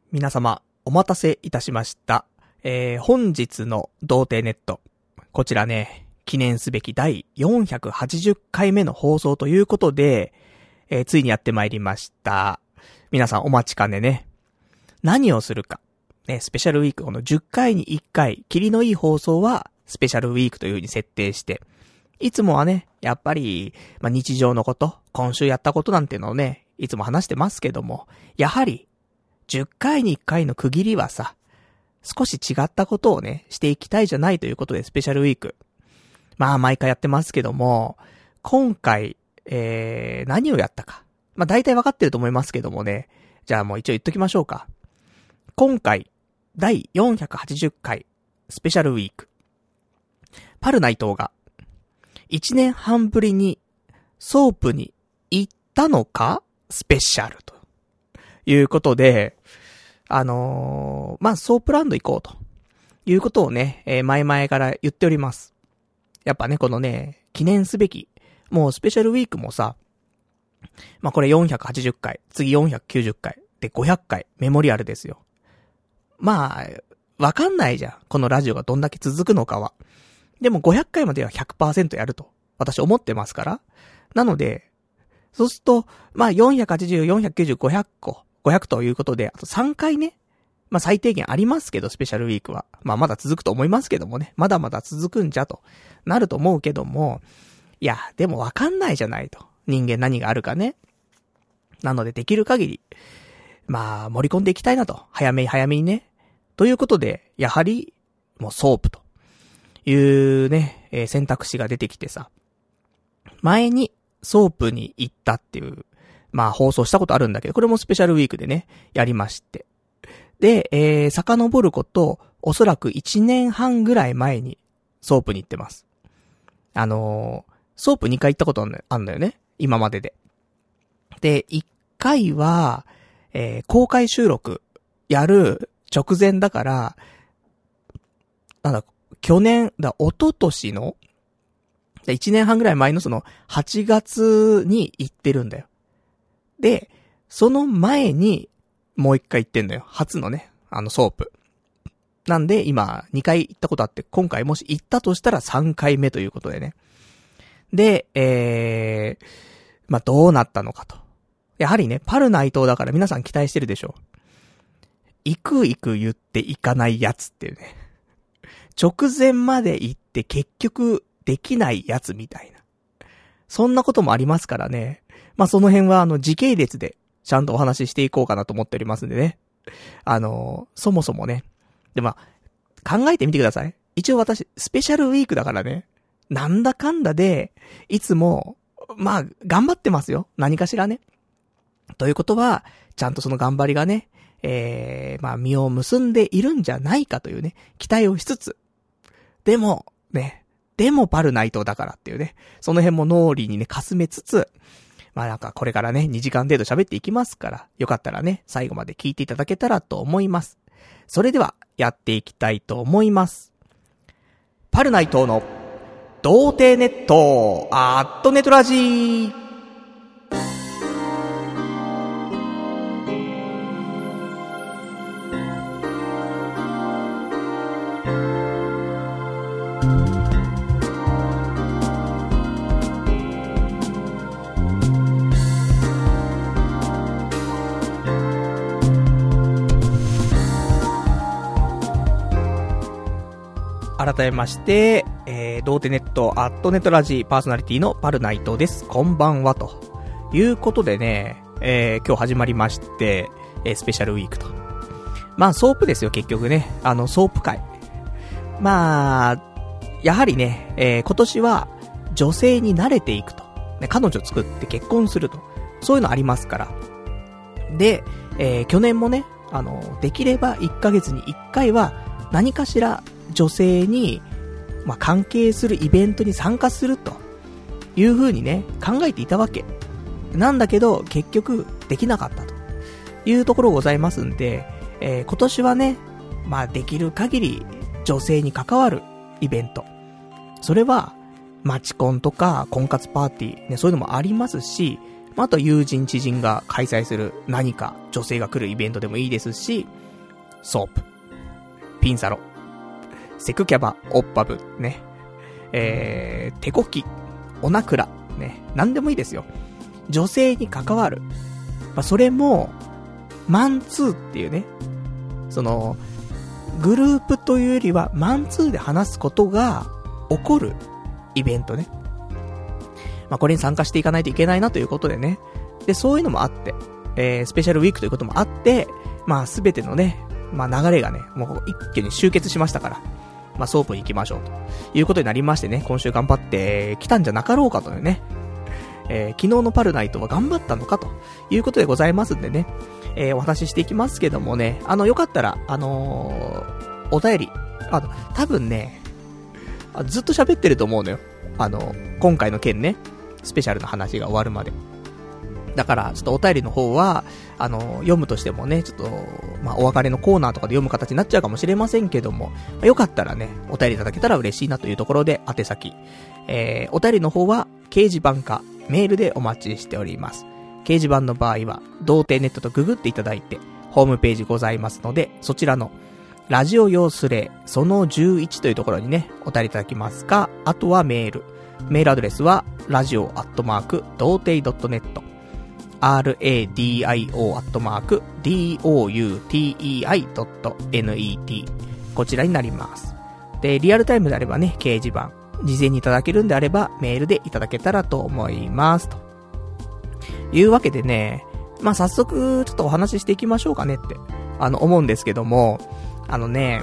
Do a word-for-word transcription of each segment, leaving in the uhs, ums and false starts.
皆様お待たせいたしました。えー、本日の童貞ネット、こちらね、記念すべき第よんひゃくはちじゅっかいめの放送ということで、えー、ついにやってまいりました。皆さんお待ちかねね。何をするか。ね、スペシャルウィーク、このじゅっかいにいっかい、キリのいい放送はスペシャルウィークという風に設定して、いつもはね、やっぱり、まあ、日常のこと、今週やったことなんていうのをね、いつも話してますけども、やはり、じゅっかいにいっかいの区切りはさ、少し違ったことをね、していきたいじゃないということでスペシャルウィーク。まあ毎回やってますけども、今回、えー、何をやったか。まあ大体わかってると思いますけどもね、じゃあもう一応言っときましょうか。今回、第よんひゃくはちじゅっかい、スペシャルウィーク。パル内藤が、いちねんはんぶりに、ソープに行ったのかスペシャルということで、あのー、まあ、ソープランド行こうということをね、えー、前々から言っております。やっぱね、このね、記念すべき、もうスペシャルウィークもさ、まあ、これよんひゃくはちじゅっかい、次よんひゃくきゅうじゅっかい、でごひゃっかい、メモリアルですよ。まあ、わかんないじゃん。このラジオがどんだけ続くのかは。でもごひゃっかいまでは ひゃくパーセント やると、私思ってますから。なので、そうすると、まあ、よんひゃくはちじゅう、よんひゃくきゅうじゅう、ごひゃっこ、ごひゃくということで、あとさんかいね。まあ、最低限ありますけど、スペシャルウィークは。まあ、まだ続くと思いますけどもね。まだまだ続くんじゃと、なると思うけども、いや、でもわかんないじゃないと。人間何があるかね。なので、できる限り、まあ、盛り込んでいきたいなと。早めに早めにね。ということで、やはり、もうソープというね、えー、選択肢が出てきてさ。前に、ソープに行ったっていう、まあ放送したことあるんだけど、これもスペシャルウィークでね、やりまして。で、えー、遡ること、おそらくいちねんはんぐらい前に、ソープに行ってます。あのー、ソープにかい行ったことあるんだよね、今までで。で、いっかいは、えー、公開収録、やる直前だから、なんだ、去年、だ、一昨年の、いちねんはんぐらい前のその、はちがつに行ってるんだよ。で、その前に、もう一回行ってんだよ。初のね、あのソープ。なんで、今、にかい行ったことあって、今回もし行ったとしたらさんかいめということでね。で、えー、まあ、どうなったのかと。やはりね、パル内藤だから皆さん期待してるでしょ。行く行く言って行かないやつっていうね。直前まで行って結局できないやつみたいな。そんなこともありますからね。まあ、その辺はあの時系列でちゃんとお話ししていこうかなと思っておりますんでね。あのー、そもそもね。で、まあ、考えてみてください。一応私、スペシャルウィークだからね。なんだかんだで、いつも、まあ、頑張ってますよ。何かしらね。ということは、ちゃんとその頑張りがね、えー、まあ、実を結んでいるんじゃないかというね、期待をしつつ。でも、ね、でもパル内藤だからっていうね、その辺も脳裏にね、かすめつつ、まあなんかこれからね、にじかん程度喋っていきますから、よかったらね、最後まで聞いていただけたらと思います。それでは、やっていきたいと思います。パル内藤の、童貞ネット、アットネトラジー。改めまして、えー、童貞ネットアットネットラジーパーソナリティのパルナイトです。こんばんはということでね、えー、今日始まりまして、えー、スペシャルウィークと。まあソープですよ結局ね、あのソープ会。まあやはりね、えー、今年は女性に慣れていくと、ね、彼女作って結婚すると、そういうのありますから。で、えー、去年もね、あのできればいっかげつにいっかいは何かしら女性に、まあ、関係するイベントに参加するという風にね、考えていたわけなんだけど、結局できなかったというところございますんで、えー、今年はね、まあできる限り女性に関わるイベント、それはマチコンとか婚活パーティーね、そういうのもありますし、 まあ、あとは友人知人が開催する何か女性が来るイベントでもいいですし、ソープ、ピンサロ、セクキャバ、オッパブ、ね、えー、手こき、オナクラ、ね、なんでもいいですよ。女性に関わる。まあ、それも、マンツーっていうね、その、グループというよりは、マンツーで話すことが起こるイベントね。まあ、これに参加していかないといけないなということでね。で、そういうのもあって、えー、スペシャルウィークということもあって、まあ、すべてのね、まあ、流れがね、もう一気に集結しましたから、まあ、ソープに行きましょうということになりましてね、今週頑張ってきたんじゃなかろうかというね、えー、昨日のパルナイトは頑張ったのかということでございますんでね、えー、お話ししていきますけどもね、あの、よかったら、あのー、お便り、あの、多分ね、ずっと喋ってると思うのよ。あの、今回の件ね、スペシャルの話が終わるまで。だから、ちょっとお便りの方は、あの、読むとしてもね、ちょっと、まあ、お別れのコーナーとかで読む形になっちゃうかもしれませんけども、まあ、よかったらね、お便りいただけたら嬉しいなというところで、宛先。えー、お便りの方は、掲示板か、メールでお待ちしております。掲示板の場合は、童貞ネットとググっていただいて、ホームページございますので、そちらの、ラジオ用スレそのじゅういちというところにね、お便りいただきますか、あとはメール。メールアドレスは、ラジオアットマーク、童貞 .net、ラディオ アットマーク、ドゥテイ ドット ネット。こちらになります。で、リアルタイムであればね、掲示板。事前にいただけるんであれば、メールでいただけたらと思います。というわけでね、まあ、早速、ちょっとお話ししていきましょうかねって、あの、思うんですけども、あのね、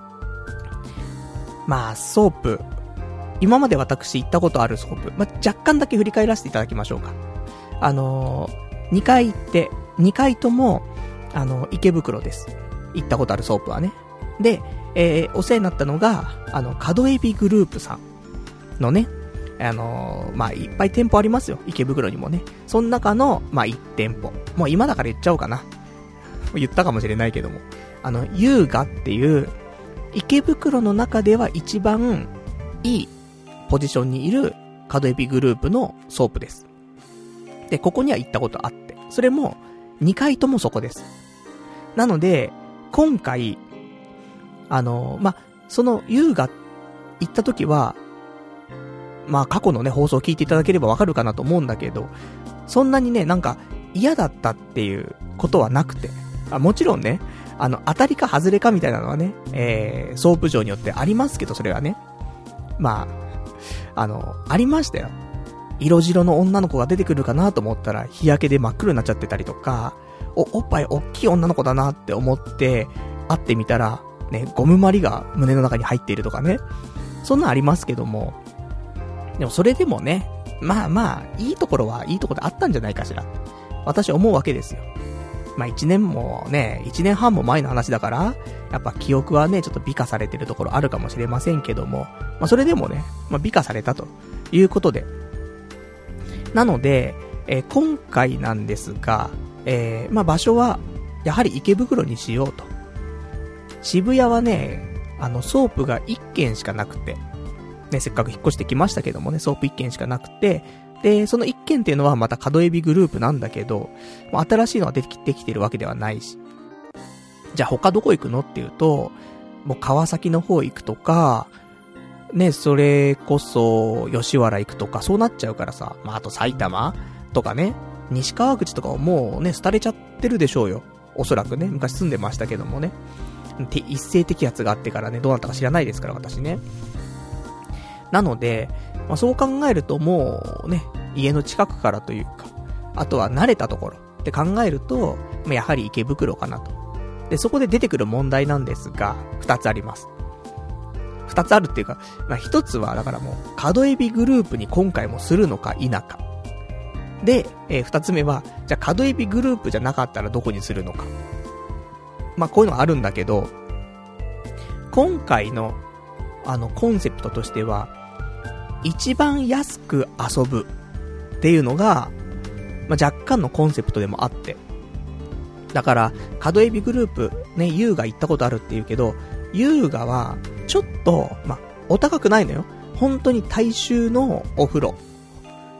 まあ、ソープ。今まで私行ったことあるソープ。まあ、若干だけ振り返らせていただきましょうか。あのー、にかい行って、にかいとも、あの、池袋です。行ったことあるソープはね。で、えー、お世話になったのが、あの、角エビグループさんのね、あのー、まあ、いっぱい店舗ありますよ。池袋にもね。その中の、まあ、いち店舗。もう今だから言っちゃおうかな。言ったかもしれないけども。あの、優雅っていう、池袋の中では一番いいポジションにいる角エビグループのソープです。で、ここには行ったことあって、それもにかいともそこです。なので、今回、あの、ま、その優雅行った時は、まあ、過去のね、放送を聞いていただければわかるかなと思うんだけど、そんなにね、なんか嫌だったっていうことはなくて、あ、もちろんね、あの、当たりか外れかみたいなのはね、えー、ソープ場によってありますけど、それはね。まあ、あの、ありましたよ。色白の女の子が出てくるかなと思ったら、日焼けで真っ黒になっちゃってたりとか、お、おっぱい大きい女の子だなって思って、会ってみたら、ね、ゴムまりが胸の中に入っているとかね。そんなんありますけども、でもそれでもね、まあまあ、いいところはいいところであったんじゃないかしら。私は思うわけですよ。まあ一年もね、一年半も前の話だから、やっぱ記憶はね、ちょっと美化されてるところあるかもしれませんけども、まあそれでもね、まあ美化されたということで。なので、えー、今回なんですが、えー、まあ場所は、やはり池袋にしようと。渋谷はね、あの、ソープがいっけんしかなくて、ね、せっかく引っ越してきましたけどもね、ソープいっけんしかなくて、で、そのいっけんっていうのはまた角エビグループなんだけど、もう新しいのが出てきてきてるわけではないし。じゃあ他どこ行くのっていうと、もう川崎の方行くとか、ね、それこそ吉原行くとか、そうなっちゃうからさ、まあ、あと埼玉とかね、西川口とかはもうね、廃れちゃってるでしょうよ。おそらくね、昔住んでましたけどもね。一斉摘発があってからね、どうなったか知らないですから、私ね。なので、まあ、そう考えるともうね、家の近くからというか、あとは慣れたところって考えると、まあ、やはり池袋かなと。で、そこで出てくる問題なんですが、二つあります。二つあるっていうか、まあ、一つはだからもう、角エビグループに今回もするのか否か。で、えー、二つ目は、じゃあ角エビグループじゃなかったらどこにするのか。まあ、こういうのがあるんだけど、今回の、あの、コンセプトとしては、一番安く遊ぶっていうのが、まあ、若干のコンセプトでもあって。だから、角エビグループ、ね、優雅行ったことあるって言うけど、優雅は、ちょっと、まあ、お高くないのよ。本当に大衆のお風呂。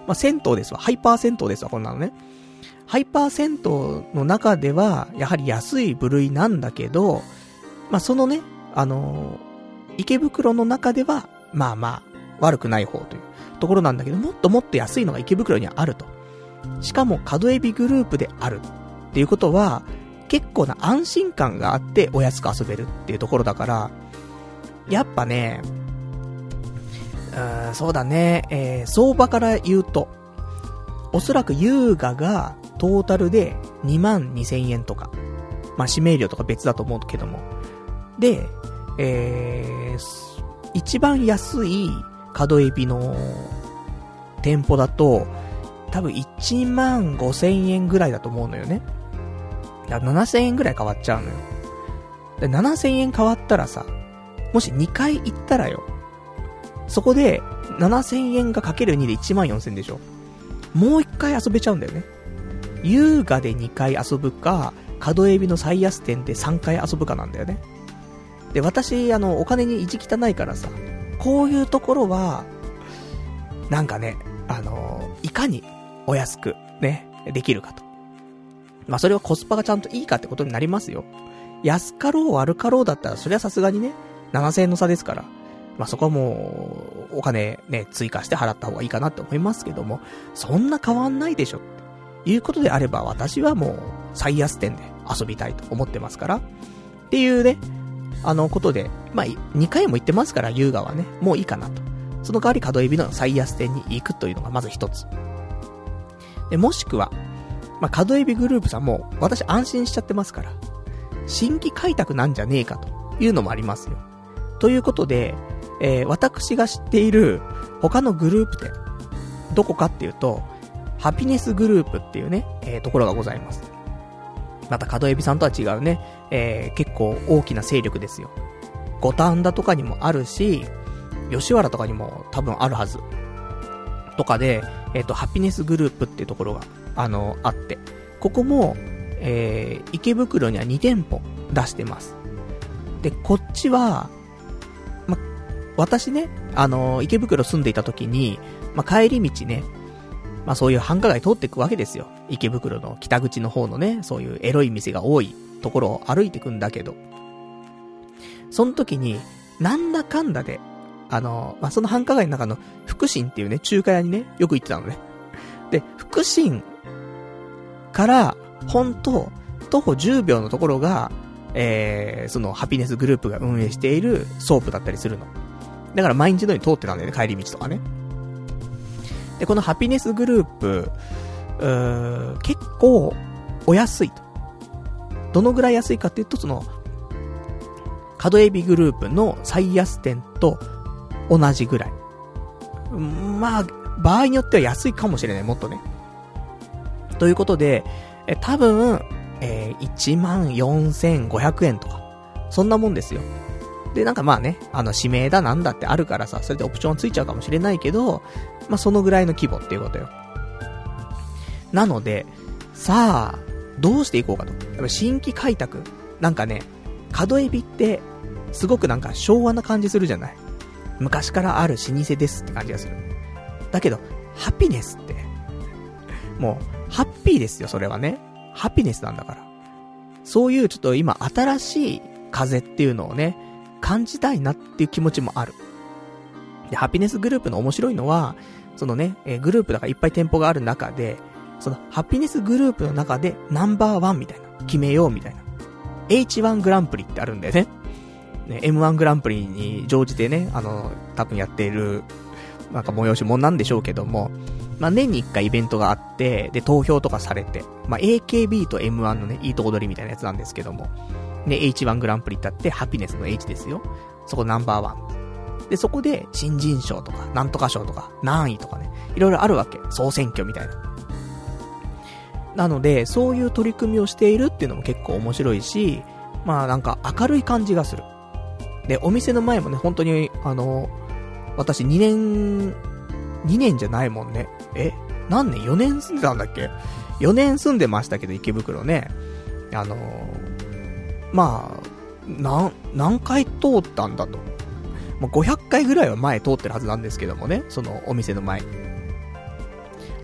まあ、銭湯ですわ。ハイパー銭湯ですわ、こんなのね。ハイパー銭湯の中では、やはり安い部類なんだけど、まあ、そのね、あのー、池袋の中では、まあまあ、悪くない方というところなんだけど、もっともっと安いのが池袋にはあると。しかも、角エビグループであるっていうことは、結構な安心感があってお安く遊べるっていうところだから、やっぱね、うーん、そうだね、えー、相場から言うと、おそらく優雅がトータルでにまんにせんえんとか、まあ、指名料とか別だと思うけども。で、えー、一番安い角エビの店舗だと、多分いちまんごせんえんぐらいだと思うのよね。ななせんえんぐらい変わっちゃうのよ。で、ななせんえん変わったらさ、もしにかい行ったらよ、そこでななせんえんがかけるにでいちまんよんせんでしょ。もういっかい遊べちゃうんだよね。優雅でにかい遊ぶか、角エビの最安店でさんかい遊ぶかなんだよね。で、私、あの、お金に意地汚いからさ、こういうところは、なんかね、あの、いかにお安くね、できるかと。まあ、それはコスパがちゃんといいかってことになりますよ。安かろう悪かろうだったら、それはさすがにね、ななせんえんの差ですから、まあ、そこはもう、お金ね、追加して払った方がいいかなって思いますけども、そんな変わんないでしょっていうことであれば、私はもう、最安店で遊びたいと思ってますから、っていうね、あのことで、まあ、にかいも行ってますから、優雅はね、もういいかなと。その代わり角エビの最安店に行くというのがまず一つ。で、もしくは、まあ、角エビグループさんも、私安心しちゃってますから、新規開拓なんじゃねえかというのもありますよ。ということで、えー、私が知っている他のグループ店、どこかっていうと、ハピネスグループっていうね、えー、ところがございます。また角エビさんとは違うね、えー、結構大きな勢力ですよ。五反田とかにもあるし、吉原とかにも多分あるはず。とかで、えっと、ハピネスグループっていうところが、あの、あって、ここも、えー、池袋にはにてんぽ出してます。で、こっちは、ま、私ね、あの、池袋住んでいた時に、ま、帰り道ね、まあ、そういう繁華街通っていくわけですよ。池袋の北口の方のね、そういうエロい店が多いところを歩いていくんだけど、その時に、なんだかんだで、あの、まあ、その繁華街の中の福神っていうね、中華屋にね、よく行ってたのね。で、福神から、ほんと、徒歩じゅうびょうのところが、えー、そのハピネスグループが運営しているソープだったりするの。だから毎日のように通ってたんだよね、帰り道とかね。で、このハピネスグループ、うー結構お安いと。どのぐらい安いかっていうと、その、角エビグループの最安店と同じぐらい。まあ、場合によっては安いかもしれない、もっとね。ということで、え多分、えー、いちまんよんせんごひゃくえんとか、そんなもんですよ。で、なんかまあね、あの、指名だなんだってあるからさ、それでオプションついちゃうかもしれないけど、まあそのぐらいの規模っていうことよ。なので、さあ、どうしていこうかと。やっぱ新規開拓。なんかね、角エビって、すごくなんか昭和な感じするじゃない。昔からある老舗ですって感じがする。だけど、ハピネスって、もう、ハッピーですよ、それはね。ハピネスなんだから。そういうちょっと今新しい風っていうのをね、感じたいなっていう気持ちもある。で、ハピネスグループの面白いのは、そのね、えー、グループだからいっぱい店舗がある中で、そのハピネスグループの中でナンバーワンみたいな、決めようみたいな。エイチワン グランプリってあるんだよね。ね、エムワン グランプリに乗じてね、あの、多分やっている、なんか催し物なんでしょうけども、まあ、年にいっかいイベントがあって、で、投票とかされて、まあ、エーケービー と エムワン のね、いいとこ取りみたいなやつなんですけども、ね、エイチワン グランプリってあって、ハピネスの H ですよ。そこナンバーワン。で、そこで、新人賞とか、なんとか賞とか、何位とかね、いろいろあるわけ。総選挙みたいな。なので、そういう取り組みをしているっていうのも結構面白いし、まあなんか明るい感じがする。で、お店の前もね、本当に、あの、私にねん、にねんじゃないもんね。え何年 ?よ 年住んでたんだっけ ?よ 年住んでましたけど、池袋ね。あのー、まあ、何、何回通ったんだと。もうごひゃっかいぐらいは前通ってるはずなんですけどもね。そのお店の前。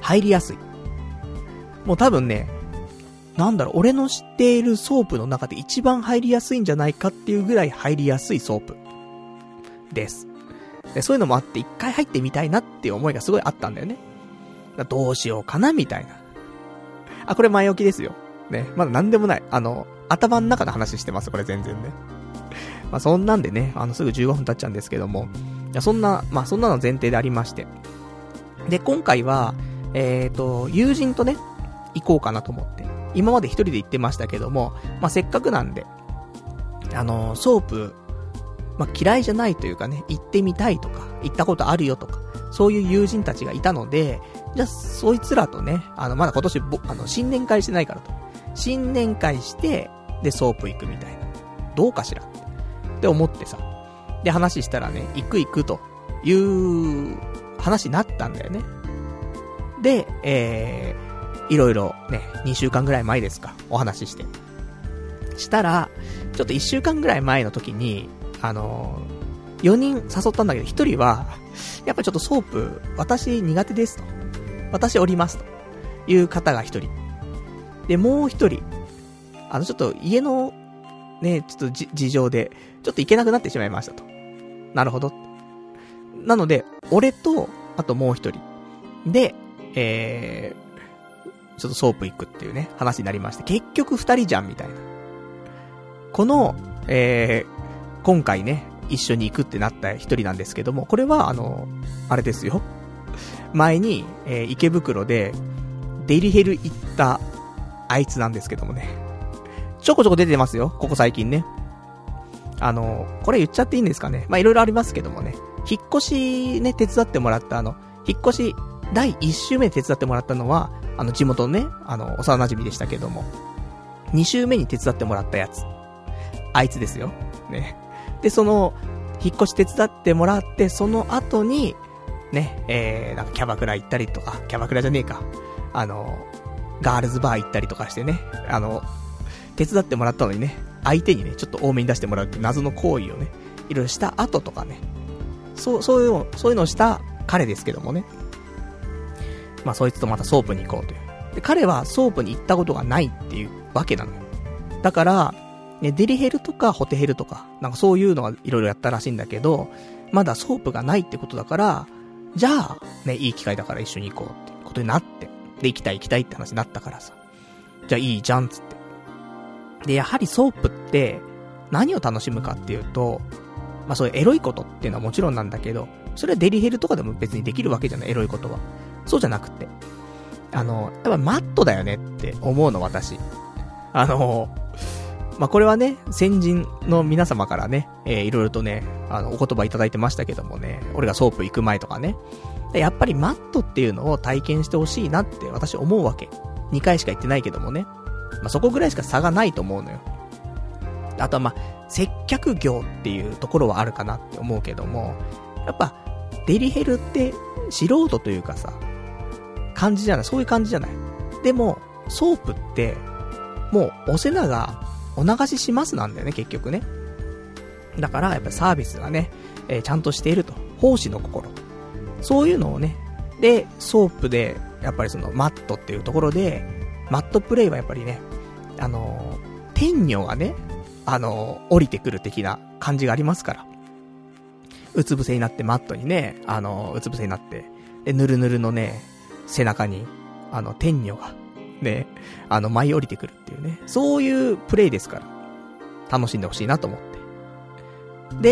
入りやすい。もう多分ね、なんだろう、俺の知っているソープの中で一番入りやすいんじゃないかっていうぐらい入りやすいソープです。でそういうのもあって一回入ってみたいなっていう思いがすごいあったんだよね。どうしようかなみたいな。あ、これ前置きですよ。ね、まだなんでもない。あの、頭の中の話してます、これ全然ね。まあそんなんでね、あのすぐじゅうごふん経っちゃうんですけども、いやそんな、まあそんなの前提でありまして。で、今回は、えっと、友人とね、行こうかなと思って。今まで一人で行ってましたけども、まあせっかくなんで、あの、ソープ、まあ嫌いじゃないというかね、行ってみたいとか、行ったことあるよとか、そういう友人たちがいたので、じゃあそいつらとね、あの、まだ今年ぼ、あの、新年会してないからと。新年会して、で、ソープ行くみたいな。どうかしらって思ってさ。で、話したらね、行く行くという話になったんだよね。で、えー、いろいろね、にしゅうかんぐらい前ですか、お話しして。したら、ちょっといっしゅうかんぐらい前の時に、あのー、よにん誘ったんだけど、ひとりは、やっぱちょっとソープ、私苦手ですと。私おりますという方がひとり。で、もうひとり、あの、ちょっと家の、ね、ちょっとじ事情で、ちょっと行けなくなってしまいましたと。なるほど。なので、俺と、あともうひとり。で、えー、ちょっとソープ行くっていうね、話になりまして、結局ふたりじゃん、みたいな。この、えー、今回ね、一緒に行くってなったひとりなんですけども、これは、あの、あれですよ。前に、えー、池袋で、デリヘル行った、あいつなんですけどもね。ちょこちょこ出てますよ、ここ最近ね。あの、これ言っちゃっていいんですかね。まあ、いろいろありますけどもね。引っ越しね、手伝ってもらったあの、引っ越し、だいいっ週目手伝ってもらったのは、あの、地元のね、あの、幼馴染でしたけども。に週目に手伝ってもらったやつ。あいつですよ。ね。で、その、引っ越し手伝ってもらって、その後に、ね、えー、なんかキャバクラ行ったりとか、キャバクラじゃねえか。あの、ガールズバー行ったりとかしてね、あの、手伝ってもらったのにね、相手にね、ちょっと多めに出してもらうって謎の行為をね、いろいろした後とかね、そう、そういうの、そういうのをした彼ですけどもね。まあ、そいつとまたソープに行こうという。で、彼はソープに行ったことがないっていうわけなのよ。だから、ね、デリヘルとかホテヘルとか、なんかそういうのはいろいろやったらしいんだけど、まだソープがないってことだから、じゃあ、ね、いい機会だから一緒に行こうってことになって、で、行きたい行きたいって話になったからさ。じゃあいいじゃんつって。で、やはりソープって何を楽しむかっていうと、まあそういうエロいことっていうのはもちろんなんだけど、それはデリヘルとかでも別にできるわけじゃない、エロいことは。そうじゃなくて。あの、やっぱマットだよねって思うの、私。あの、まあこれはね、先人の皆様からね、えー、いろいろとね、あの、お言葉いただいてましたけどもね、俺がソープ行く前とかね。やっぱりマットっていうのを体験してほしいなって私思うわけ。にかいしか行ってないけどもね。まあ、そこぐらいしか差がないと思うのよ。あとはまあ、接客業っていうところはあるかなって思うけども、やっぱ、デリヘルって素人というかさ、感じじゃない、そういう感じじゃない。でも、ソープって、もう、おせなが、お流ししますなんだよね、結局ね。だから、やっぱサービスがね、えー、ちゃんとしていると。奉仕の心。そういうのをね、で、ソープで、やっぱりその、マットっていうところで、マットプレイはやっぱりね、あのー、天女がね、あのー、降りてくる的な感じがありますから。うつ伏せになってマットにね、あのー、うつ伏せになって、で、ぬるぬるのね、背中に、あの、天女が、ね、あの、舞い降りてくるっていうね、そういうプレイですから、楽しんでほしいなと思って。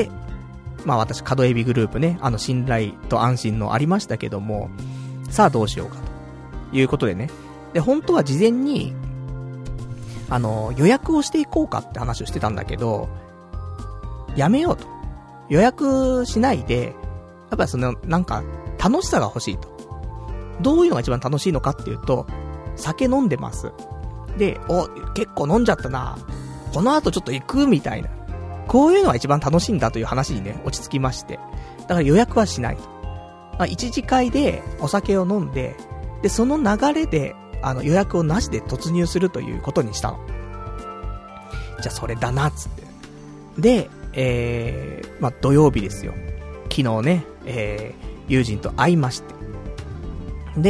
で、まあ私、角エビグループね、あの、信頼と安心のありましたけども、さあどうしようかということでね、で、本当は事前に、あの、予約をしていこうかって話をしてたんだけど、やめようと。予約しないで、やっぱりその、なんか、楽しさが欲しいと。どういうのが一番楽しいのかっていうと、酒飲んでます。で、お、結構飲んじゃったな。この後ちょっと行くみたいな。こういうのが一番楽しいんだという話にね、落ち着きまして。だから予約はしないと。一次会でお酒を飲んで、で、その流れで、あの予約をなしで突入するということにしたの。じゃあそれだなっつって。で、えー、まあ、土曜日ですよ。昨日ね、えー、友人と会いまして。で、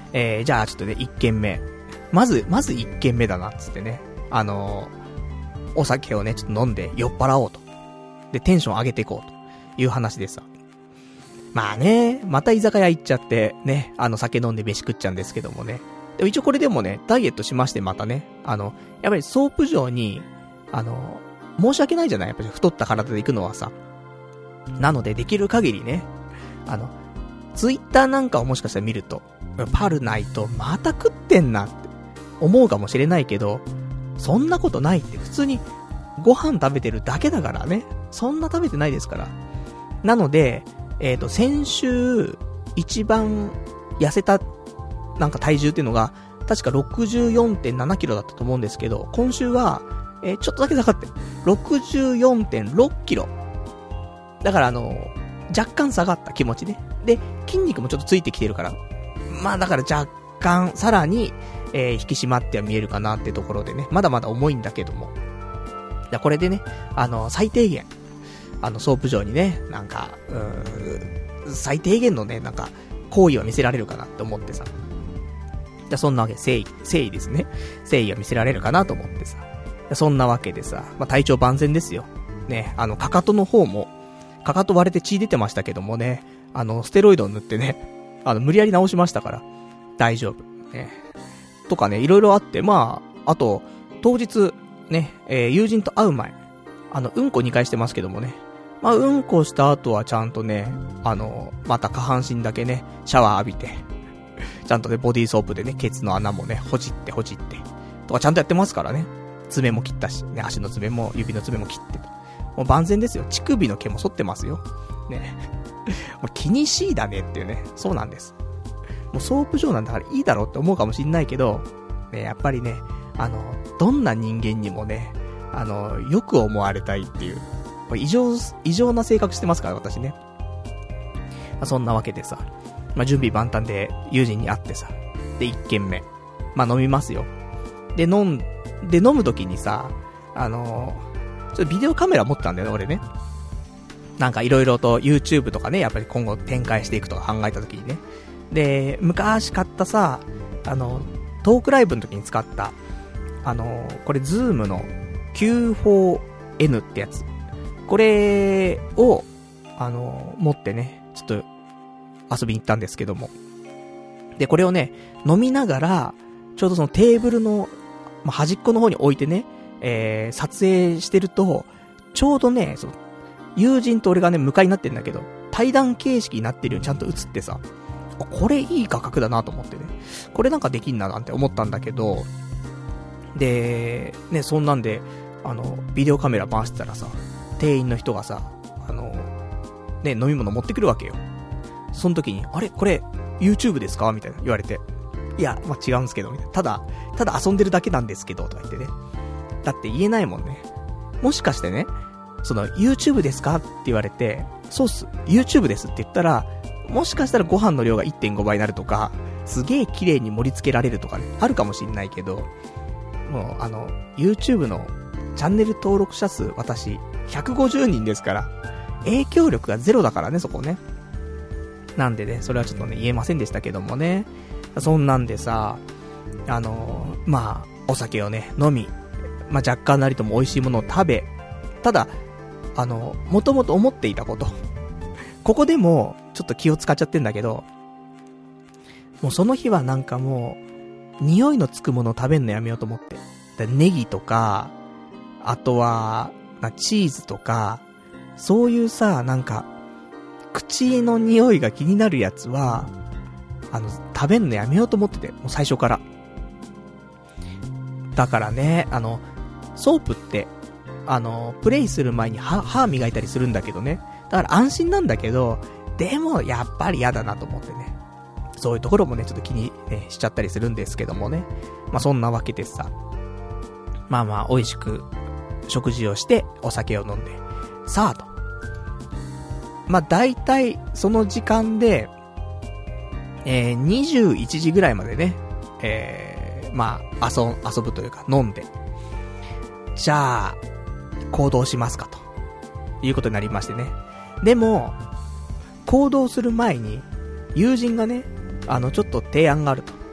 えー、じゃあちょっとね、一軒目。まず、まず一軒目だな、つってね。あのー、お酒をね、ちょっと飲んで酔っ払おうと。で、テンション上げていこうという話でさ。まあね、また居酒屋行っちゃって、ね、あの酒飲んで飯食っちゃうんですけどもね。でも一応これでもね、ダイエットしましてまたね、あの、やっぱりソープ場に、あの、申し訳ないじゃないやっぱり太った体で行くのはさ。なのでできる限りね、あの、ツイッターなんかをもしかしたら見ると、パルナイトまた食ってんなって思うかもしれないけど、そんなことないって普通にご飯食べてるだけだからね。そんな食べてないですから。なので、えっと、先週、一番痩せた、なんか体重っていうのが、確か ろくじゅうよんてんななキロだったと思うんですけど、今週は、えー、ちょっとだけ下がって、ろくじゅうよんてんろっキロ。だからあの、若干下がった気持ちね。で、筋肉もちょっとついてきてるから。まあだから若干、さらに、えー、引き締まっては見えるかなってところでね、まだまだ重いんだけども。だこれでね、あの、最低限、あの、ソープ場にね、なんか、うーん、最低限のね、なんか、行為は見せられるかなって思ってさ。じゃそんなわけ、誠意、誠意ですね。誠意は見せられるかなと思ってさ。そんなわけでさ、まあ、体調万全ですよ。ね、あの、かかとの方も、かかと割れて血出てましたけどもね、あの、ステロイドを塗ってね、あの、無理やり治しましたから、大丈夫。ね。とかね、いろいろあって、まあ、あと、当日、ね、えー、友人と会う前、あの、うんこにかいしてますけどもね、まあ、うんこした後はちゃんとね、あの、また下半身だけね、シャワー浴びて、ちゃんとね、ボディーソープでね、ケツの穴もね、ほじってほじって、とかちゃんとやってますからね。爪も切ったし、ね、足の爪も、指の爪も切ってと。もう万全ですよ。乳首の毛も剃ってますよ。ね。もう気にしいだねっていうね。そうなんです。もうソープ場なんだからいいだろうって思うかもしんないけど、ね、やっぱりね、あの、どんな人間にもね、あの、よく思われたいっていう、異常、異常な性格してますから、私ね。まあ、そんなわけでさ、まあ、準備万端で友人に会ってさ、で、一軒目。まあ、飲みますよ。で、飲ん、で、飲むときにさ、あのー、ちょっとビデオカメラ持ってたんだよね、俺ね。なんかいろいろと YouTube とかね、やっぱり今後展開していくとか考えたときにね。で、昔買ったさ、あの、トークライブの時に使った、あのー、これ、ズームの キューフォーエヌ ってやつ。これを、あのー、持ってね、ちょっと遊びに行ったんですけども。で、これをね、飲みながら、ちょうどそのテーブルの、まあ、端っこの方に置いてね、えー、撮影してると、ちょうどね、その、友人と俺がね、向かいになってんだけど、対談形式になってるようにちゃんと映ってさ、これいい画角だなと思ってね、これなんかできんななんて思ったんだけど、で、ね、そんなんで、あの、ビデオカメラ回してたらさ、店員の人がさ、あの、ね、飲み物持ってくるわけよ。その時に、あれこれ、YouTube ですかみたいな言われて、いや、まあ、違うんですけど、みたいな。ただ、ただ遊んでるだけなんですけど、とか言ってね。だって言えないもんね。もしかしてね、その、YouTube ですかって言われて、そうっす、YouTube ですって言ったら、もしかしたらご飯の量が いってんご 倍になるとか、すげえ綺麗に盛り付けられるとかね、あるかもしんないけど、もう、あの、YouTube のチャンネル登録者数、私、ひゃくごじゅうにんですから、影響力がゼロだからね、そこね。なんでね、それはちょっとね、言えませんでしたけどもね。そんなんでさ、あのー、まあ、お酒をね、飲み、まあ、若干なりとも美味しいものを食べ、ただ、あの、もともと思っていたこと。ここでも、ちょっと気を使っちゃってんだけど、もうその日はなんかもう、匂いのつくものを食べんのやめようと思って。だネギとか、あとは、チーズとか、そういうさ、なんか、口の匂いが気になるやつは、あの、食べんのやめようと思ってて、もう最初から。だからね、あの、ソープって、あの、プレイする前に歯、歯磨いたりするんだけどね。だから安心なんだけど、でも、やっぱり嫌だなと思ってね。そういうところもね、ちょっと気に、ね、しちゃったりするんですけどもね。まあ、そんなわけでさ。まあまあ、美味しく、食事をして、お酒を飲んで。さあと。まあ、大体、その時間で、えー、にじゅういちじぐらいまでね、えー、まあ、遊、遊ぶというか、飲んで。じゃあ、行動しますか、ということになりましてね。でも、行動する前に、友人がね、あの、ちょっと提案があると。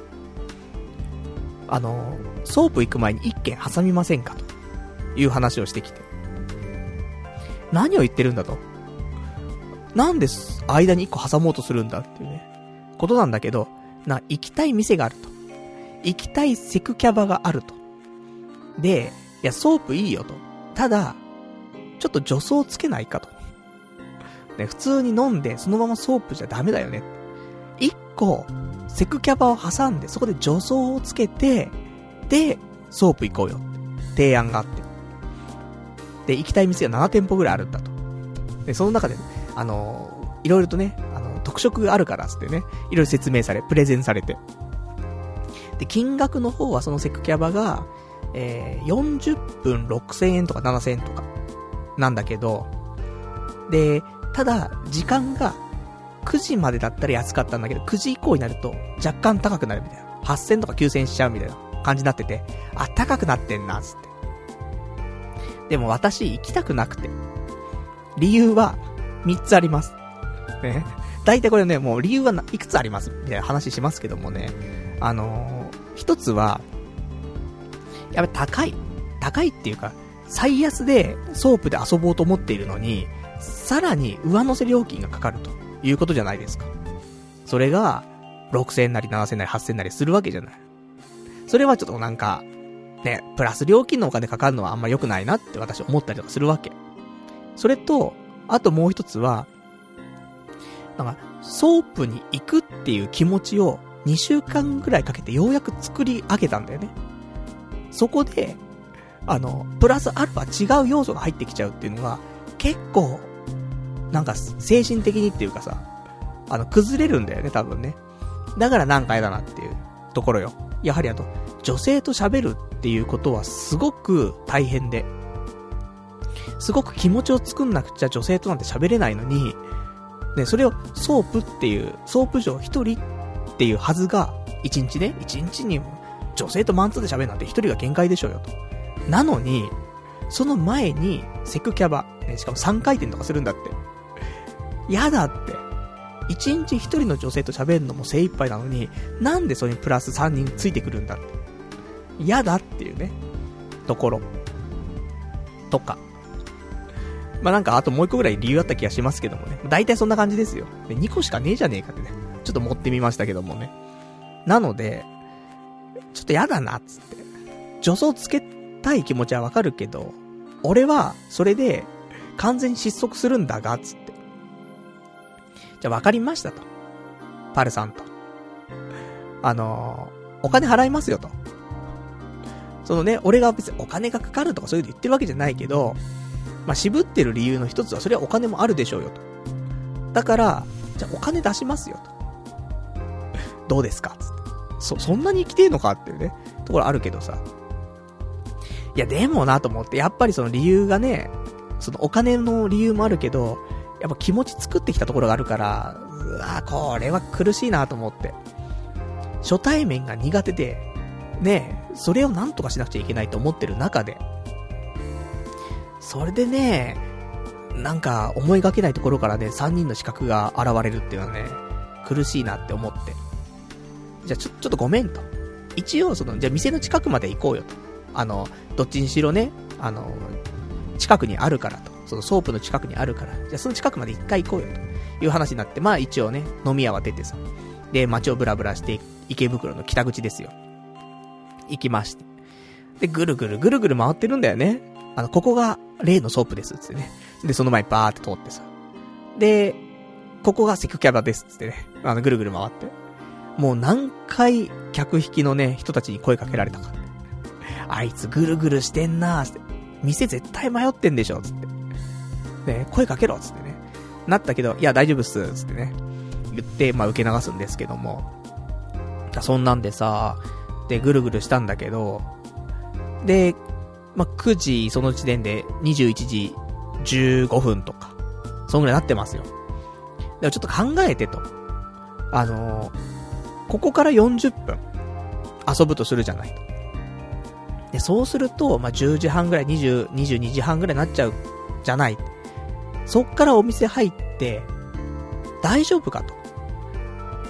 あの、ソープ行く前に一軒挟みませんかという話をしてきて。何を言ってるんだと。なんで間に一個挟もうとするんだっていうね、ことなんだけど、な、行きたい店があると。行きたいセクキャバがあると。で、いや、ソープいいよと。ただ、ちょっと助走つけないかと。ね、普通に飲んで、そのままソープじゃダメだよね。一個、セクキャバを挟んで、そこで助走をつけて、で、ソープ行こうよ。提案があって。で、行きたい店がなな店舗ぐらいあるんだと。で、その中で、あのー、いろいろとね、あの、特色があるからつってね、いろいろ説明され、プレゼンされて。で、金額の方はそのセクキャバが、えー、よんじゅっぷんろくせんえんとかななせんえんとか、なんだけど、で、ただ、時間がくじまでだったら安かったんだけど、くじ以降になると若干高くなるみたいな。はっせんとかきゅうせんえんしちゃうみたいな感じになってて、あ、高くなってんな、つって。でも私行きたくなくて。理由はみっつあります。ね。大体これね、もう理由はいくつありますみたいな話しますけどもね。あのー、一つは、やっぱり高い。高いっていうか、最安でソープで遊ぼうと思っているのに、さらに上乗せ料金がかかるということじゃないですか。それが、ろくせんえんなりななせんえんなりはっせんえんなりするわけじゃない。それはちょっとなんか、ね、プラス料金のお金かかるのはあんま良くないなって私思ったりとかするわけ。それと、あともう一つは、なんか、ソープに行くっていう気持ちをにしゅうかんぐらいかけてようやく作り上げたんだよね。そこで、あの、プラスアルファ違う要素が入ってきちゃうっていうのが、結構、なんか精神的にっていうかさ、あの、崩れるんだよね、多分ね。だから難解だなっていうところよ。やはりあと、女性と喋るっていうことはすごく大変で、すごく気持ちを作んなくちゃ女性となんて喋れないのに、ね、それをソープっていう、ソープ嬢一人っていうはずが、一日ね、一日に女性とマンツーで喋るなんて一人が限界でしょうよと。なのに、その前にセクキャバ、ね、しかもさんかい転とかするんだって。やだって。一日一人の女性と喋るのも精一杯なのに、なんでそれにプラスさんにんついてくるんだって。やだっていうね、ところ。とか。まあ、なんかあともう一個ぐらい理由あった気がしますけどもね。大体そんな感じですよ。で、にこしかねえじゃねえかってね。ちょっと持ってみましたけどもね。なので、ちょっとやだなっつって。助走つけたい気持ちはわかるけど、俺はそれで完全に失速するんだが、つって。じゃあわかりましたと。パルさんと。あのー、お金払いますよと。そのね、俺が別にお金がかかるとかそういうの言ってるわけじゃないけど、まあ、渋ってる理由の一つはそれはお金もあるでしょうよと。だから、じゃあお金出しますよと。どうですかつって。そ、そんなに生きてえのかっていうね、ところあるけどさ。いやでもなと思って、やっぱりその理由がね、そのお金の理由もあるけど、やっぱ気持ち作ってきたところがあるから、うわこれは苦しいなと思って。初対面が苦手で、ねえ、それをなんとかしなくちゃいけないと思ってる中で、それでね、なんか思いがけないところからね、さんにんの資格が現れるっていうのはね、苦しいなって思って。じゃあちょ、ちょっとごめんと。一応その、じゃあ店の近くまで行こうよと。あの、どっちにしろね、あの、近くにあるからと。そのソープの近くにあるから。じゃあその近くまで一回行こうよという話になって、まあ一応ね、飲み屋は出てさ。で、街をブラブラして池袋の北口ですよ。行きまして。で、ぐるぐるぐるぐる回ってるんだよね。あの、ここが例のソープですっつってね。で、その前にバーって通ってさ。で、ここがセクキャバですっつってね。あの、ぐるぐる回って。もう何回客引きのね、人たちに声かけられたか。あいつぐるぐるしてんなーつって。店絶対迷ってんでしょつって。ね、声かけろつってね。なったけど、いや大丈夫っすつってね。言って、まあ受け流すんですけども。そんなんでさ、で、ぐるぐるしたんだけど、で、まあ、くじその時点でにじゅういちじじゅうごふんとか、そんぐらいなってますよ。でもちょっと考えてと。あのー、ここからよんじゅっぷん遊ぶとするじゃないと。で、そうすると、まあ、じゅうじはんぐらい、にじゅう、にじゅうにじはんぐらいになっちゃうじゃない。そっからお店入って、大丈夫かと。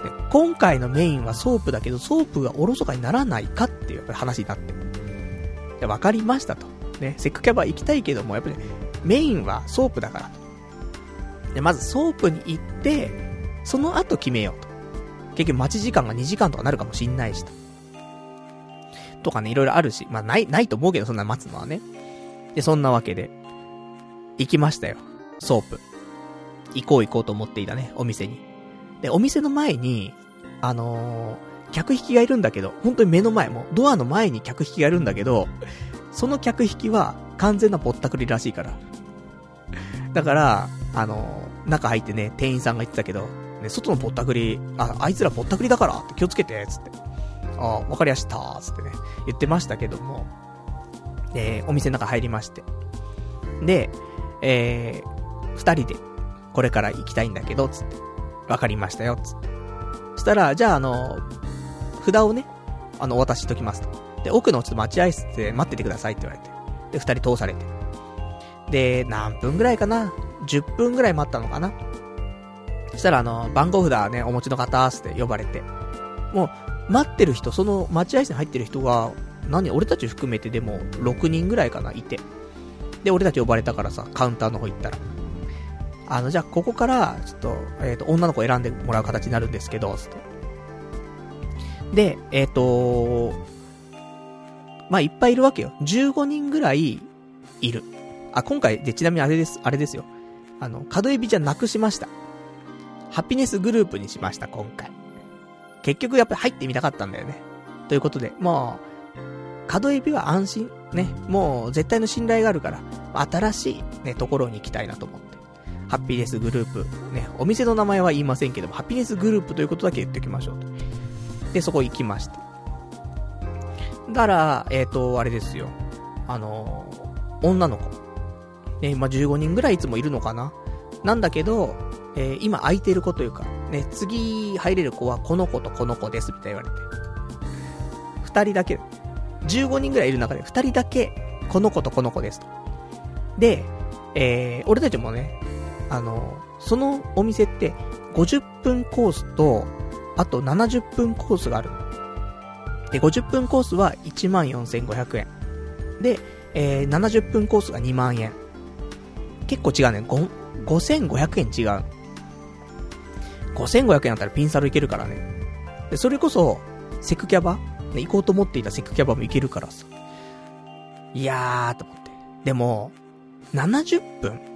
今回のメインはソープだけど、ソープがおろそかにならないかっていう話になって。で、わかりましたと。ね、セックキャバ行きたいけども、やっぱり、ね、メインはソープだから。で、まずソープに行って、その後決めようと。結局待ち時間がにじかんとかなるかもしんないしと。とかね、いろいろあるし、まあない、ないと思うけど、そんな待つのはね。で、そんなわけで、行きましたよ。ソープ。行こう行こうと思っていたね、お店に。で、お店の前に、あのー、客引きがいるんだけど、本当に目の前、もうドアの前に客引きがいるんだけど、その客引きは完全なぼったくりらしいから。だから、あのー、中入ってね、店員さんが言ってたけど、ね、外のぼったくり、あ、あいつらぼったくりだからって気をつけて、つって。あ、わかりやした、つってね、言ってましたけども。で、お店の中入りまして。で、えー、二人で、これから行きたいんだけど、つって。わかりましたよ、つって。そしたら、じゃあ、あの、札をね、あの、お渡ししときますと。で、奥のちょっと待合室で待っててくださいって言われて。で、二人通されて。で、何分ぐらいかな ?じゅっ 分ぐらい待ったのかな。そしたら、あの、番号札ね、お持ちの方、つって呼ばれて。もう、待ってる人、その待合室に入ってる人が、何、俺たち含めてでも、ろくにんぐらいかな、いて。で、俺たち呼ばれたからさ、カウンターの方行ったら。あの、じゃあ、ここから、ちょっと、えっと、女の子選んでもらう形になるんですけど、つって。で、えっと、まあ、いっぱいいるわけよ。じゅうごにんぐらい、いる。あ、今回、で、ちなみにあれです、あれですよ。あの、角エビじゃなくしました。ハピネスグループにしました、今回。結局、やっぱり入ってみたかったんだよね。ということで、まあ、角エビは安心。ね。もう、絶対の信頼があるから、新しい、ね、ところに行きたいなと思って。ハッピネスグループ。ね、お店の名前は言いませんけども、ハッピネスグループということだけ言っておきましょうと。で、そこ行きまして。だから、えっと、あれですよ。あのー、女の子。ね、まあ、じゅうごにんぐらいいつもいるのかな。なんだけど、えー、今空いてる子というか、ね、次入れる子はこの子とこの子です、みたいな言われて。二人だけ、じゅうごにんぐらいいる中で二人だけ、この子とこの子ですと。で、えー、俺たちもね、あの、そのお店ってごじゅっぷんコースと、あとななじゅっぷんコースがある。で、ごじゅっぷんコースはいちまんよんせんごひゃくえん。で、えー、ななじゅっぷんコースがにまんえん。結構違うね。ごせんごひゃくえん違う。ごせんごひゃくえんだったらピンサロいけるからね。で、それこそ、セクキャバ、ね、行こうと思っていたセクキャバもいけるからさ。いやーと思って。でも、ななじゅっぷんって、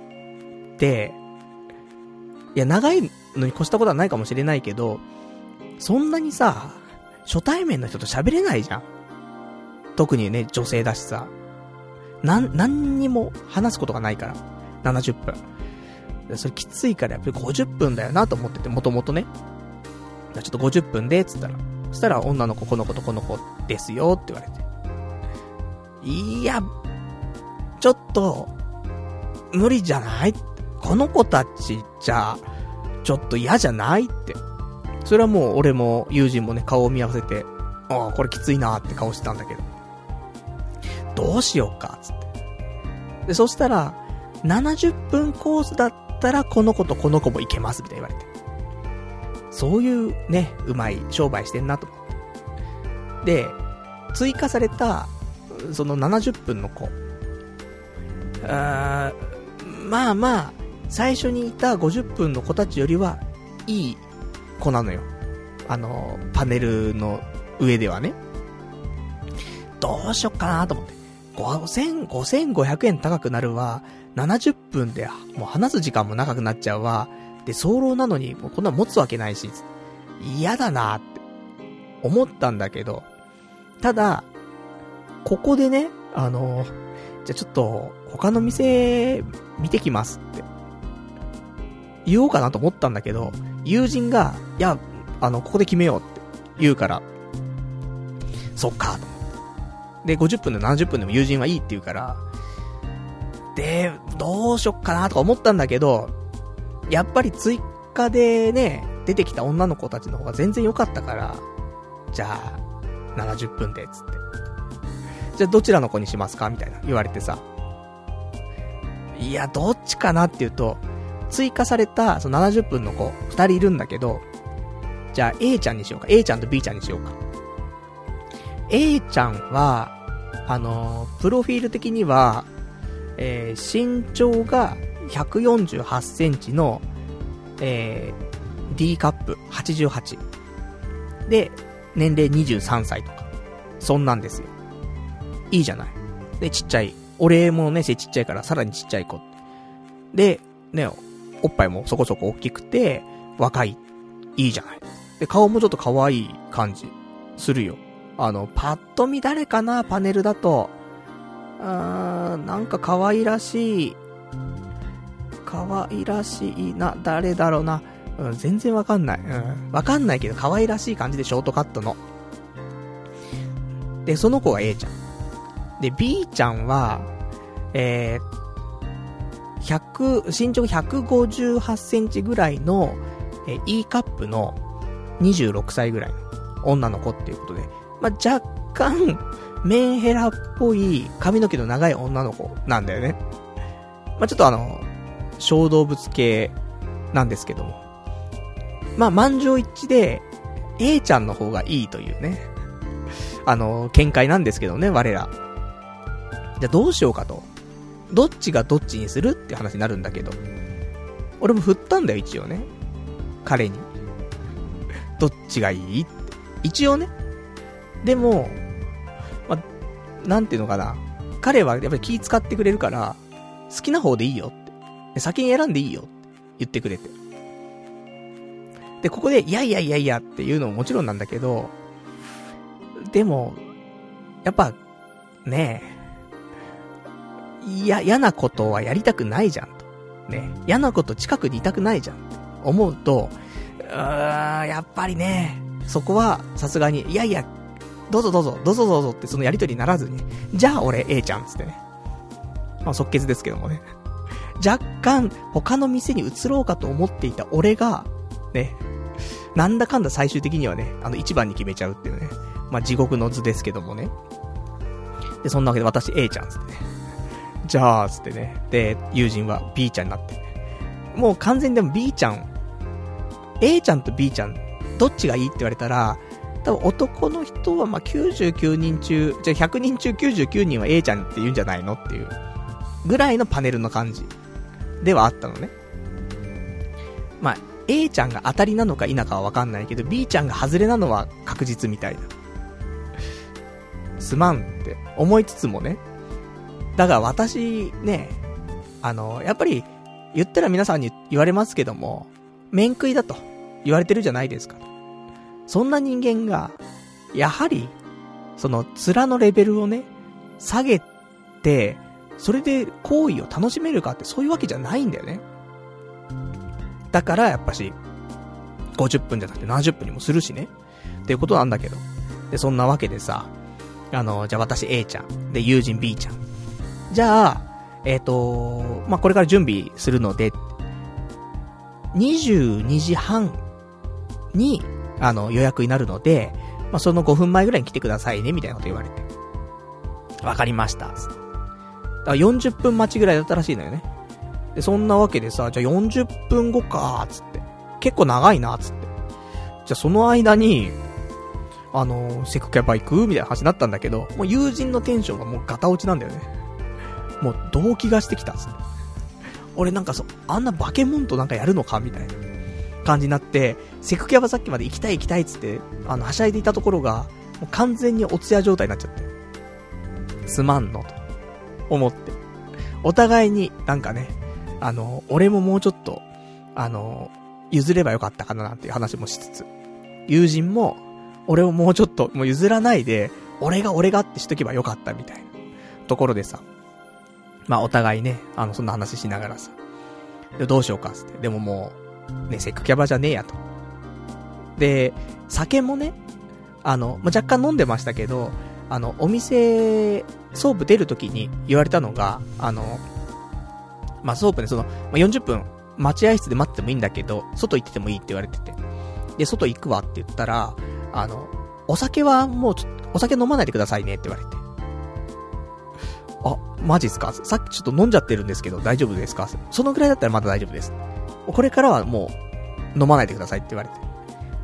いや、長いのに越したことはないかもしれないけど、そんなにさ、初対面の人と喋れないじゃん。特にね、女性だしさ。なん、何にも話すことがないから。ななじゅっぷん。それきついからやっぱりごじゅっぷんだよなと思ってて、もともとね。ちょっとごじゅっぷんで、つったら。そしたら女の子、この子とこの子ですよって言われて。いや、ちょっと、無理じゃない？この子たちじゃ、ちょっと嫌じゃないって。それはもう俺も友人もね、顔を見合わせて、ああ、これきついなーって顔してたんだけど。どうしようか、つって。で、そしたら、ななじゅっぷんコースだったら、この子とこの子もいけます、みたいに言われて。そういうね、うまい商売してんなと思って。で、追加された、そのななじゅっぷんの子。あー、まあまあ、最初にいたごじゅっぷんの子たちよりは、いい子なのよ。あの、パネルの上ではね。どうしよっかなと思って。ごせん、ごせんごひゃくえん高くなるわ。ななじゅっぷんで、もう話す時間も長くなっちゃうわ。で、早漏なのに、もうこんな持つわけないし、嫌だなって思ったんだけど、ただ、ここでね、あの、じゃあちょっと、他の店、見てきますって、言おうかなと思ったんだけど、友人が、いや、あの、ここで決めようって言うから、そっか、と。で、ごじゅっぷんでもななじゅっぷんでも友人はいいって言うから、で、どうしよっかなとか思ったんだけど、やっぱり追加でね、出てきた女の子たちの方が全然良かったから、じゃあ、ななじゅっぷんで、つって。じゃあどちらの子にしますかみたいな言われてさ。いや、どっちかなっていうと、追加された、そのななじゅっぷんの子、二人いるんだけど、 じゃあ A ちゃんにしようか。A ちゃんと B ちゃんにしようか。A ちゃんは、あのー、プロフィール的には、えー、身長がひゃくよんじゅうはちセンチの、えー、D カップはちじゅうはち。で、年齢にじゅうさんさいとか。そんなんですよ。いいじゃない。で、ちっちゃい。俺もね、背ちっちゃいからさらにちっちゃい子。で、ね、おっぱいもそこそこ大きくて、若い。いいじゃない。で、顔もちょっと可愛い感じ。するよ。あの、パッと見誰かな、パネルだと。うーん、なんか可愛らしい。可愛らしいな、誰だろうな。うん、全然わかんない。うん。わかんないけど可愛らしい感じでショートカットの。で、その子が A ちゃん。で、B ちゃんは、えー、ひゃく、身長ひゃくごじゅうはちセンチぐらいの、えー、E カップのにじゅうろくさいぐらいの女の子っていうことで、まあ、若干、メンヘラっぽい髪の毛の長い女の子なんだよね。まあ、ちょっとあの、小動物系なんですけども。まあ、満場一致で、A ちゃんの方がいいというね。あの、見解なんですけどね、我ら。じゃあどうしようかと。どっちがどっちにするって話になるんだけど。俺も振ったんだよ、一応ね。彼に。どっちがいいって。一応ね。でも、まあ、なんていうのかな。彼はやっぱり気使ってくれるから、好きな方でいいよって。先に選んでいいよって言ってくれて。で、ここで、いやいやいやいやっていうのももちろんなんだけど、でも、やっぱ、ねえ、いや、嫌なことはやりたくないじゃんと。ね、嫌なこと近くにいたくないじゃんって思うと、うーん、やっぱりね、そこはさすがに、いやいや、どうぞどうぞ、どうぞどうぞってそのやりとりにならずに、じゃあ俺 A ちゃんつってね。まあ即決ですけどもね。若干他の店に移ろうかと思っていた俺が、ね、なんだかんだ最終的にはね、あの一番に決めちゃうっていうね。まあ地獄の図ですけどもね。で、そんなわけで私 A ちゃんつってね。じゃあ、つってね。で、友人は B ちゃんになってね。もう完全にでも B ちゃん、A ちゃんと B ちゃん、どっちがいいって言われたら、多分男の人はまあきゅうじゅうきゅうにん中、じゃあひゃくにん中きゅうじゅうきゅうにんは A ちゃんって言うんじゃないのっていう、ぐらいのパネルの感じではあったのね。まあ、A ちゃんが当たりなのか否かはわかんないけど、B ちゃんが外れなのは確実みたいな。すまんって思いつつもね。だから私ね、あの、やっぱり言ったら皆さんに言われますけども、面食いだと言われてるじゃないですか。そんな人間が、やはり、その面のレベルをね、下げて、それで行為を楽しめるかってそういうわけじゃないんだよね。だからやっぱし、ごじゅっぷんじゃなくてななじゅっぷんにもするしね。っていうことなんだけど。で、そんなわけでさ、あの、じゃあ私 A ちゃん、で、友人 B ちゃん。じゃあ、えっと、まあ、これから準備するので、にじゅうにじはんに、あの、予約になるので、まあ、そのごふんまえぐらいに来てくださいね、みたいなこと言われて。わかりました。だからよんじゅっぷん待ちぐらいだったらしいのよね。で、そんなわけでさ、じゃあよんじゅっぷんごか、つって。結構長いな、つって。じゃあその間に、あのー、セクキャバ行くみたいな話になったんだけど、もう友人のテンションがもうガタ落ちなんだよね。もう動機がしてきた、つって。俺なんかそ、あんなバケモンとなんかやるのかみたいな感じになって、セクキャバさっきまで行きたい行きたいつって、あの、はしゃいでいたところが、もう完全におつや状態になっちゃって。すまんの、と思って。お互いになんかね、あの、俺ももうちょっと、あの、譲ればよかったかななんていう話もしつつ、友人も、俺をもうちょっと、もう譲らないで、俺が俺がってしとけばよかったみたいなところでさ、まあお互いね、あの、そんな話しながらさ、でどうしようかっつって、でももう、ね、セクキャバじゃねえやと。で、酒もね、あの、まあ、若干飲んでましたけど、あの、お店、ソープ出るときに言われたのが、あの、まあ、ソープね、その、まあ、よんじゅっぷん、待合室で待ってもいいんだけど、外行っててもいいって言われてて。で、外行くわって言ったら、あの、お酒はもうちょ、お酒飲まないでくださいねって言われて。あ、マジっすか？さっきちょっと飲んじゃってるんですけど、大丈夫ですか？そのぐらいだったらまだ大丈夫です。これからはもう、飲まないでくださいって言われて。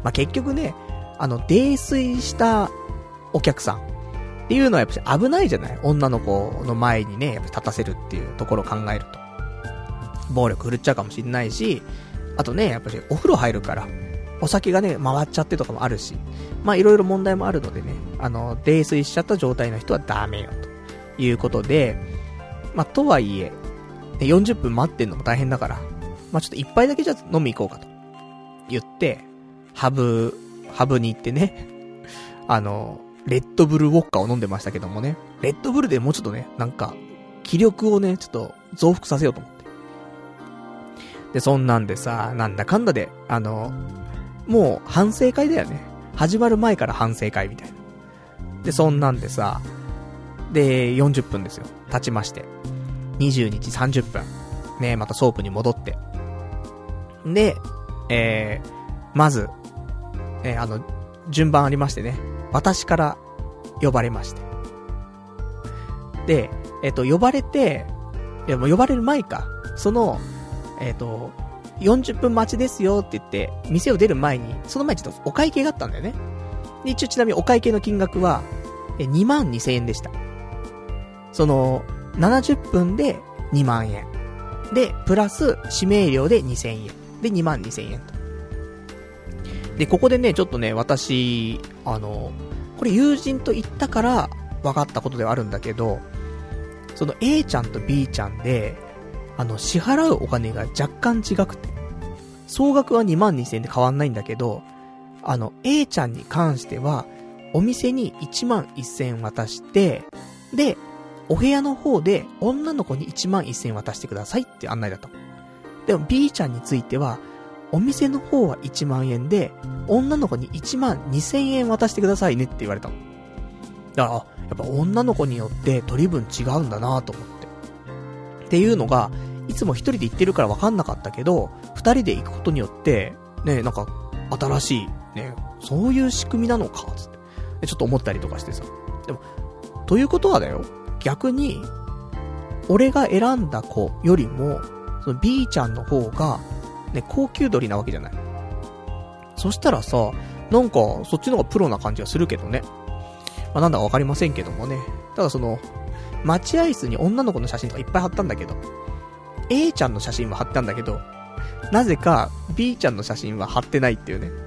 まあ、結局ね、あの、泥酔したお客さんっていうのはやっぱり危ないじゃない？女の子の前にね、やっぱ立たせるっていうところを考えると。暴力振るっちゃうかもしれないし、あとね、やっぱりお風呂入るから、お酒がね、回っちゃってとかもあるし、まあいろいろ問題もあるのでね、あの、泥酔しちゃった状態の人はダメよ、ということで、まあとはいえ、よんじゅっぷん待ってんのも大変だから、まあちょっと一杯だけじゃ飲み行こうかと。言って、ハブ、ハブに行ってね、あの、レッドブルウォッカを飲んでましたけどもね、レッドブルでもうちょっとね、なんか、気力をね、ちょっと増幅させようと思って。で、そんなんでさ、なんだかんだで、あの、もう反省会だよね。始まる前から反省会みたいな。で、そんなんでさ、で、よんじゅっぷんですよ。経ちまして。にじゅうにちさんじゅっぷん。ね、またソープに戻って。で、えー、まず、えー、あの、順番ありましてね。私から呼ばれまして。で、えっと、呼ばれて、いやもう呼ばれる前か。その、えっと、よんじゅっぷん待ちですよって言って、店を出る前に、その前にちょっとお会計があったんだよね。で、一応ちなみにお会計の金額は、え、にまんにせんえんでした。その、ななじゅっぷんでにまんえん。で、プラス、指名料でにせんえん。で、にまんにせんえんと。で、ここでね、ちょっとね、私、あの、これ友人と行ったから分かったことではあるんだけど、その A ちゃんと B ちゃんで、あの、支払うお金が若干違くて、総額はにまんにせんえんで変わんないんだけど、あの、A ちゃんに関しては、お店にいちまんせんえん渡して、で、お部屋の方で女の子にいちまんせんえん渡してくださいって案内だった。でも B ちゃんについては、お店の方はいちまんえんで、女の子にいちまんにせんえん渡してくださいねって言われたの。だから、やっぱ女の子によって取り分違うんだなと思って。っていうのが、いつも一人で行ってるから分かんなかったけど、二人で行くことによって、ね、なんか、新しい、ね、そういう仕組みなのか、つって。ちょっと思ったりとかしてさ。でも、ということはだよ、逆に、俺が選んだ子よりも、その B ちゃんの方が、ね、高級鳥なわけじゃない。そしたらさ、なんか、そっちの方がプロな感じがするけどね。まあ、なんだかわかりませんけどもね。ただその、待合室に女の子の写真とかいっぱい貼ったんだけど、A ちゃんの写真は貼ったんだけど、なぜか B ちゃんの写真は貼ってないっていうね。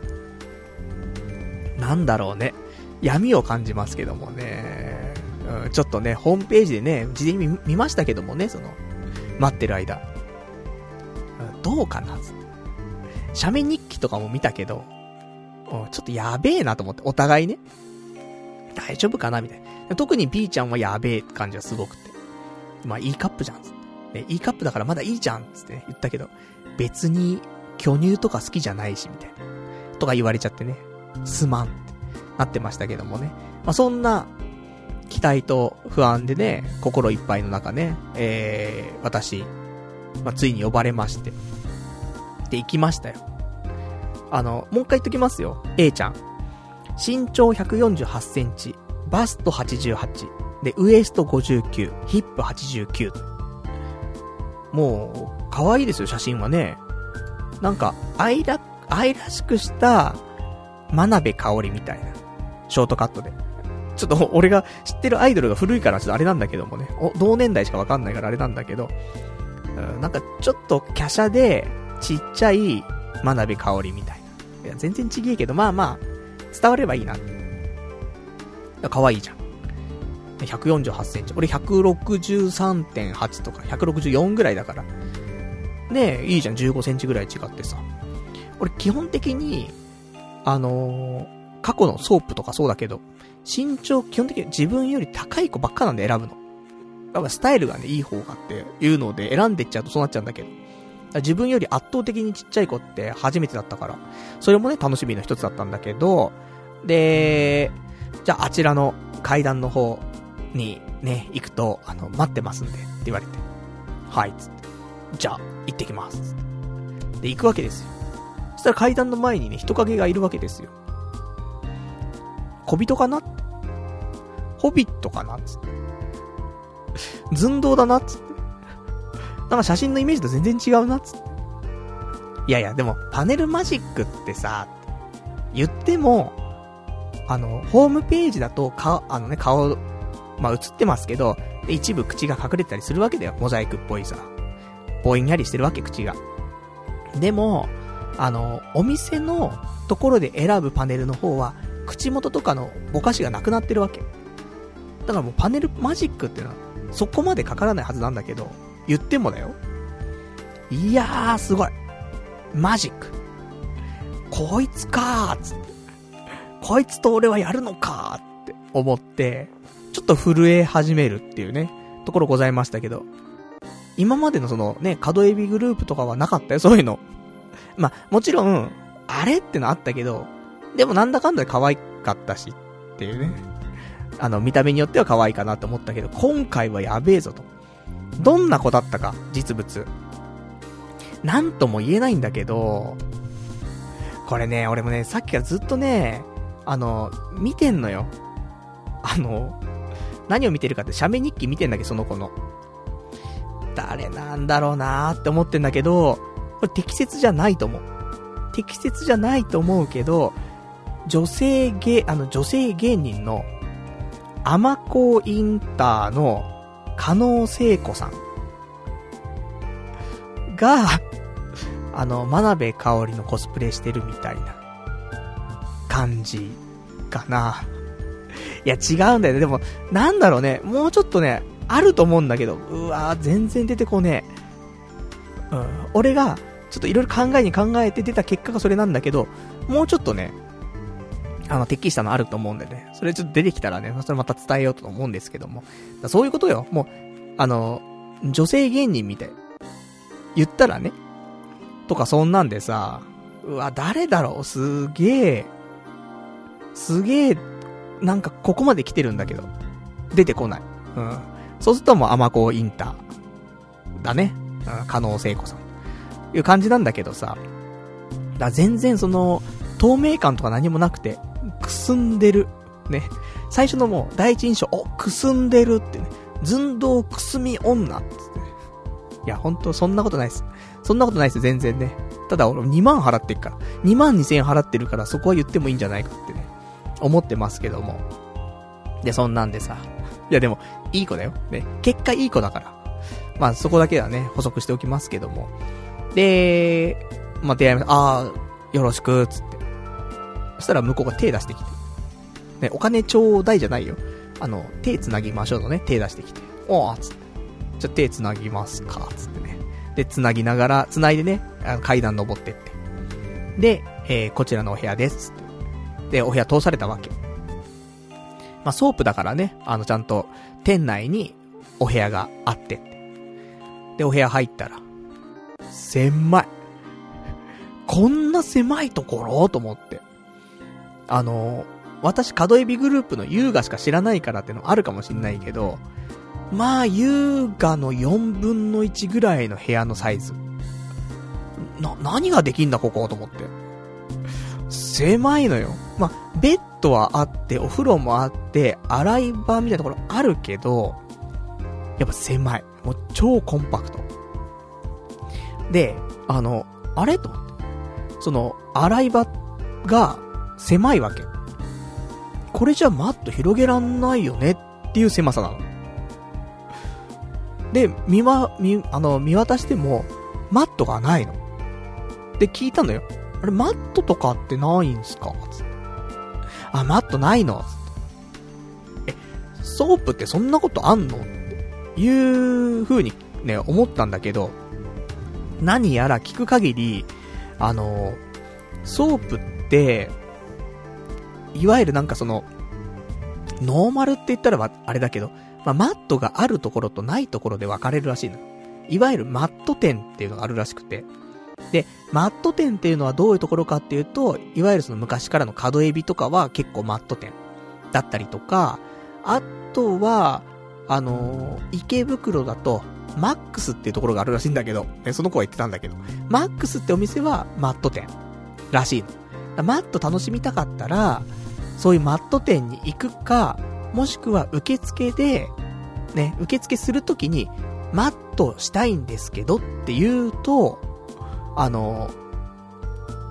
なんだろうね。闇を感じますけどもね。うん、ちょっとね、ホームページでね、事前に 見, 見ましたけどもね、その、待ってる間。うん、どうかなつって。写メ日記とかも見たけど、うん、ちょっとやべえなと思って、お互いね。大丈夫かなみたいな。特に B ちゃんはやべえ感じがすごくて。まあ、いいカップじゃんつって。ね、いいカップだからまだいいじゃんつって、ね、言ったけど、別に巨乳とか好きじゃないし、みたいな。とか言われちゃってね。すまんってなってましたけどもね。まあ、そんな、期待と不安でね、心いっぱいの中ね、えー、私、まあ、ついに呼ばれまして。で、行きましたよ。あの、もう一回言っときますよ。A ちゃん。身長ひゃくよんじゅうはちセンチ、バストはちじゅうはち、で、ウエストごじゅうきゅう、ヒップはちじゅうきゅう。もう、可愛いですよ、写真はね。なんか、愛ら、愛らしくした、真鍋かおりみたいな。ショートカットで。ちょっと、俺が知ってるアイドルが古いから、ちょっとあれなんだけどもね。お、同年代しかわかんないからあれなんだけど、うん、なんか、ちょっと、華奢で、ちっちゃい、真鍋かおりみたいな。いや、全然ちげえけど、まあまあ、伝わればいいな。可愛いじゃん。ひゃくよんじゅうはちセンチ。俺ひゃくろくじゅうさんてんはちとかひゃくろくじゅうよんぐらいだから。ねえ、いいじゃん。じゅうごセンチぐらい違ってさ。俺基本的に、あのー、過去のソープとかそうだけど、身長基本的に自分より高い子ばっかなんで選ぶの。やっぱスタイルがね、いい方がっていうので選んでっちゃうとそうなっちゃうんだけど。自分より圧倒的にちっちゃい子って初めてだったから、それもね、楽しみの一つだったんだけど、で、じゃああちらの階段の方にね、行くと、あの、待ってますんで、って言われて。はい、つって。じゃあ、行ってきます。つって。で、行くわけですよ。そしたら階段の前にね、人影がいるわけですよ。小人かなって。ホビットかなつって。寸胴だなつって。なんか写真のイメージと全然違うなっつって。いやいや、でも、パネルマジックってさ、 言っても、あの、ホームページだと、か、あのね、顔、まあ、映ってますけど、一部口が隠れてたりするわけだよ。モザイクっぽいさ。ぼんやりしてるわけ、口が。でも、あの、お店のところで選ぶパネルの方は、口元とかのぼかしがなくなってるわけ。だからもうパネルマジックっていうのは、そこまでかからないはずなんだけど、言ってもだよ。いやー、すごい。マジック。こいつかーっつって。こいつと俺はやるのかーって思って、ちょっと震え始めるっていうね、ところございましたけど、今までのそのね、角エビグループとかはなかったよ、そういうの。まあ、もちろん、あれってのあったけど、でもなんだかんだで可愛かったし、っていうね。あの、見た目によっては可愛いかなと思ったけど、今回はやべえぞと。どんな子だったか、実物。なんとも言えないんだけど、これね、俺もね、さっきからずっとね、あの、見てんのよ。あの、何を見てるかって写メ日記見てんだけど、その子の。誰なんだろうなーって思ってんだけど、これ適切じゃないと思う。適切じゃないと思うけど、女性芸、あの女性芸人の、アマコインターの加納聖子さんが、あの、真鍋かおりのコスプレしてるみたいな感じかな。いや違うんだよね。でも、なんだろうね、もうちょっとね、あると思うんだけど、うわー全然出てこねえ。うん。俺が、ちょっといろいろ考えに考えて出た結果がそれなんだけど、もうちょっとね、あの、適したのあると思うんでね。それちょっと出てきたらね、それまた伝えようと思うんですけども。だそういうことよ。もう、あの、女性芸人みたい。言ったらね。とかそんなんでさ、うわ、誰だろうすげえ、すげえ、なんかここまで来てるんだけど、出てこない。うん。そうするともうアマコインター。だね。うん、加納聖子さん。いう感じなんだけどさ。だ全然その、透明感とか何もなくて、くすんでる。ね。最初のもう、第一印象、お、くすんでるってね。寸胴くすみ女って、ね。いや、ほんと、そんなことないです。そんなことないです、全然ね。ただ、俺にまん払ってっから。にまんにせんえん払ってるから、そこは言ってもいいんじゃないかってね。思ってますけども。で、そんなんでさ。いや、でも、いい子だよ。ね。結果いい子だから。まあ、そこだけはね、補足しておきますけども。で、まあ、出会いました。あー、よろしく、つって。そしたら向こうが手出してきて。ね、お金ちょうだいじゃないよ。あの、手繋ぎましょうのね、手出してきて。おー、つって。じゃ、手繋ぎますか、つってね。で、繋ぎながら、繋いでね、あの階段登ってって。で、えー、こちらのお部屋です、つって。で、お部屋通されたわけ。まあ、ソープだからね、あの、ちゃんと、店内にお部屋があって。で、お部屋入ったら、狭い。こんな狭いところと思って。あの、私、角エビグループの優雅しか知らないからってのあるかもしんないけど、まあ、優雅のよんぶんのいちぐらいの部屋のサイズ。な、何ができんだここと思って。狭いのよ。まあ、ベッドはあって、お風呂もあって、洗い場みたいなところあるけど、やっぱ狭い。もう超コンパクト。で、あの、あれと思って。その、洗い場が狭いわけ。これじゃマット広げらんないよねっていう狭さなの。で、見わ、見、あの、見渡しても、マットがないの。で、聞いたのよ。あれ、マットとかってないんすかつって。あ、マットないのつって。え、ソープってそんなことあんのっていう風にね、思ったんだけど、何やら聞く限り、あの、ソープって、いわゆるなんかその、ノーマルって言ったらあれだけど、まあ、マットがあるところとないところで分かれるらしいの。いわゆるマット店っていうのがあるらしくて。で、マット店っていうのはどういうところかっていうと、いわゆるその昔からの角エビとかは結構マット店だったりとか、あとは、あのー、池袋だと、マックスっていうところがあるらしいんだけど、ね、その子は言ってたんだけど、マックスってお店はマット店らしいの。マット楽しみたかったら、そういうマット店に行くか、もしくは受付で、ね、受付するときに、マットしたいんですけどって言うと、あの、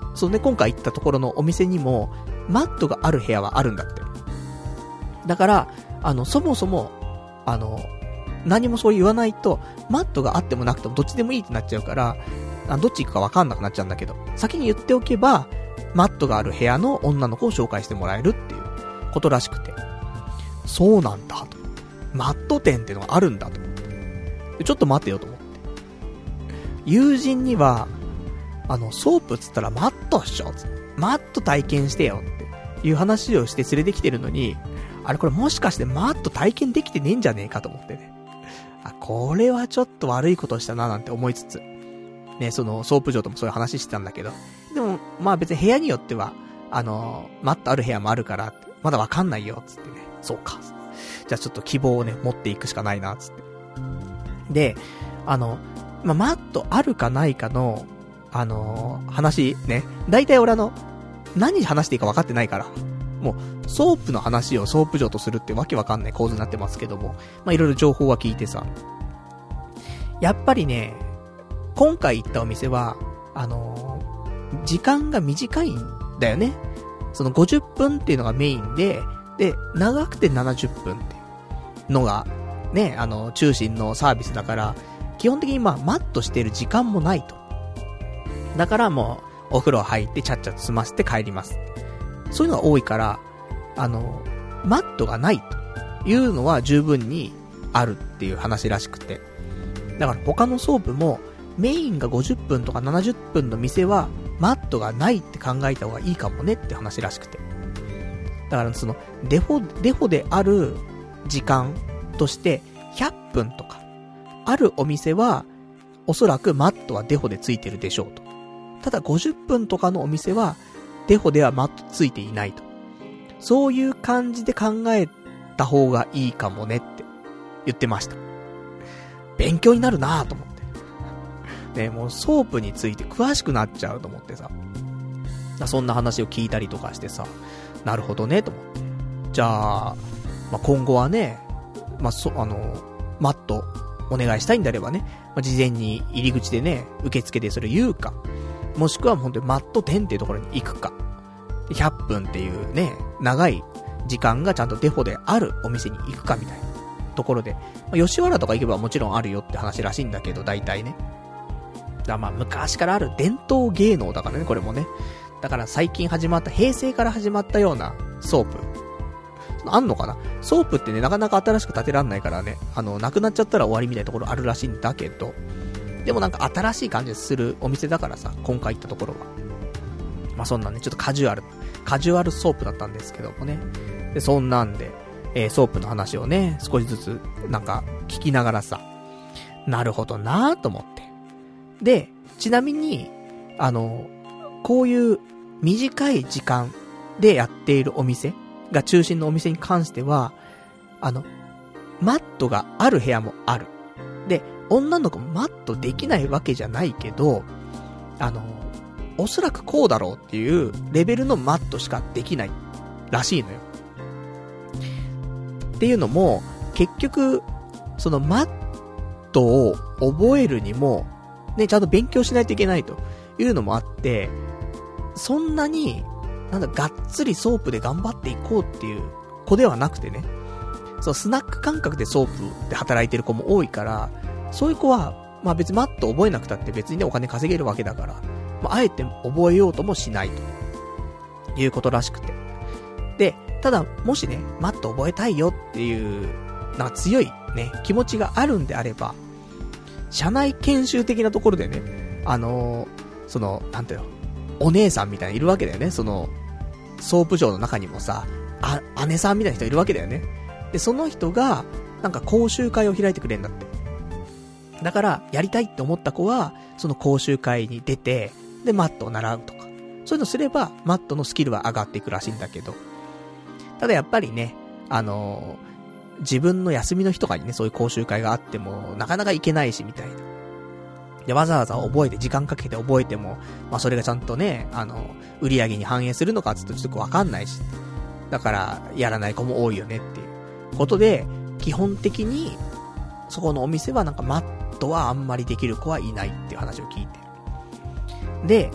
そうね、今回行ったところのお店にも、マットがある部屋はあるんだって。だから、あの、そもそも、あの、何もそう言わないと、マットがあってもなくてもどっちでもいいってなっちゃうから、あどっち行くか分かんなくなっちゃうんだけど、先に言っておけば、マットがある部屋の女の子を紹介してもらえるっていうことらしくて。そうなんだと。マット店っていうのがあるんだと思って。ちょっと待てよと思って。友人には、あの、ソープっつったらマットっしょつって。マット体験してよっていう話をして連れてきてるのに、あれこれもしかしてマット体験できてねえんじゃねえかと思ってね。あ、これはちょっと悪いことしたななんて思いつつ。ね、その、ソープ場ともそういう話してたんだけど。でも、まあ別に部屋によっては、あの、マットある部屋もあるから、まだわかんないよ、つってね。そうか。じゃあちょっと希望をね、持っていくしかないな、つって。で、あの、まあ、マットあるかないかの、あのー、話ね。だいたい俺あの、何話していいか分かってないから。もう、ソープの話をソープ場とするってわけわかんない構図になってますけども。まあ、いろいろ情報は聞いてさ。やっぱりね、今回行ったお店は、あのー、時間が短いんだよね。そのごじゅっぷんっていうのがメインで、で、長くてななじゅっぷんっていうのが、ね、あの、中心のサービスだから、基本的にまあ、マットしてる時間もないと。だからもう、お風呂入ってちゃっちゃと済ませて帰ります。そういうのが多いから、あの、マットがないというのは十分にあるっていう話らしくて。だから他のソープも、メインがごじゅっぷんとかななじゅっぷんの店は、マットがないって考えた方がいいかもねって話らしくて。だからその、デフォ、デフォである時間として、ひゃっぷんとか、あるお店は、おそらくマットはデフォでついてるでしょうと。ただごじゅっぷんとかのお店は、デフォではマットついていないと。そういう感じで考えた方がいいかもねって言ってました。勉強になるなぁと思って。ね、もうソープについて詳しくなっちゃうと思ってさ。そんな話を聞いたりとかしてさ、なるほどねと思って。じゃあ、まあ、今後はね、まあ、そ、あの、マットお願いしたいんであればね、まあ、事前に入り口でね、受付でそれ言うか、もしくは本当にマット店っていうところに行くか、ひゃっぷんっていうね、長い時間がちゃんとデフォであるお店に行くかみたいなところで、まあ、吉原とか行けばもちろんあるよって話らしいんだけど、大体ね。だまあ昔からある伝統芸能だからね、これもね。だから最近始まった、平成から始まったようなソープ。あんのかな？ソープってね、なかなか新しく建てらんないからね、あの、なくなっちゃったら終わりみたいなところあるらしいんだけど、でもなんか新しい感じするお店だからさ、今回行ったところは。まあそんなんね、ちょっとカジュアル、カジュアルソープだったんですけどもね。で、そんなんで、えー、ソープの話をね、少しずつ、なんか、聞きながらさ、なるほどなぁと思って。で、ちなみに、あの、こういう短い時間でやっているお店が中心のお店に関しては、あの、マットがある部屋もある。で、女の子もマットできないわけじゃないけど、あの、おそらくこうだろうっていうレベルのマットしかできないらしいのよ。っていうのも、結局、そのマットを覚えるにも、ね、ちゃんと勉強しないといけないというのもあって、そんなに、なんだ、がっつりソープで頑張っていこうっていう子ではなくてね、そう、スナック感覚でソープで働いてる子も多いから、そういう子は、まあ別にマット覚えなくたって別にね、お金稼げるわけだから、まああえて覚えようともしないということらしくて。で、ただ、もしね、マット覚えたいよっていう、なんか強いね、気持ちがあるんであれば、社内研修的なところでね、あのー、その、なんていうの、お姉さんみたいないるわけだよね。その、ソープ場の中にもさ、あ、姉さんみたいな人いるわけだよね。で、その人が、なんか講習会を開いてくれるんだって。だから、やりたいって思った子は、その講習会に出て、で、マットを習うとか。そういうのすれば、マットのスキルは上がっていくらしいんだけど。ただやっぱりね、あのー、自分の休みの日とかにね、そういう講習会があっても、なかなか行けないし、みたいな。で、わざわざ覚えて、時間かけて覚えても、まあそれがちゃんとね、あの、売り上げに反映するのかつってちょっとわかんないし。だから、やらない子も多いよねっていうことで、基本的に、そこのお店はなんかマットはあんまりできる子はいないっていう話を聞いて。で、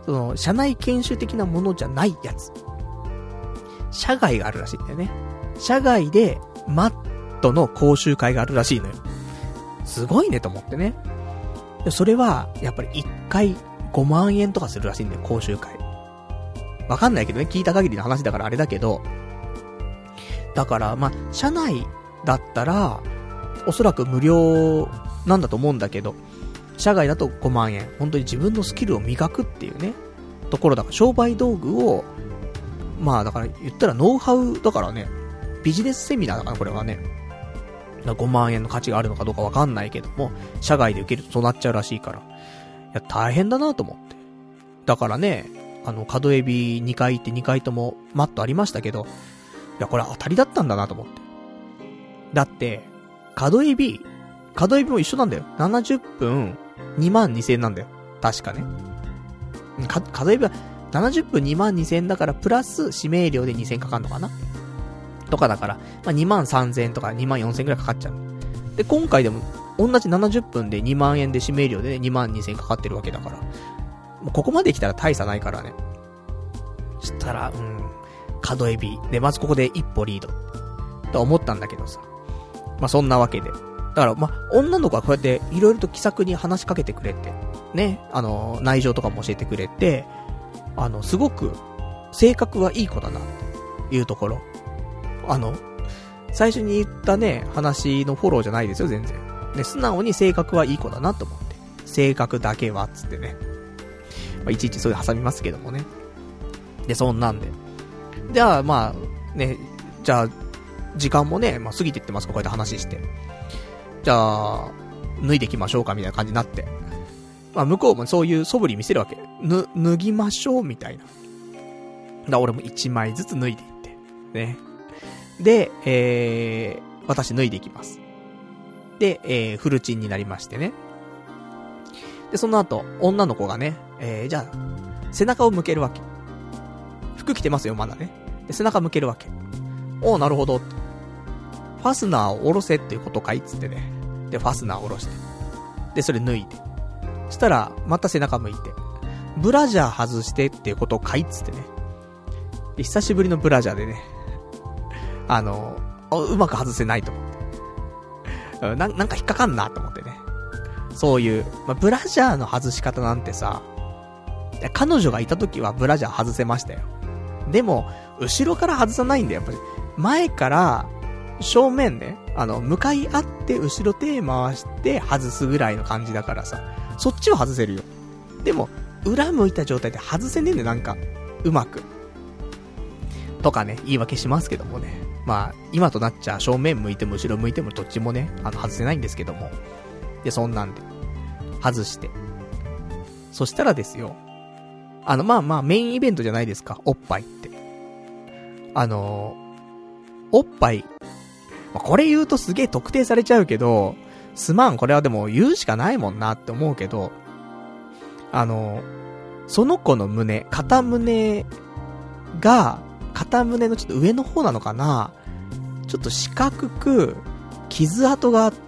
その、社内研修的なものじゃないやつ。社外があるらしいんだよね。社外で、マットの講習会があるらしいのよ。すごいねと思ってね。それは、やっぱりいっかいごまんえんとかするらしいんだよ、講習会。わかんないけどね、聞いた限りの話だからあれだけど。だから、まあ、社内だったら、おそらく無料なんだと思うんだけど、社外だとごまんえん。本当に自分のスキルを磨くっていうね、ところだから、商売道具を、まあだから言ったらノウハウだからね、ビジネスセミナーだからこれはね。ごまんえんの価値があるのかどうかわかんないけども、社外で受けるとそうなっちゃうらしいから。いや、大変だなと思って。だからね、あの、角エビにかい行ってにかいともマットありましたけど、いや、これ当たりだったんだなと思って。だって、角エビ、角エビも一緒なんだよ。ななじゅっぷんにまんにせんえんなんだよ。確かね。か、角エビはななじゅっぷんにまんにせんえんだから、プラス指名料でにせんえんかかんのかなとかだから、まあ、にまんさんぜんえんとかにまんよんせんえんくらいかかっちゃう。で、今回でも、同じななじゅっぷんでにまんえんで指名料で、ね、にまんにせんえんかかってるわけだから。もうここまで来たら大差ないからね。そしたら、うん、角エビ。で、まずここで一歩リード。と思ったんだけどさ。まあ、そんなわけで。だから、まあ、女の子はこうやって、いろいろと気さくに話しかけてくれて、ね、あの、内情とかも教えてくれて、あの、すごく、性格はいい子だな、というところ。あの、最初に言ったね、話のフォローじゃないですよ、全然。で、素直に性格はいい子だなと思って。性格だけは、つってね。まあ、いちいちそういう挟みますけどもね。で、そんなんで。じゃあ、まあ、ね、じゃあ、時間もね、まあ、過ぎていってますか、こうやって話して。じゃあ、脱いできましょうか、みたいな感じになって。まあ、向こうもそういう素振り見せるわけ。ぬ、脱ぎましょう、みたいな。だ俺も一枚ずつ脱いでいって。ね。で、えー、私脱いでいきます。で、えー、フルチンになりましてね。で、その後、女の子がね、えー、じゃあ、背中を向けるわけ。服着てますよ、まだね。で、背中向けるわけ。おー、なるほど。ファスナーを下ろせっていうことかいっつってね。で、ファスナーを下ろして。で、それ脱いで。そしたら、また背中向いて。ブラジャー外してっていうことかいっつってね。で、久しぶりのブラジャーでね。あの、うまく外せないと思って。な、なんか引っかかんなと思ってね。そういう、まあ、ブラジャーの外し方なんてさ、彼女がいた時はブラジャー外せましたよ。でも、後ろから外さないんだよ、やっぱり。前から、正面ね、あの、向かい合って後ろ手回して外すぐらいの感じだからさ、そっちは外せるよ。でも、裏向いた状態で外せねえんだよ、なんか、うまく。とかね、言い訳しますけどもね。まあ、今となっちゃ正面向いても後ろ向いてもどっちもね、あの、外せないんですけども。で、そんなんで、外して。そしたらですよ、あの、まあまあ、メインイベントじゃないですか、おっぱいって。あの、おっぱい、まあ、これ言うとすげえ特定されちゃうけど、すまん、これはでも言うしかないもんなって思うけど、あの、その子の胸、片胸が、片胸のちょっと上の方なのかな、ちょっと四角く、傷跡があって、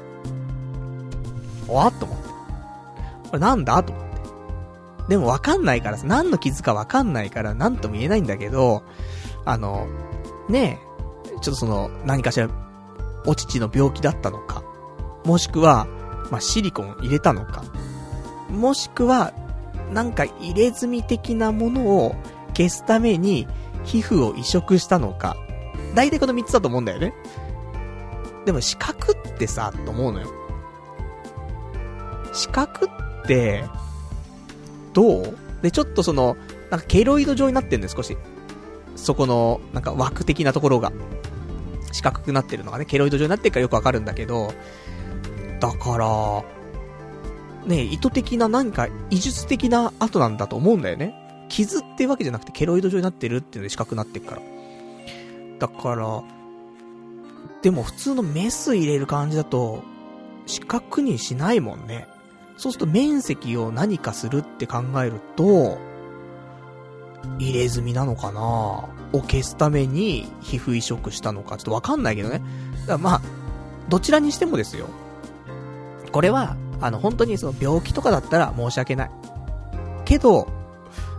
おわっと思って。これなんだと思って。でもわかんないからさ、何の傷かわかんないから何とも言えないんだけど、あの、ねえ、ちょっとその、何かしら、お乳の病気だったのか、もしくは、まあ、シリコン入れたのか、もしくは、なんか入れ墨的なものを消すために皮膚を移植したのか、大体このみっつだと思うんだよね。でも四角ってさ、と思うのよ。四角って、どう？で、ちょっとその、なんかケロイド状になってるんで少し。そこの、なんか枠的なところが、四角くなってるのがね、ケロイド状になってるからよくわかるんだけど、だから、ね、意図的な何か、医術的な跡なんだと思うんだよね。傷っていうわけじゃなくて、ケロイド状になってるっていうので四角くなってるから。だから、でも普通のメス入れる感じだと、四角にしないもんね。そうすると面積を何かするって考えると、入れ墨なのかなを消すために皮膚移植したのかちょっとわかんないけどね。だからまあ、どちらにしてもですよ。これは、あの本当にその病気とかだったら申し訳ない。けど、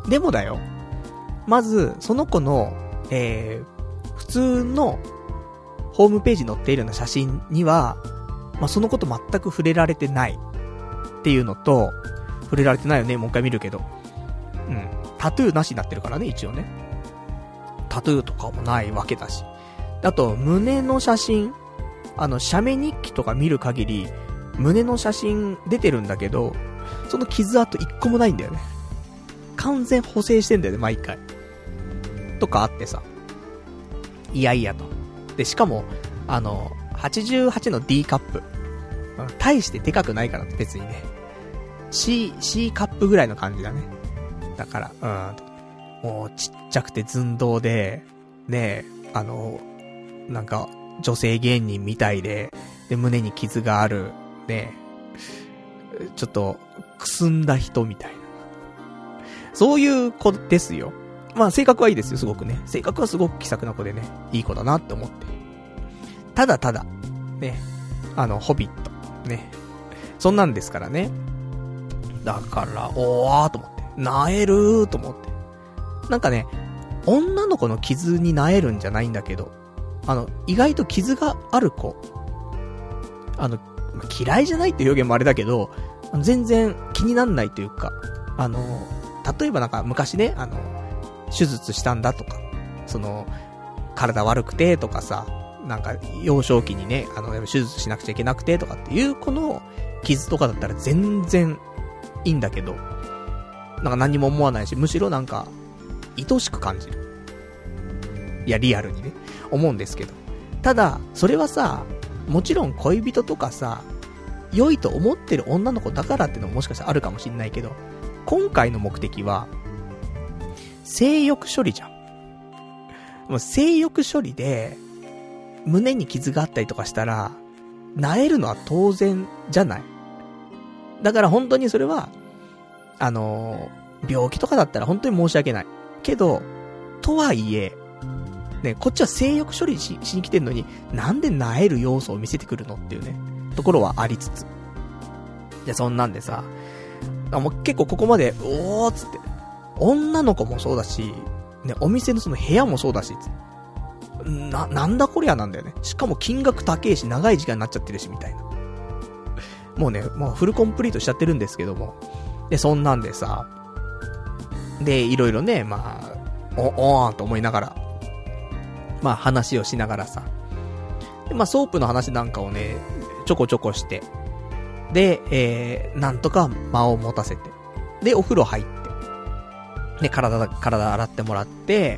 でもだよ。まず、その子の、えー、普通のホームページに載っているような写真には、まあ、そのこと全く触れられてないっていうのと、触れられてないよね、もう一回見るけど。うん。タトゥーなしになってるからね、一応ね。タトゥーとかもないわけだし。あと、胸の写真。あの、写メ日記とか見る限り、胸の写真出てるんだけど、その傷跡一個もないんだよね。完全補正してんだよね、毎回。とかあってさ。いやいやと。で、しかも、あの、はちじゅうはちの D カップ。大してでかくないからって別にね。C、C カップぐらいの感じだね。だから、うん。もうちっちゃくて寸胴で、ねえ、あの、なんか、女性芸人みたいで、で、胸に傷がある、ねえ、ちょっと、くすんだ人みたいな。そういう子ですよ。まあ性格はいいですよ、すごくね。性格はすごく気さくな子でね、いい子だなって思って。ただただ、ね、あの、ホビット、ね。そんなんですからね。だから、おーと思って。なえるーと思って。なんかね、女の子の傷になえるんじゃないんだけど、あの、意外と傷がある子。あの、嫌いじゃないっていう表現もあれだけど、全然気になんないというか、あの、例えばなんか昔ね、あの、手術したんだとか、その、体悪くてとかさ、なんか幼少期にね、あの、手術しなくちゃいけなくてとかっていう子の傷とかだったら全然いいんだけど、なんか何も思わないし、むしろなんか、愛しく感じる。いや、リアルにね、思うんですけど。ただ、それはさ、もちろん恋人とかさ、良いと思ってる女の子だからってのももしかしたらあるかもしんないけど、今回の目的は、性欲処理じゃん。もう性欲処理で、胸に傷があったりとかしたら、萎えるのは当然じゃない。だから本当にそれは、あのー、病気とかだったら本当に申し訳ない。けど、とはいえ、ね、こっちは性欲処理 し, しに来てんのに、なんで萎える要素を見せてくるのっていうね、ところはありつつ。じゃそんなんでさ、あもう結構ここまで、おーっつって、女の子もそうだし、ね、お店のその部屋もそうだし、つってな、なんだこりゃなんだよね。しかも金額高えし、長い時間になっちゃってるし、みたいな。もうね、もうフルコンプリートしちゃってるんですけども。で、そんなんでさ、で、いろいろね、まあ、お、おーんと思いながら、まあ話をしながらさ。で、まあソープの話なんかをね、ちょこちょこして、で、えー、なんとか間を持たせて、で、お風呂入って、で、体、体洗ってもらって、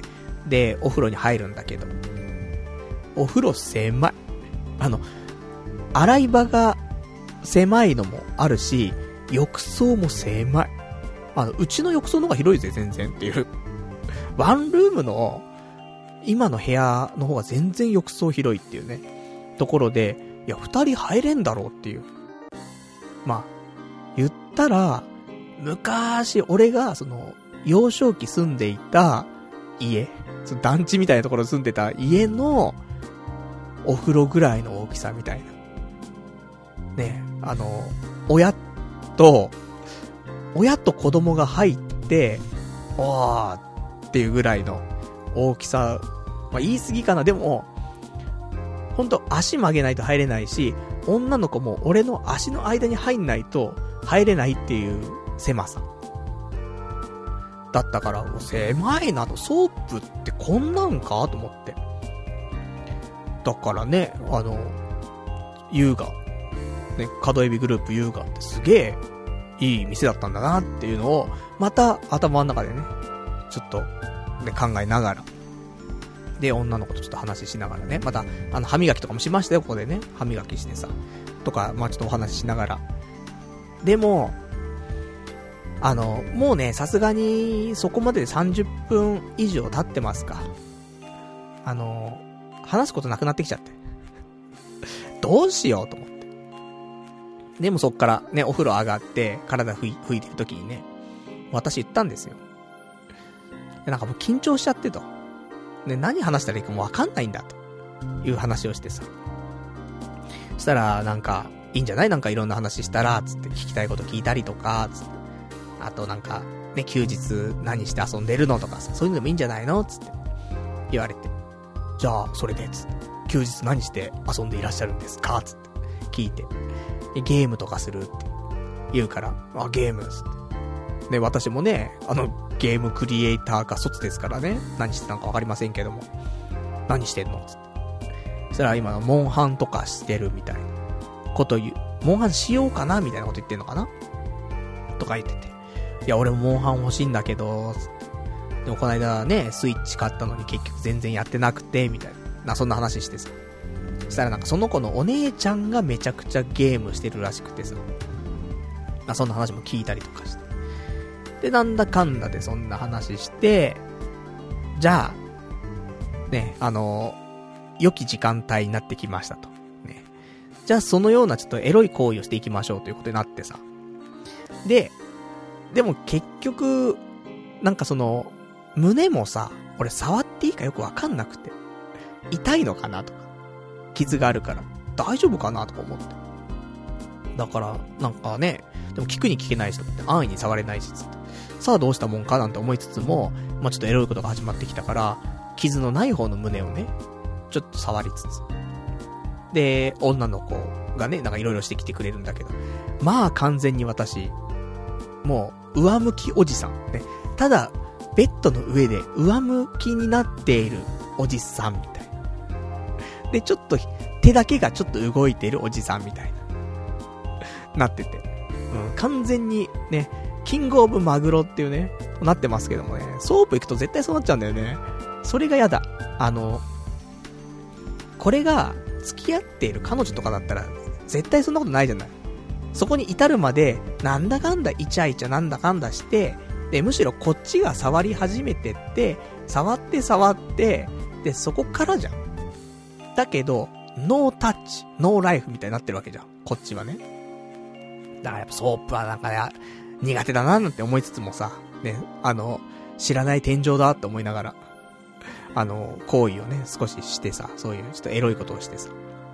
で、お風呂に入るんだけど、お風呂狭い。あの、洗い場が狭いのもあるし、浴槽も狭い。あの、うちの浴槽の方が広いぜ、全然っていう。ワンルームの、今の部屋の方が全然浴槽広いっていうね、ところで、いや、二人入れんだろうっていう。まあ、言ったら、昔、俺が、その、幼少期住んでいた家、その団地みたいなところに住んでた家の、お風呂ぐらいの大きさみたいな。ね、あの、親と、親と子供が入って、おーっていうぐらいの大きさ、まあ言い過ぎかな、でも、ほんと足曲げないと入れないし、女の子も俺の足の間に入んないと入れないっていう狭さ。だったから、狭いなと、ソープってこんなんかと思って。だからね、あの、優雅。ね、角エビグループ優雅ってすげえいい店だったんだなっていうのを、また頭の中でね、ちょっと、ね、考えながら。で、女の子とちょっと話しながらね、また、あの、歯磨きとかもしましたよ、ここでね。歯磨きしてさ。とか、まあちょっとお話ししながら。でも、あの、もうね、さすがに、そこまででさんじゅっぷん以上経ってますか。あの、話すことなくなってきちゃって。どうしようと思って。でもそっからね、お風呂上がって、体拭い、拭いてる時にね、私言ったんですよ。なんかもう緊張しちゃってと。ね、何話したらいいかもうわかんないんだと。いう話をしてさ。そしたら、なんか、いいんじゃないなんかいろんな話したら、つって聞きたいこと聞いたりとか、つって。あとなんか、 ね、休日何して遊んでるのとかさ、そういうのでもいいんじゃないのつって言われて、じゃあそれでつって休日何して遊んでいらっしゃるんですかつって聞いて、ゲームとかするって言うから、あ、ゲームつってで、私もね、あのゲームクリエイターか卒ですからね、何してたのかわかりませんけども、何してんのつって、そしたら今のモンハンとかしてるみたいなこと言う、モンハンしようかなみたいなこと言ってんのかなとか言ってて、いや俺もモンハン欲しいんだけど、でもこの間ねスイッチ買ったのに結局全然やってなくてみたいな、そんな話してさ、そしたらなんかその子のお姉ちゃんがめちゃくちゃゲームしてるらしくてさ、まあ、そんな話も聞いたりとかして、でなんだかんだでそんな話して、じゃあね、あの良き時間帯になってきましたとね、じゃあそのようなちょっとエロい行為をしていきましょうということになってさ、ででも結局なんかその胸もさ、俺触っていいかよくわかんなくて、痛いのかなとか、傷があるから大丈夫かなとか思って、だからなんかね、でも聞くに聞けないしと思って、安易に触れないしつって、さあどうしたもんかなんて思いつつも、まあちょっとエロいことが始まってきたから、傷のない方の胸をねちょっと触りつつ、で女の子がねなんかいろいろしてきてくれるんだけど、まあ完全に私もう上向きおじさんね、ただベッドの上で上向きになっているおじさんみたいな、でちょっと手だけがちょっと動いているおじさんみたいななってて、うん、完全にねキングオブマグロっていうねなってますけどもね、ソープ行くと絶対そうなっちゃうんだよね。それがやだ。あのこれが付き合っている彼女とかだったら絶対そんなことないじゃない。そこに至るまでなんだかんだイチャイチャなんだかんだして、でむしろこっちが触り始めてって、触って触ってでそこからじゃん。だけどノータッチノーライフみたいになってるわけじゃん、こっちはね。だからやっぱソープはなんかや苦手だななんて思いつつもさね、あの知らない天井だって思いながら、あの行為をね少ししてさ、そういうちょっとエロいことをしてさ、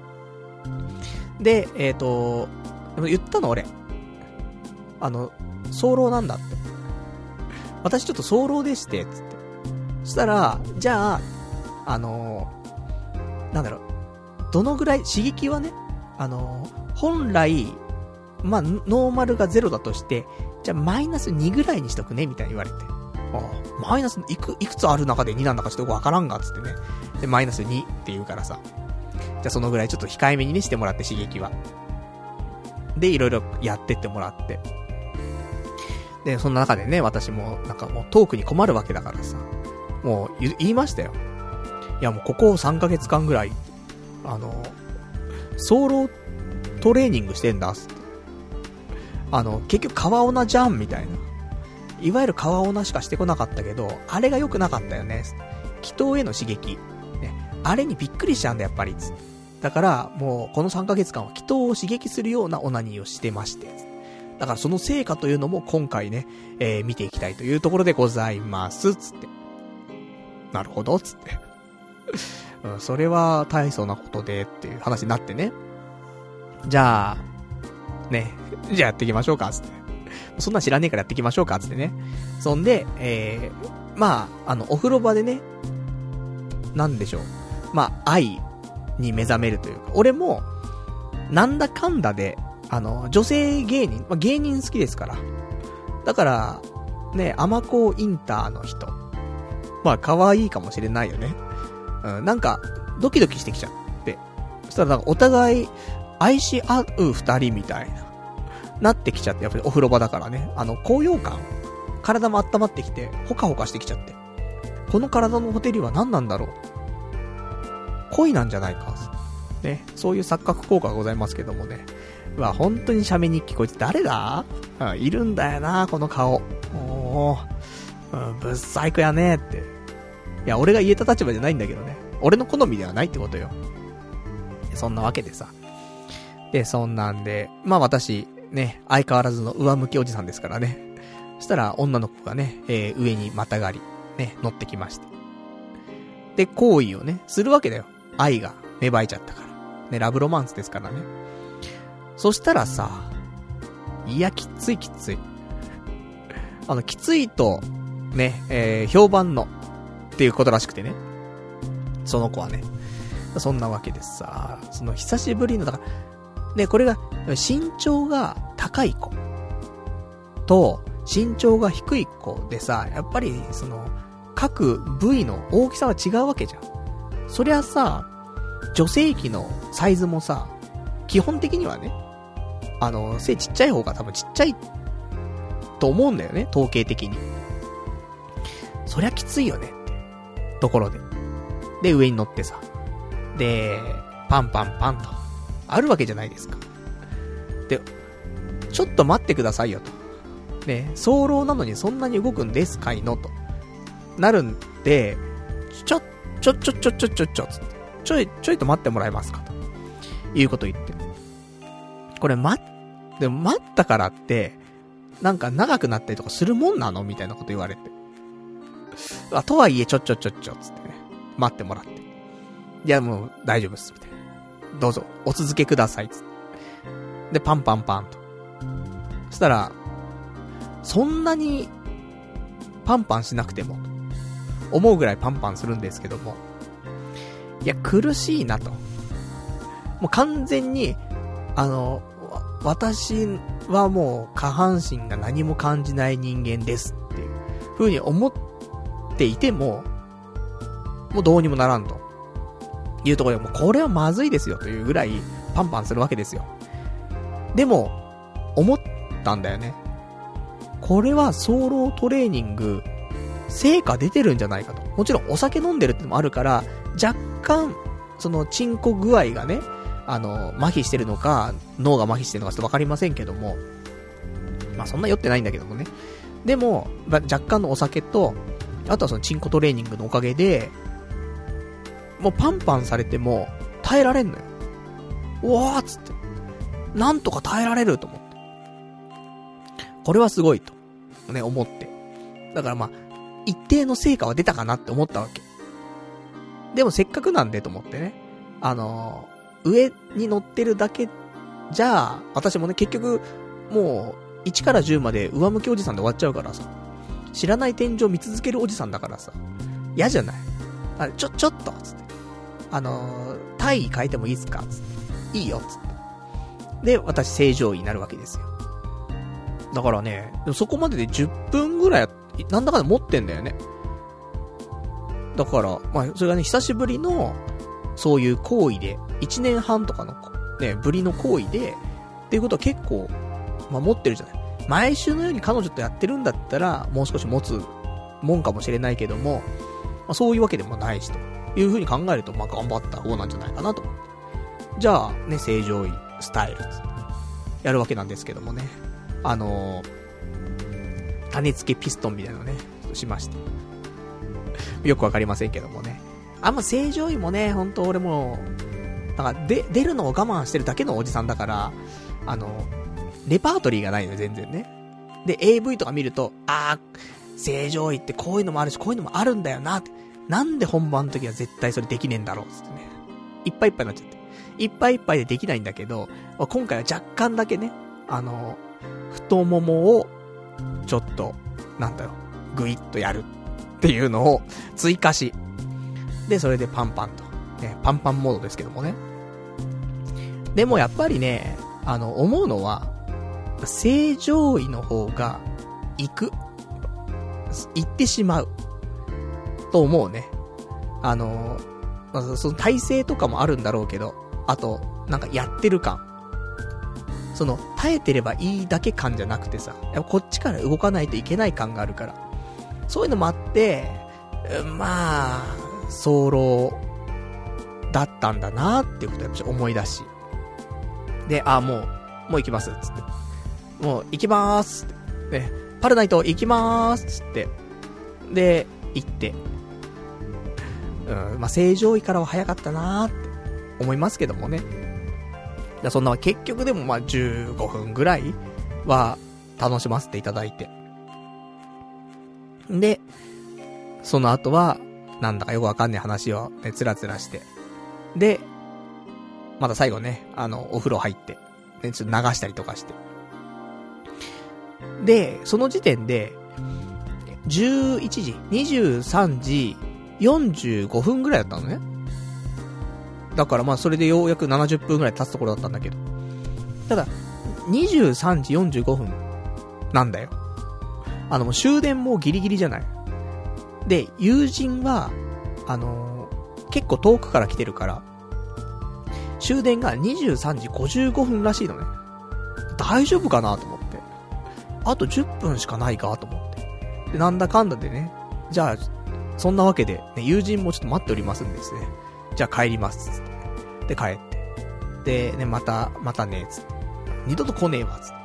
でえっと言ったの俺、あの早漏なんだって、私ちょっと早漏でしてつって、そしたらじゃああのなんだろう、どのぐらい刺激はね、あの本来まあノーマルがゼロだとして、じゃあマイナスにぐらいにしとくねみたいに言われて、ああマイナスいくいくつある中でになんだかちょっとわからんがつってね、でマイナスにって言うからさ、じゃあそのぐらいちょっと控えめにねしてもらって、刺激はでいろいろやってってもらって、でそんな中でね私もなんかもうトークに困るわけだからさ、もう言いましたよ。いやもうここさんかげつかんぐらいあのソロトレーニングしてんだっつって、あの結局川女じゃんみたいな、いわゆる川女しかしてこなかったけど、あれが良くなかったよね、気筒への刺激、ね、あれにびっくりしちゃうんだやっぱりつって、だからもうこのさんかげつかんは気筒を刺激するようなオナニーをしてまして、だからその成果というのも今回ね、えー、見ていきたいというところでございますつって、なるほどつって、うん、それは大層なことでっていう話になってね、じゃあね、じゃあやっていきましょうかつって、そんなん知らねえからやっていきましょうかつってね、そんで、えー、まああのお風呂場でね、なんでしょう、まあ愛に目覚めるというか、俺もなんだかんだであの女性芸人、まあ、芸人好きですから、だからね、アマコインターの人、まあ可愛いかもしれないよね、うん、なんかドキドキしてきちゃって、そしたらなんかお互い愛し合う二人みたいななってきちゃって、やっぱりお風呂場だからね、あの高揚感、体も温まってきてホカホカしてきちゃって、この体のほてりは何なんだろう、恋なんじゃないかね、そういう錯覚効果がございますけどもね、うわ本当にシャメ日記、こいつ誰だ、うん、いるんだよなこの顔、おー、うん、ぶっ細工やねって、いや俺が言えた立場じゃないんだけどね、俺の好みではないってことよ。そんなわけでさ、でそんなんでまあ私ね相変わらずの上向きおじさんですからね、そしたら女の子がね、えー、上にまたがりね乗ってきまして、で行為をねするわけだよ、愛が芽生えちゃったからね、ラブロマンスですからね。そしたらさ、いやきついきつい、 あの、きついと、ね、えー、評判の、っていうことらしくてね。その子はね。そんなわけでさ、その久しぶりの、だから、ね、これが、身長が高い子と、身長が低い子でさ、やっぱり、その、各部位の大きさは違うわけじゃん。そりゃさ、女性器のサイズもさ、基本的にはね、あの、背ちっちゃい方が多分ちっちゃいと思うんだよね、統計的に。そりゃきついよねってところで。で、上に乗ってさ、で、パンパンパンと、あるわけじゃないですか。で、ちょっと待ってくださいよと。ね、早漏なのにそんなに動くんですかいのと。なるんで、ちょ、ちょ、ちょ、ちょ、ちょ、ちょ、ちょ、つって。ちょい、ちょいと待ってもらえますかと。いうこと言って。これ待っ、でも待ったからって、なんか長くなったりとかするもんなのみたいなこと言われて。あ、とはいえ、ちょちょちょちょ、つってね。待ってもらって。いや、もう大丈夫です、みたいな。どうぞ、お続けください、つって。で、パンパンパンと。そしたら、そんなに、パンパンしなくても、思うぐらいパンパンするんですけども。いや、苦しいなと。もう完全に、あの、私はもう下半身が何も感じない人間ですっていう風に思っていても、もうどうにもならんというところで、もうこれはまずいですよというぐらいパンパンするわけですよ。でも、思ったんだよね。これは早漏トレーニング、成果出てるんじゃないかと。もちろんお酒飲んでるってのもあるから、若干、そのチンコ具合がね、あの、麻痺してるのか、脳が麻痺してるのかちょっとわかりませんけども、まあそんな酔ってないんだけどもね。でも、まあ、若干のお酒と、あとはそのチンコトレーニングのおかげで、もうパンパンされても耐えられんのよ。うわーっつって。なんとか耐えられると思って。これはすごいと。ね、思って。だからまあ、一定の成果は出たかなって思ったわけ。でもせっかくなんでと思ってね。あのー、上に乗ってるだけじゃあ、私もね、結局、もう、いちからじゅうまで上向きおじさんで終わっちゃうからさ。知らない天井見続けるおじさんだからさ。嫌じゃない？あ、ちょ、ちょっと、つって。あのー、体位変えてもいいっすか？つって。いいよ、つって。で、私正常位になるわけですよ。だからね、そこまででじゅっぷんぐらい、なんだかんだ持ってんだよね。だから、まあ、それがね、久しぶりの、そういう行為で、いちねんはんとかの、ね、ぶりの行為で、っていうことは結構、まあ、持ってるじゃない。毎週のように彼女とやってるんだったら、もう少し持つもんかもしれないけども、まあ、そういうわけでもないし、という風に考えると、まあ、頑張った方なんじゃないかなと。じゃあ、ね、正常位、スタイル、やるわけなんですけどもね。あのー、種付けピストンみたいなのね、しまして。よくわかりませんけどもね。あんま正常位もね、ほんと俺も、なんか、で、出るのを我慢してるだけのおじさんだから、あの、レパートリーがないのよ、全然ね。で、エーブイ とか見ると、あー、正常位ってこういうのもあるし、こういうのもあるんだよなって。なんで本番の時は絶対それできねえんだろう、つってね。いっぱいいっぱいになっちゃって。いっぱいいっぱいでできないんだけど、今回は若干だけね、あの、太ももを、ちょっと、なんだろう、ぐいっとやるっていうのを追加し、で、それでパンパンと。ね、パンパンモードですけどもね。でもやっぱりね、あの、思うのは、正常位の方が、行く。行ってしまう。と思うね。あの、その体勢とかもあるんだろうけど、あと、なんかやってる感。その、耐えてればいいだけ感じゃなくてさ、やっぱこっちから動かないといけない感があるから。そういうのもあって、まあ、早漏だったんだなっていうことをやっぱ思い出し。で、あ、もう、もう行きます、つって。もう行きまーすって。ね、パルナイト行きまーす、つって。で、行って。うん、まあ、正常位からは早かったなーって思いますけどもね。だそんな、結局でもまあ、じゅうごふんぐらいは楽しませていただいて。で、その後は、なんだかよくわかんない話をね、つらつらして。で、また最後ね、あの、お風呂入って、ね、ちょっと流したりとかして。で、その時点で、 じゅういちじ、にじゅうさんじよんじゅうごふんぐらいだったのね。だからまあそれでようやくななじゅっぷんぐらい経つところだったんだけど。ただ、にじゅうさんじよんじゅうごふんなんだよ。あのもう終電もギリギリじゃない。で、友人は、あのー、結構遠くから来てるから、終電がにじゅうさんじごじゅうごふんらしいのね。大丈夫かなと思って。あとじゅっぷんしかないかと思って。で、なんだかんだでね、じゃあ、そんなわけで、ね、友人もちょっと待っておりますんですね。じゃあ帰りますつって。で、帰って。で、ね、また、またね、つって。二度と来ねえわ、つって。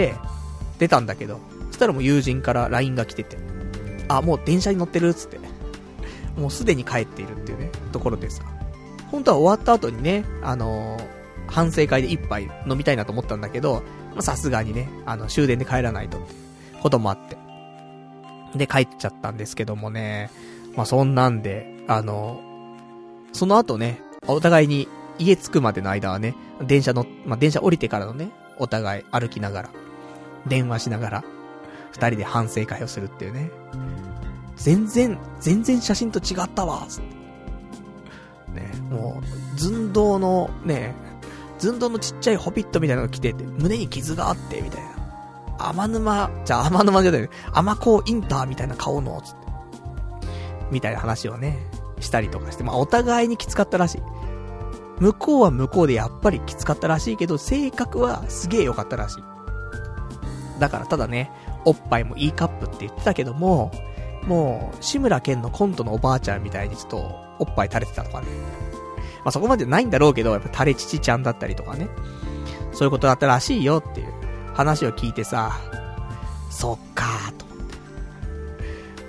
で、出たんだけど、そしたらもう友人から ライン が来てて、あ、もう電車に乗ってる、つって。もうすでに帰っているっていうね、ところでさ。本当は終わった後にね、あのー、反省会で一杯飲みたいなと思ったんだけど、さすがにね、あの、終電で帰らないとってこともあって。で、帰っちゃったんですけどもね、まあ、そんなんで、あの、その後ね、お互いに家着くまでの間はね、電車の、まあ、電車降りてからのね、お互い歩きながら、電話しながら、二人で反省会をするっていうね。全然、全然写真と違ったわ、つって。ね、もう、寸胴のね、寸胴のちっちゃいホビットみたいなのが来てて、胸に傷があって、みたいな。天沼、じゃあ天沼じゃないね、天子インターみたいな顔の、つって。みたいな話をね、したりとかして、まあお互いにきつかったらしい。向こうは向こうでやっぱりきつかったらしいけど、性格はすげえ良かったらしい。だからただね、おっぱいもいいカップって言ってたけども、もう、志村けんのコントのおばあちゃんみたいにちょっと、おっぱい垂れてたとかね。まあそこまでないんだろうけど、やっぱ垂れ父ちゃんだったりとかね。そういうことだったらしいよっていう話を聞いてさ、そっかーと思って。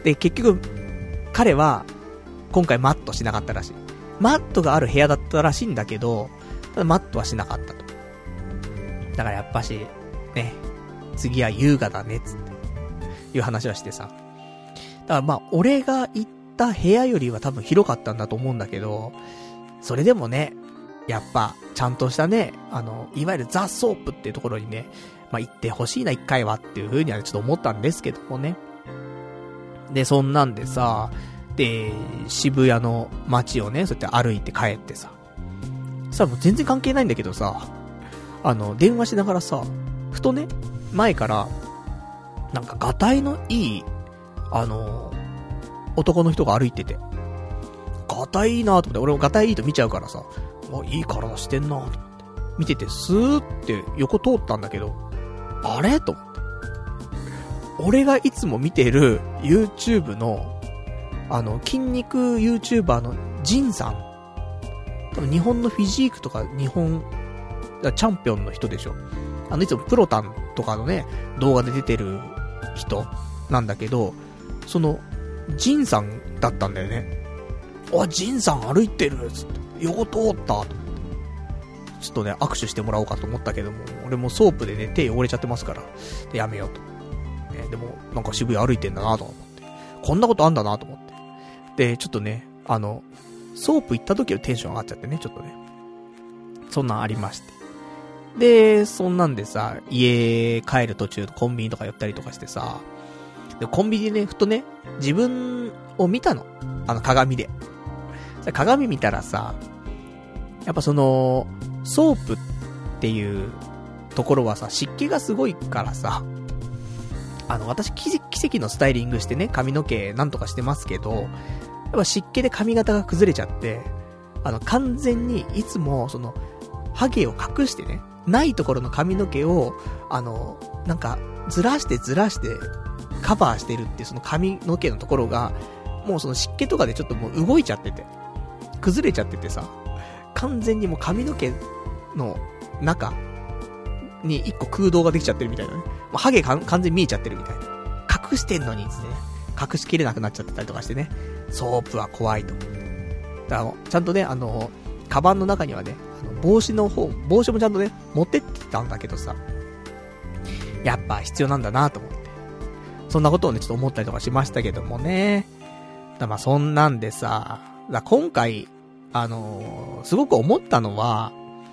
で、結局、彼は、今回マットしなかったらしい。マットがある部屋だったらしいんだけど、ただマットはしなかったと。だからやっぱし、ね、次は優雅だね、つって、いう話はしてさ。だからまあ、俺が行った部屋よりは多分広かったんだと思うんだけど、それでもね、やっぱ、ちゃんとしたね、あの、いわゆるザ・ソープっていうところにね、まあ行ってほしいな、一回はっていう風にはちょっと思ったんですけどもね。で、そんなんでさ、で、渋谷の街をね、そうやって歩いて帰ってさ。さ、もう全然関係ないんだけどさ、あの、電話しながらさ、ふとね、前から、なんか、がたいのいい、あの、男の人が歩いてて、がたいいいなと思って、俺もがたいいいと見ちゃうからさ、いい体してんなと思って、見てて、スーって横通ったんだけど、あれと思って。俺がいつも見てる YouTube の、あの、筋肉 YouTuber のジンさん。多分日本のフィジークとか日本、チャンピオンの人でしょ。あの、いつもプロタンとかのね、動画で出てる人なんだけど、その、ジンさんだったんだよね。あ、ジンさん歩いてるつって。横通ったと思って。ちょっとね、握手してもらおうかと思ったけども、俺もソープでね、手汚れちゃってますから、でやめようと。ね、でも、なんか渋谷歩いてんだなと思って。こんなことあんだなと思って。で、ちょっとね、あの、ソープ行った時のテンション上がっちゃってね、ちょっとね。そんなんありまして。で、そんなんでさ、家帰る途中コンビニとか寄ったりとかしてさ、でコンビニでね、ふとね、自分を見たの。あの鏡で。鏡見たらさ、やっぱその、ソープっていうところはさ、湿気がすごいからさ、あの、私、奇跡のスタイリングしてね、髪の毛なんとかしてますけど、やっぱ湿気で髪型が崩れちゃって、あの、完全にいつも、その、ハゲを隠してね、ないところの髪の毛を、あの、なんか、ずらしてずらして、カバーしてるっていうその髪の毛のところが、もうその湿気とかでちょっともう動いちゃってて、崩れちゃっててさ、完全にもう髪の毛の中に一個空洞ができちゃってるみたいなね。もうハゲか完全に見えちゃってるみたいな。隠してんのにですね、隠しきれなくなっちゃってたりとかしてね、ソープは怖いと。だからちゃんとね、あの、カバンの中にはね、あの帽子の方、帽子もちゃんとね、持ってってたんだけどさ、やっぱ必要なんだなと思って。そんなことをね、ちょっと思ったりとかしましたけどもね。だまあそんなんでさ、だ今回、あのー、すごく思ったのは、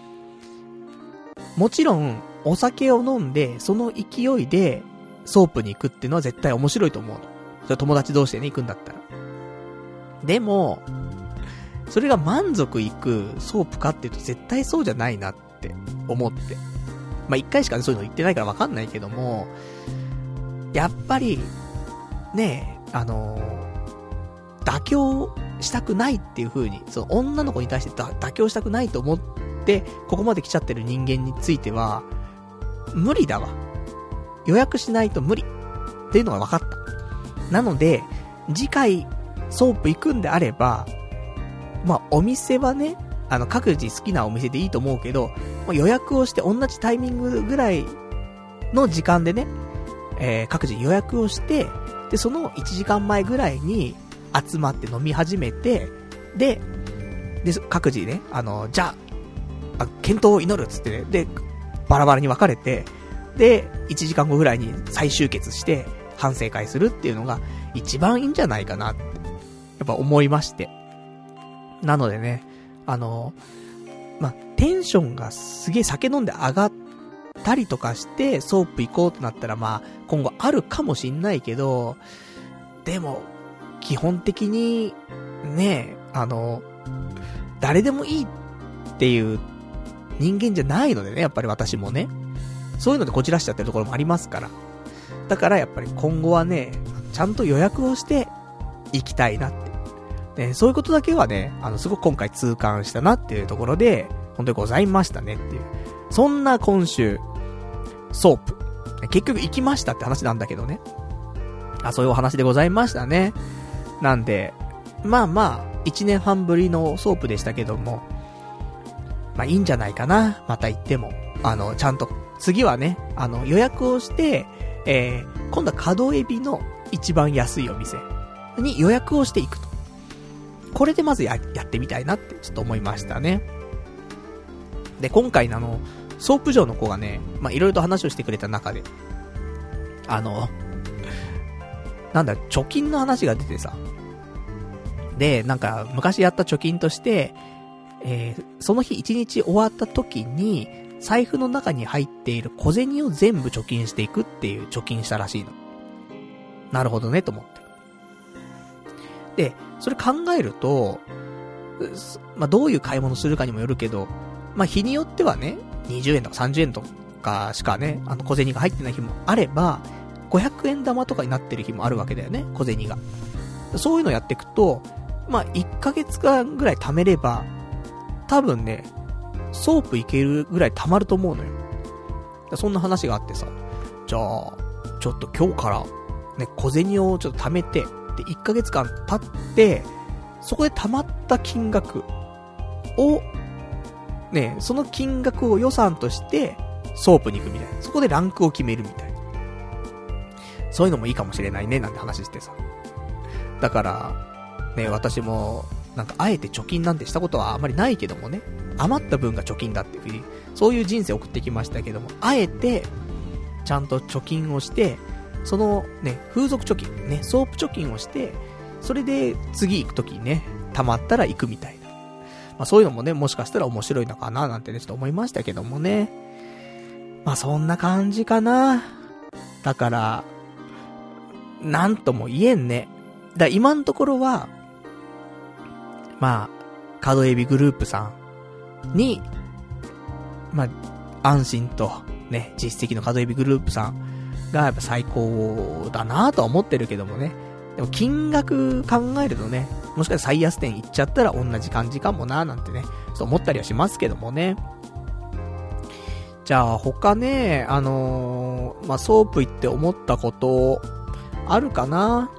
もちろん、お酒を飲んで、その勢いで、ソープに行くっていうのは絶対面白いと思うの。 それ友達同士でね、行くんだったら。でも、それが満足いくソープかっていうと絶対そうじゃないなって思って。まあ、一回しか、ね、そういうの言ってないからわかんないけども、やっぱり、ねえ、あのー、妥協したくないっていう風に、その女の子に対して妥協したくないと思って、ここまで来ちゃってる人間については、無理だわ。予約しないと無理。っていうのが分かった。なので、次回、ソープ行くんであれば、まあ、お店はね、あの、各自好きなお店でいいと思うけど、予約をして同じタイミングぐらいの時間でね、えー、各自予約をして、で、そのいちじかんまえぐらいに集まって飲み始めて、で、で、各自ね、あの、じゃあ、あ健闘を祈るっつってね、で、バラバラに分かれて、で、いちじかんごぐらいに再集結して、反省会するっていうのが一番いいんじゃないかなって、やっぱ思いまして。なのでね、あの、まあ、テンションがすげえ酒飲んで上がったりとかして、ソープ行こうとなったら、まあ、今後あるかもしんないけど、でも、基本的に、ね、あの、誰でもいいっていう人間じゃないのでね、やっぱり私もね。そういうのでこじらしちゃってるところもありますから。だからやっぱり今後はね、ちゃんと予約をして行きたいなって。ね、そういうことだけはね、あの、すごく今回痛感したなっていうところで、本当にございましたねっていう。そんな今週、ソープ。結局行きましたって話なんだけどね。あ、そういうお話でございましたね。なんで、まあまあ、一年半ぶりのソープでしたけども、まあいいんじゃないかな。また行っても。あの、ちゃんと、次はね、あの、予約をして、えー、今度は角エビの一番安いお店に予約をしていくと。これでまずや、やってみたいなってちょっと思いましたね。で、今回のあの、ソープ場の子がね、まあ、いろいろと話をしてくれた中で、あの、なんだ、貯金の話が出てさ。で、なんか、昔やった貯金として、えー、その日一日終わった時に、財布の中に入っている小銭を全部貯金していくっていう貯金したらしいの。なるほどね、と思って。で、それ考えると、まあ、どういう買い物するかにもよるけど、まあ、日によってはね、にじゅうえんとかさんじゅうえんとかしかね、あの小銭が入ってない日もあれば、ごひゃくえん玉とかになってる日もあるわけだよね、小銭が。そういうのやっていくと、まあ、いっかげつかんぐらい貯めれば、多分ね、ソープいけるぐらい貯まると思うのよ。そんな話があってさ、じゃあ、ちょっと今日から、ね、小銭をちょっと貯めて、で、いっかげつかん経って、そこで貯まった金額を、ね、その金額を予算として、ソープに行くみたいな。そこでランクを決めるみたいな。そういうのもいいかもしれないね、なんて話してさ。だから、ね、私も、なんか、あえて貯金なんてしたことはあまりないけどもね、余った分が貯金だっていうふうに、そういう人生を送ってきましたけども、あえて、ちゃんと貯金をして、そのね、風俗貯金、ね、ソープ貯金をして、それで次行くときにね、溜まったら行くみたいな。まあそういうのもね、もしかしたら面白いのかななんてね、ちょっと思いましたけどもね。まあそんな感じかな。だから、なんとも言えんね。だ今のところは、まあ、角エビグループさんに、まあ、安心と、ね、実績の角エビグループさんがやっぱ最高だなとは思ってるけどもね。でも金額考えるとね、もしかしたら最安店行っちゃったら同じ感じかもななんてね、ちょっと思ったりはしますけどもね。じゃあ他ね、あのー、まあ、ソープ行って思ったことあるかな。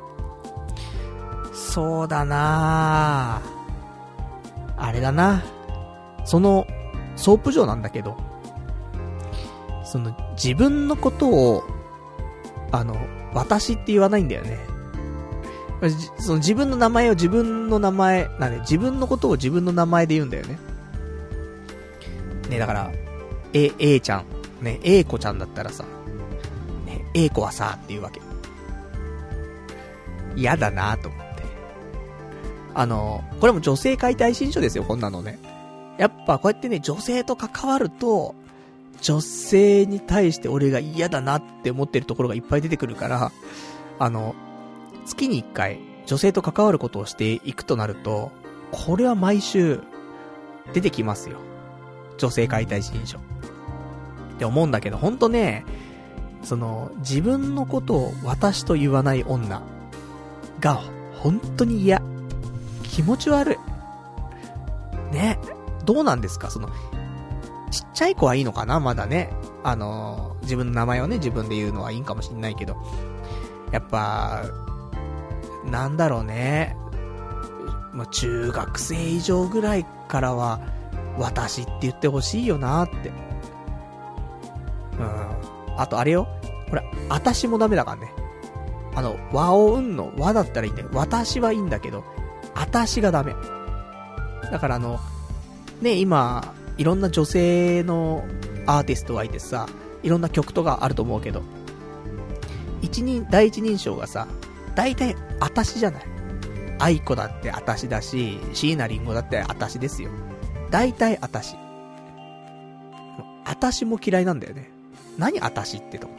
そうだなあれだな。その、ソープ場なんだけど、その、自分のことを、あの、私って言わないんだよね。その自分の名前を自分の名前、なんで、自分のことを自分の名前で言うんだよね。ね、だから、え、A ちゃん、ね、A 子ちゃんだったらさ、ね、A 子はさ、って言うわけ。嫌だなと思って。あの、これも女性解体新書ですよ、こんなのね。やっぱこうやってね、女性と関わると、女性に対して俺が嫌だなって思ってるところがいっぱい出てくるから、あの、 月にいっかい女性と関わることをしていくとなると、これは毎週出てきますよ。女性解体新書。って思うんだけど、ほんとね、その、自分のことを私と言わない女が本当に嫌。気持ち悪い。ね。どうなんですか？その、ちっちゃい子はいいのかな？まだね。あの、自分の名前をね、自分で言うのはいいんかもしんないけど。やっぱ、なんだろうね。まあ、中学生以上ぐらいからは、私って言ってほしいよなって。うん。あとあれよ。ほら、私もダメだからね。あの、和をうんの和だったらいいんだよ。私はいいんだけど、私がダメ。だからあの、ね、今、いろんな女性のアーティストがいてさ、いろんな曲とかあると思うけど、一人、第一人称がさ、大体、私じゃない。愛子だって私だし、椎名林檎だって私ですよ。大体私。私も嫌いなんだよね。何私ってと思って。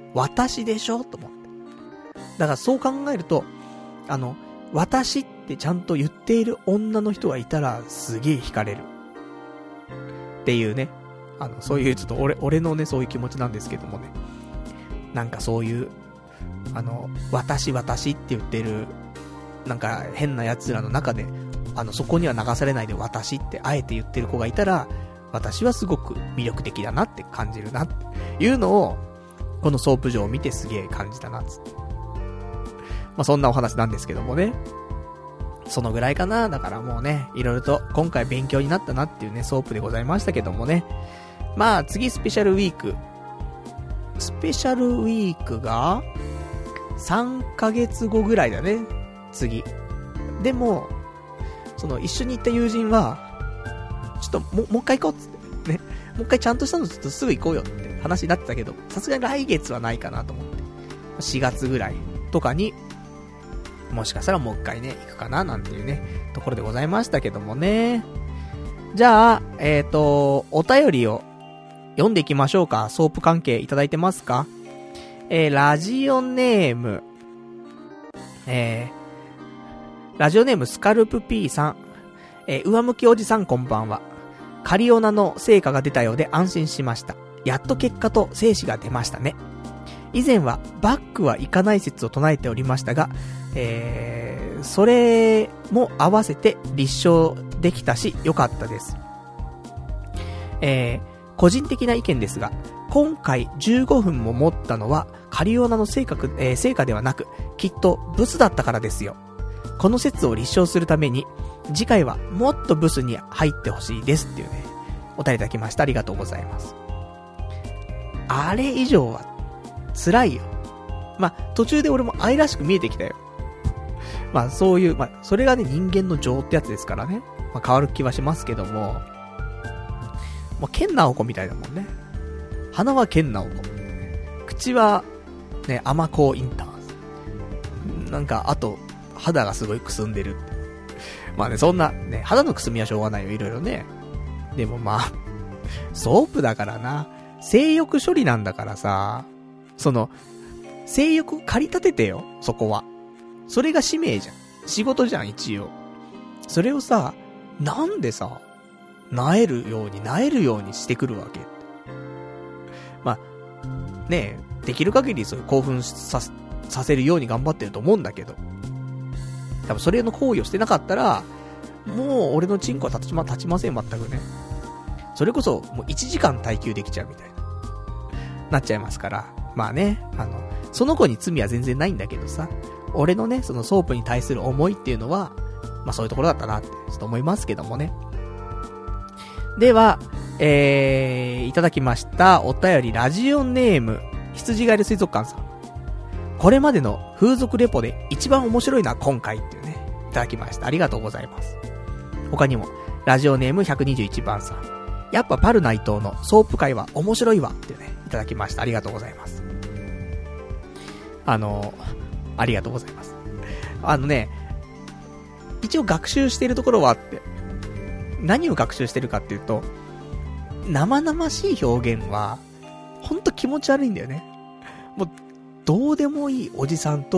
私でしょと思って。だからそう考えると、あの、私ってちゃんと言っている女の人がいたらすげえ惹かれる。っていうね。あの、そういうちょっと俺、俺のね、そういう気持ちなんですけどもね。なんかそういう、あの、私私って言ってる、なんか変な奴らの中で、あの、そこには流されないで私ってあえて言ってる子がいたら、私はすごく魅力的だなって感じるなっていうのを、このソープ場を見てすげえ感じたなっつって。まあ、そんなお話なんですけどもね。そのぐらいかな。だからもうね、いろいろと今回勉強になったなっていうね、ソープでございましたけどもね。まあ、次スペシャルウィーク。スペシャルウィークが、さんかげつごぐらいだね。次。でも、その一緒に行った友人は、ちょっとも、もう一回行こうっつって。ね。もう一回ちゃんとしたのちょっとすぐ行こうよって話になってたけど、さすがに来月はないかなと思って。しがつぐらいとかに、もしかしたらもう一回ね、行くかななんていうね、ところでございましたけどもね。じゃあ、えっと、お便りを読んでいきましょうか。ソープ関係いただいてますか？えー、ラジオネーム、えー、ラジオネームスカルプ P さん、えー、上向きおじさんこんばんは。カリオナの成果が出たようで安心しました。やっと結果と精子が出ましたね。以前はバックはいかない説を唱えておりましたが、えー、それも合わせて立証できたし良かったです。えー、個人的な意見ですが、今回じゅうごふんも持ったのはカリオナの成果、えー、成果ではなく、きっとブスだったからですよ。この説を立証するために、次回はもっとブスに入ってほしいですっていうね、お便りいただきました。ありがとうございます。あれ以上は辛いよ。まあ、途中で俺も愛らしく見えてきたよ。まあ、そういう、まあ、それがね、人間の情ってやつですからね。まあ、変わる気はしますけども、もう、ケンナオコみたいだもんね。鼻はケンナオコ。口は、ね、アマコインターズ。なんか、あと、肌がすごいくすんでる。まあね、そんな、ね、肌のくすみはしょうがないよ、いろいろね。でもまあ、ソープだからな。性欲処理なんだからさ、その、性欲駆り立ててよ、そこは。それが使命じゃん。仕事じゃん、一応。それをさ、なんでさ、萎えるように、萎えるようにしてくるわけ。まあ、ねえ、できる限りそういう興奮さ、させるように頑張ってると思うんだけど。多分それの行為をしてなかったら、もう俺のチンコは立ちま、立ちません、全くね。それこそ、もういちじかん耐久できちゃうみたいな。なっちゃいますから。まあね、あの、その子に罪は全然ないんだけどさ、俺のね、そのソープに対する思いっていうのは、まあそういうところだったなって、ちょっと思いますけどもね。では、えー、いただきました、お便り、ラジオネーム、羊ガエル水族館さん。これまでの風俗レポで一番面白いのは今回っていうね、いただきました。ありがとうございます。他にも、ラジオネームひゃくにじゅういちばんさん。やっぱパルナイトのソープ会は面白いわってね、いただきました。ありがとうございます。あの、ありがとうございます。あのね、一応学習してるところはあって、何を学習してるかっていうと、生々しい表現は、ほんと気持ち悪いんだよね。もう、どうでもいいおじさんと、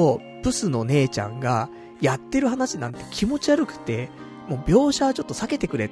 ブスの姉ちゃんがやってる話なんて気持ち悪くて、もう描写はちょっと避けてくれって、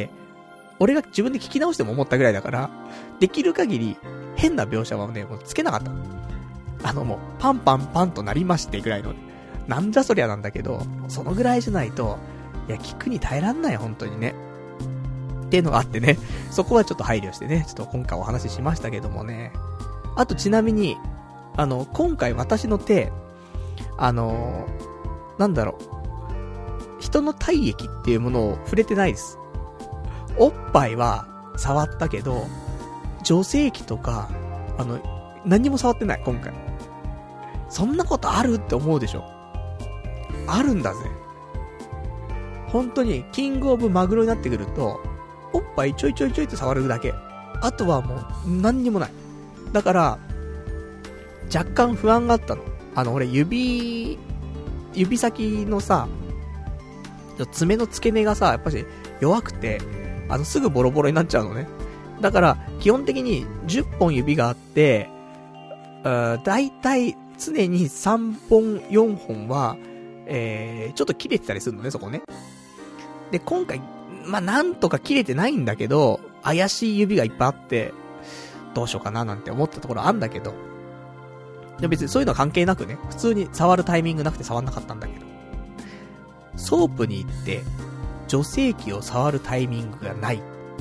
俺が自分で聞き直しても思ったぐらいだから、できる限り変な描写はね、もうつけなかった。あのもう、パンパンパンとなりましてぐらいの、なんじゃそりゃなんだけど、そのぐらいじゃないと、いや、聞くに耐えらんない、本当にね。っていうのがあってね、そこはちょっと配慮してね、ちょっと今回お話ししましたけどもね。あとちなみに、あの、今回私の手、あの、なんだろう、人の体液っていうものを触れてないです。おっぱいは触ったけど、女性器とか、あの、何にも触ってない、今回。そんなことあるって思うでしょ。あるんだぜ。本当に、キングオブマグロになってくると、おっぱいちょいちょいちょいって触るだけ。あとはもう、何にもない。だから、若干不安があったの。あの、俺、指、指先のさ、爪の付け根がさ、やっぱし弱くて、あの、すぐボロボロになっちゃうのね。だから、基本的にじゅっぽん指があって、だいたい常にさんぼん、よんほんは、えー、ちょっと切れてたりするのね、そこね。で、今回、まあ、なんとか切れてないんだけど、怪しい指がいっぱいあって、どうしようかななんて思ったところあんだけど、で別にそういうのは関係なくね、普通に触るタイミングなくて触んなかったんだけど、ソープに行って、女性器を触るタイミングがない。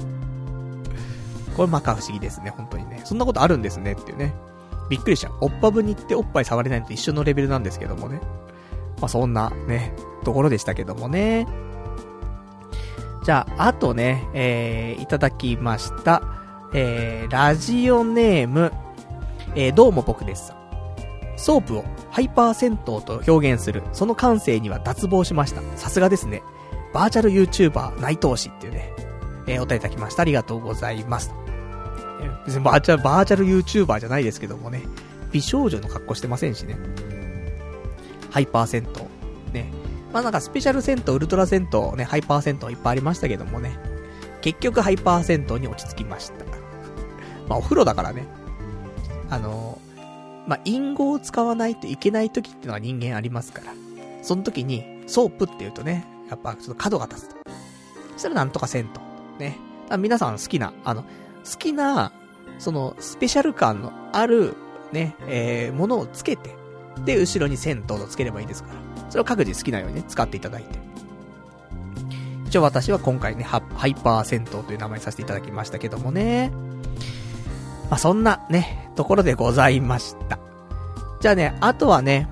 これまか不思議ですね、本当にね。そんなことあるんですねっていうね。びっくりした。おっぱぶに行っておっぱい触れないのと一緒のレベルなんですけどもね。まあそんなね、ところでしたけどもね。じゃあ、あとね、えー、いただきました。えー、ラジオネーム、えー、どうも僕です。ソープをハイパー銭湯と表現する、その感性には脱帽しました。さすがですね。バーチャル YouTuber 内藤氏っていうね、えー、お便りいただきました。ありがとうございます。えー、別にバーチャル、バーチャル YouTuber じゃないですけどもね、美少女の格好してませんしね。ハイパー銭湯。ね。まあなんかスペシャル銭湯、ウルトラ銭湯、ね、ハイパー銭湯いっぱいありましたけどもね。結局ハイパー銭湯に落ち着きました。まあお風呂だからね。あのー、まあ隠語を使わないといけない時っていうのは人間ありますから。その時に、ソープって言うとね、やっぱちょっと角が立つと。そしたらなんとか銭湯。ね。皆さん好きな、あの、好きな、その、スペシャル感のある、ね、えー、ものをつけて、で、後ろに銭湯とつければいいですから。それを各自好きなようにね、使っていただいて。一応私は今回ね、ハ, ハイパー銭湯という名前にさせていただきましたけどもね。まあ、そんなね、ところでございました。じゃあね、あとはね、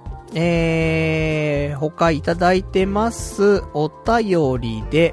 えー、他いただいてます、お便りで、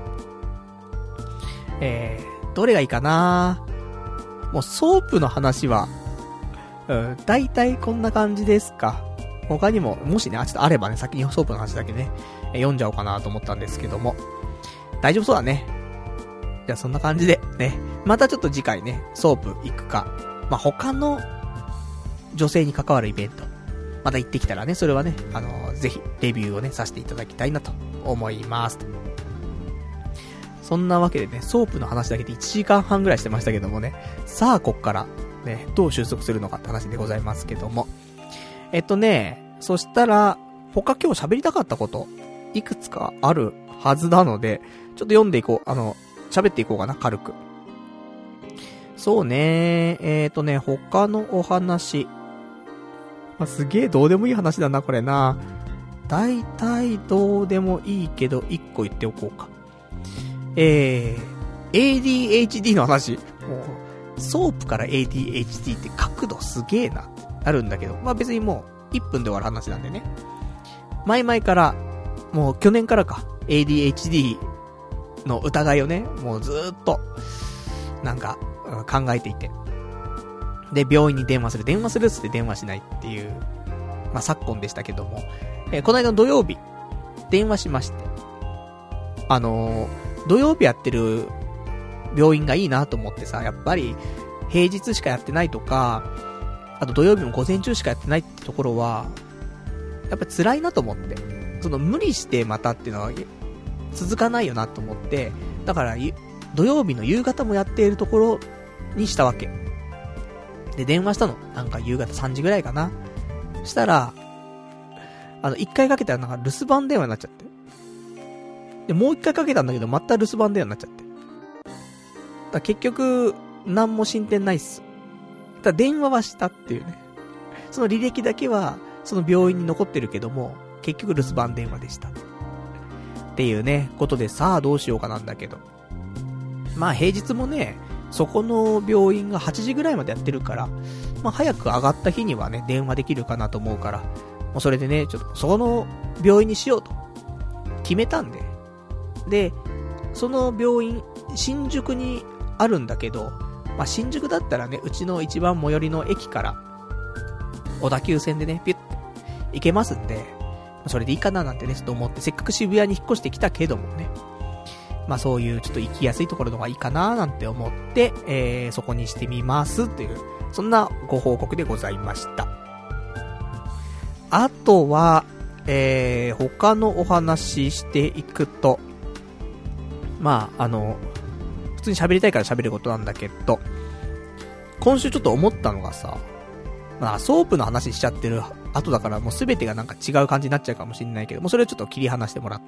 えー、どれがいいかな。もうソープの話は、うん、だいたいこんな感じですか。他にも、もしね、ちょっとあればね、先にソープの話だけね、え読んじゃおうかなと思ったんですけども。大丈夫そうだね。じゃあそんな感じで、ね。またちょっと次回ね、ソープ行くか。まあ、他の女性に関わるイベント。また行ってきたらね、それはね、あのー、ぜひ、レビューをね、させていただきたいなと思います。そんなわけでね、ソープの話だけでいちじかんはんぐらいしてましたけどもね。さあ、こっから、ね、どう収束するのかって話でございますけども。えっとね、そしたら、他今日喋りたかったこと、いくつかあるはずなので、ちょっと読んでいこう、あの、喋っていこうかな、軽く。そうね、えっとね、他のお話。まあ、すげえどうでもいい話だな、これな。だいたいどうでもいいけど、いっこ言っておこうか。えー、エーディーエイチディー の話。もう、ソープから エーディーエイチディー って角度すげえな、あるんだけど、まあ別にもう、いっぷんで終わる話なんでね。前々から、もう去年からか、エーディーエイチディー の疑いをね、もうずーっと、なんか、考えていて。で、病院に電話する、電話するっつって電話しないっていう、まあ昨今でしたけども、えー、この間の土曜日、電話しまして、あのー、土曜日やってる病院がいいなと思ってさ、やっぱり平日しかやってないとか、あと土曜日も午前中しかやってないってところは、やっぱ辛いなと思って、その無理してまたっていうのは続かないよなと思って、だから土曜日の夕方もやっているところにしたわけ。で、電話したの。なんか夕方さんじぐらいかな。したら、 あの、一回かけたらなんか留守番電話になっちゃって。で、もう一回かけたんだけど、また留守番電話になっちゃって。だから結局、何も進展ないっす。ただ電話はしたっていうね。その履歴だけは、その病院に残ってるけども、結局留守番電話でした。っていうね、ことでさあどうしようかなんだけど。まあ平日もね、そこの病院がはちじぐらいまでやってるから、まあ早く上がった日にはね、電話できるかなと思うから、もうそれでね、ちょっとそこの病院にしようと決めたんで。で、その病院、新宿にあるんだけど、まあ新宿だったらね、うちの一番最寄りの駅から、小田急線でね、ピュッて行けますんで、それでいいかななんてね、ちょっと思って、せっかく渋谷に引っ越してきたけどもね、まあそういうちょっと行きやすいところの方がいいかななんて思って、えー、そこにしてみますっていう、そんなご報告でございました。あとは、えー、他のお話していくと、まあ、あの、普通に喋りたいから喋ることなんだけど、今週ちょっと思ったのがさ、まあ、ソープの話しちゃってる後だからもうすべてがなんか違う感じになっちゃうかもしれないけども、それをちょっと切り離してもらって。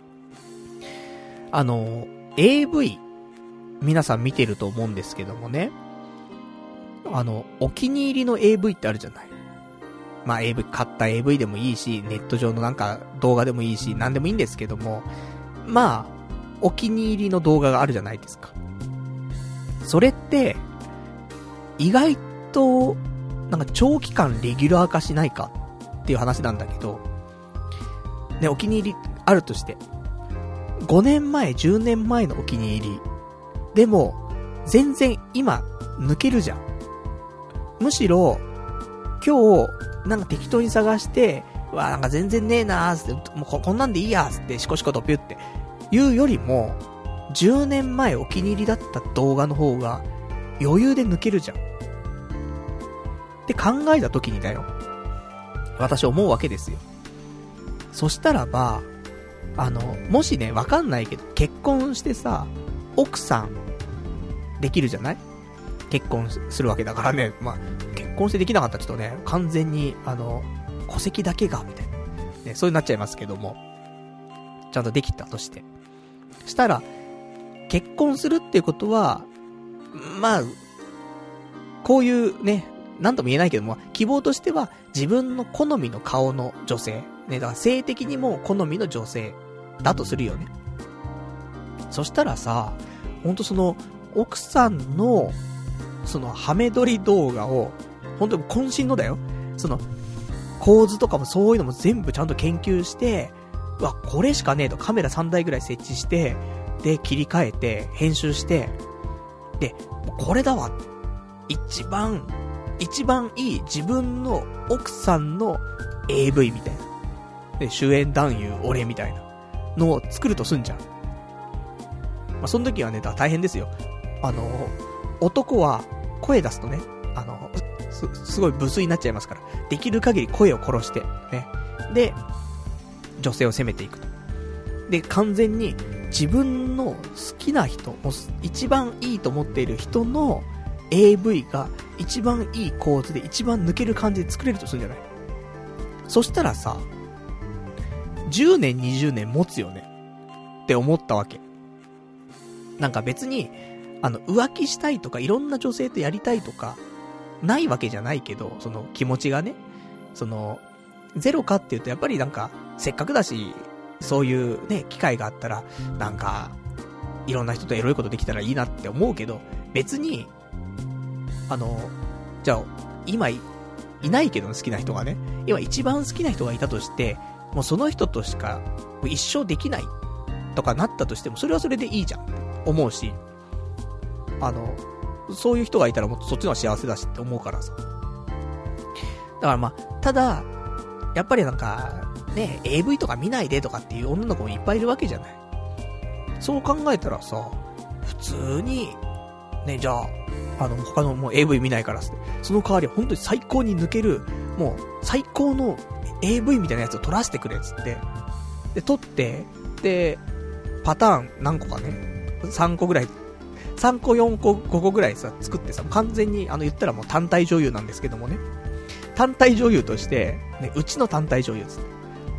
あの、エーブイ、皆さん見てると思うんですけどもね、あの、お気に入りの エーブイ ってあるじゃない。まあ エーブイ、買った エーブイ でもいいし、ネット上のなんか動画でもいいし、なんでもいいんですけども、まあ、お気に入りの動画があるじゃないですか。それって、意外と、なんか長期間レギュラー化しないかっていう話なんだけど、ね、お気に入りあるとして、ごねんまえ、じゅうねんまえのお気に入り、でも、全然今、抜けるじゃん。むしろ、今日、なんか適当に探して、わーなんか全然ねえなーって、もう こ, こんなんでいいやーって、シコシコとピュって言うよりも、じゅうねんまえお気に入りだった動画の方が、余裕で抜けるじゃん。って考えた時にだよ。私思うわけですよ。そしたらば、あの、もしね、わかんないけど、結婚してさ、奥さん、できるじゃない？結婚するわけだからね、まあ、結婚してできなかったらちょっとね、完全に、あの、戸籍だけが、みたいな。ね、そうになっちゃいますけども、ちゃんとできたとして。したら、結婚するっていうことは、まあ、こういうね、なんとも言えないけども、希望としては、自分の好みの顔の女性、ね、だから性的にも好みの女性、だとするよね。そしたらさ、ほんとその、奥さんの、その、ハメ撮り動画を、ほんと渾身のだよ。その、構図とかもそういうのも全部ちゃんと研究して、うわ、これしかねえとカメラさんだいぐらい設置して、で、切り替えて、編集して、で、これだわ。一番、一番いい自分の奥さんの エーブイ みたいな。で、主演男優俺みたいなのを作るとすんじゃん。まあ、その時はね、だ大変ですよ。あの、男は声出すとね、あの、す、すごい無粋になっちゃいますから、できる限り声を殺して、ね。で、女性を攻めていくと。で、完全に自分の好きな人、一番いいと思っている人の エーブイ が一番いい構図で一番抜ける感じで作れるとするんじゃない？そしたらさ、じゅうねんにじゅうねん持つよねって思ったわけ。なんか別にあの浮気したいとかいろんな女性とやりたいとかないわけじゃないけど、その気持ちがね、そのゼロかっていうとやっぱりなんかせっかくだしそういうね機会があったらなんかいろんな人とエロいことできたらいいなって思うけど、別にあのじゃあ今 い, いないけど好きな人がね、今一番好きな人がいたとしてもうその人としか一生できないとかなったとしてもそれはそれでいいじゃんって思うし、あのそういう人がいたらもっとそっちの方が幸せだしって思うからさ。だからまあただやっぱりなんかね エーブイ とか見ないでとかっていう女の子もいっぱいいるわけじゃない。そう考えたらさ、普通にね、じゃああの他のもう エーブイ 見ないからって、その代わり本当に最高に抜けるもう最高の エーブイ みたいなやつを撮らせてくれっつって、で撮ってでパターン何個かねさんこぐらいさんこよんこごこぐらいさ作ってさ、完全にあの言ったらもう単体女優なんですけどもね、単体女優としてね、うちの単体女優っつって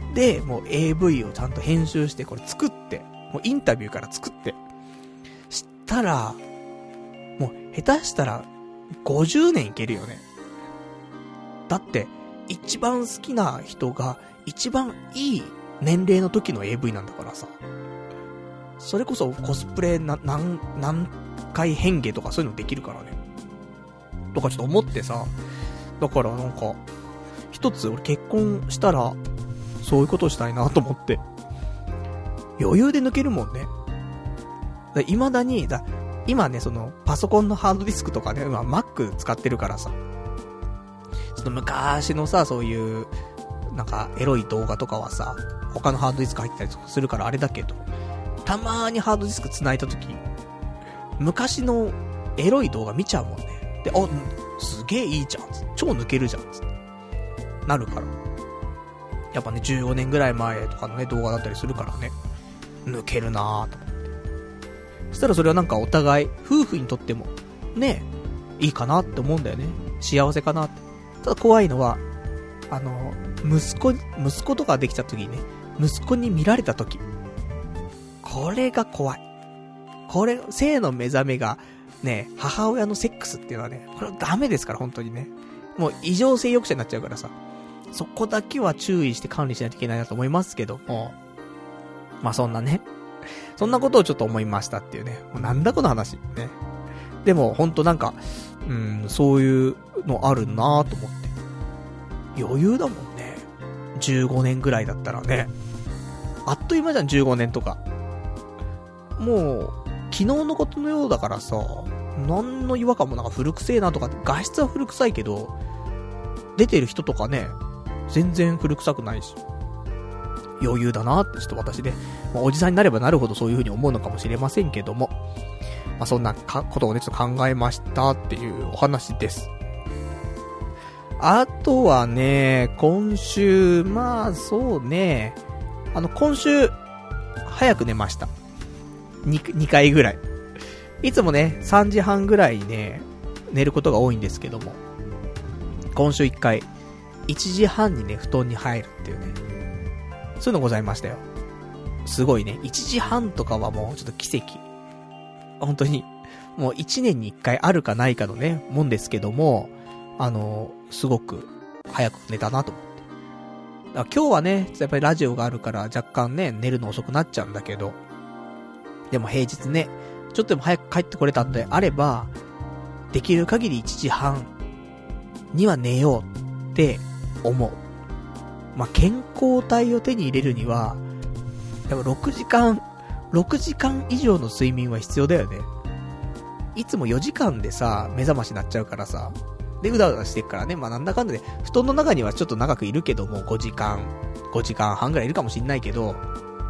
で、もう エーブイ をちゃんと編集して、これ作って、もうインタビューから作って、したら、もう下手したらごじゅうねんいけるよね。だって、一番好きな人が一番いい年齢の時の エーブイ なんだからさ。それこそコスプレな、何、何回変化とかそういうのできるからね。とかちょっと思ってさ。だからなんか、一つ俺結婚したら、そういうことしたいなと思って。余裕で抜けるもんね。だ未だに、だ今ね、その、パソコンのハードディスクとかね、今 Mac 使ってるからさ。その昔のさ、そういう、なんか、エロい動画とかはさ、他のハードディスク入ったりとかするからあれだけど、たまーにハードディスク繋いだとき、昔のエロい動画見ちゃうもんね。で、あ、すげえいいじゃん。超抜けるじゃん。なるから。やっぱね、じゅうごねんぐらい前とかのね、動画だったりするからね、抜けるなーと思って。そしたらそれはなんかお互い、夫婦にとっても、ね、いいかなって思うんだよね。幸せかなって。ただ怖いのは、あの、息子、息子とかできた時にね、息子に見られた時。これが怖い。これ、性の目覚めが、ね、母親のセックスっていうのはね、これはダメですから、本当にね。もう異常性欲者になっちゃうからさ。そこだけは注意して管理しないといけないなと思いますけども。まあそんなね。そんなことをちょっと思いましたっていうね。もうなんだこの話。ね。でも、ほんとなんか、うん、そういうのあるなぁと思って。余裕だもんね。じゅうごねんぐらいだったらね。あっという間じゃん、じゅうごねんとか。もう、昨日のことのようだからさ、なんの違和感もなんか古臭いなとか、画質は古臭いけど、出てる人とかね、全然古臭くないし。余裕だなってちょっと私で、まあ、おじさんになればなるほどそういう風に思うのかもしれませんけども、まあ、そんなかことをねちょっと考えましたっていうお話です。あとはね、今週、まあそうね、あの今週早く寝ました。に, にかいぐらい。いつもねさんじはんぐらいにね寝ることが多いんですけども、今週いっかいいちじはんにね布団に入るっていうね、そういうのございましたよ。すごいね。いちじはんとかはもうちょっと奇跡。本当に、もういちねんにいっかいあるかないかのね、もんですけども、あの、すごく早く寝たなと思って。だから今日はね、やっぱりラジオがあるから若干ね、寝るの遅くなっちゃうんだけど、でも平日ね、ちょっとでも早く帰ってこれたんであれば、できる限りいちじはんには寝ようって思う。まあ、健康体を手に入れるには、やっぱろくじかん、ろくじかん以上の睡眠は必要だよね。いつもよじかんでさ、目覚ましになっちゃうからさ、で、うだうだしてるからね、まあなんだかんだで、布団の中にはちょっと長くいるけども、ごじかん、ごじかんはんぐらいいるかもしんないけど、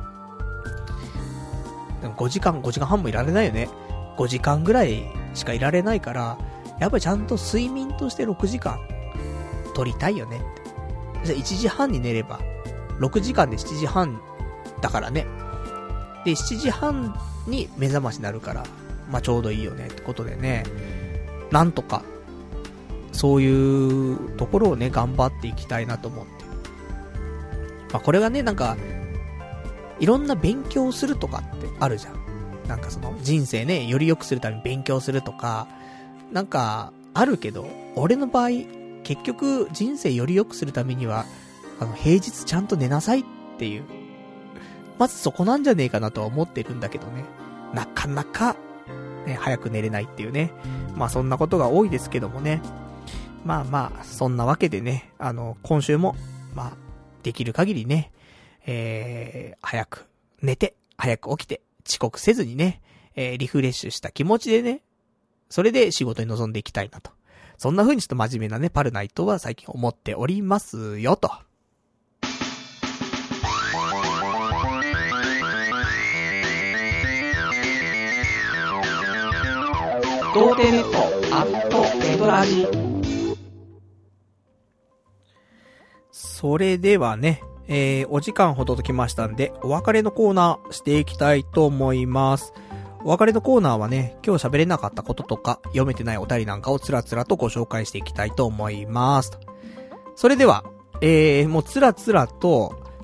でもごじかん、ごじかんはんもいられないよね。ごじかんぐらいしかいられないから、やっぱりちゃんと睡眠としてろくじかん取りたいよねって。じゃあいちじはんに寝れば、ろくじかんでしちじはんだからね。で、しちじはんに目覚ましになるから、まあちょうどいいよねってことでね、なんとか、そういうところをね、頑張っていきたいなと思って。まあこれがね、なんか、いろんな勉強をするとかってあるじゃん。なんかその人生ね、より良くするために勉強するとか、なんか、あるけど、俺の場合、結局人生より良くするためには、あの、平日ちゃんと寝なさいっていう。まずそこなんじゃねえかなとは思ってるんだけどね。なかなか、ね、早く寝れないっていうね。まあそんなことが多いですけどもね。まあまあ、そんなわけでね、あの、今週も、まあ、できる限りね、えー、早く寝て、早く起きて、遅刻せずにね、えー、リフレッシュした気持ちでね、それで仕事に臨んでいきたいなと。そんな風にちょっと真面目なね、パルナイトは最近思っておりますよと。童貞ネットアットネトラジ。それではね、えー、お時間ほどときましたんで、お別れのコーナーしていきたいと思います。お別れのコーナーはね、今日喋れなかったこととか、読めてないお便りなんかをつらつらとご紹介していきたいと思います。それでは、えー、もうつらつらと、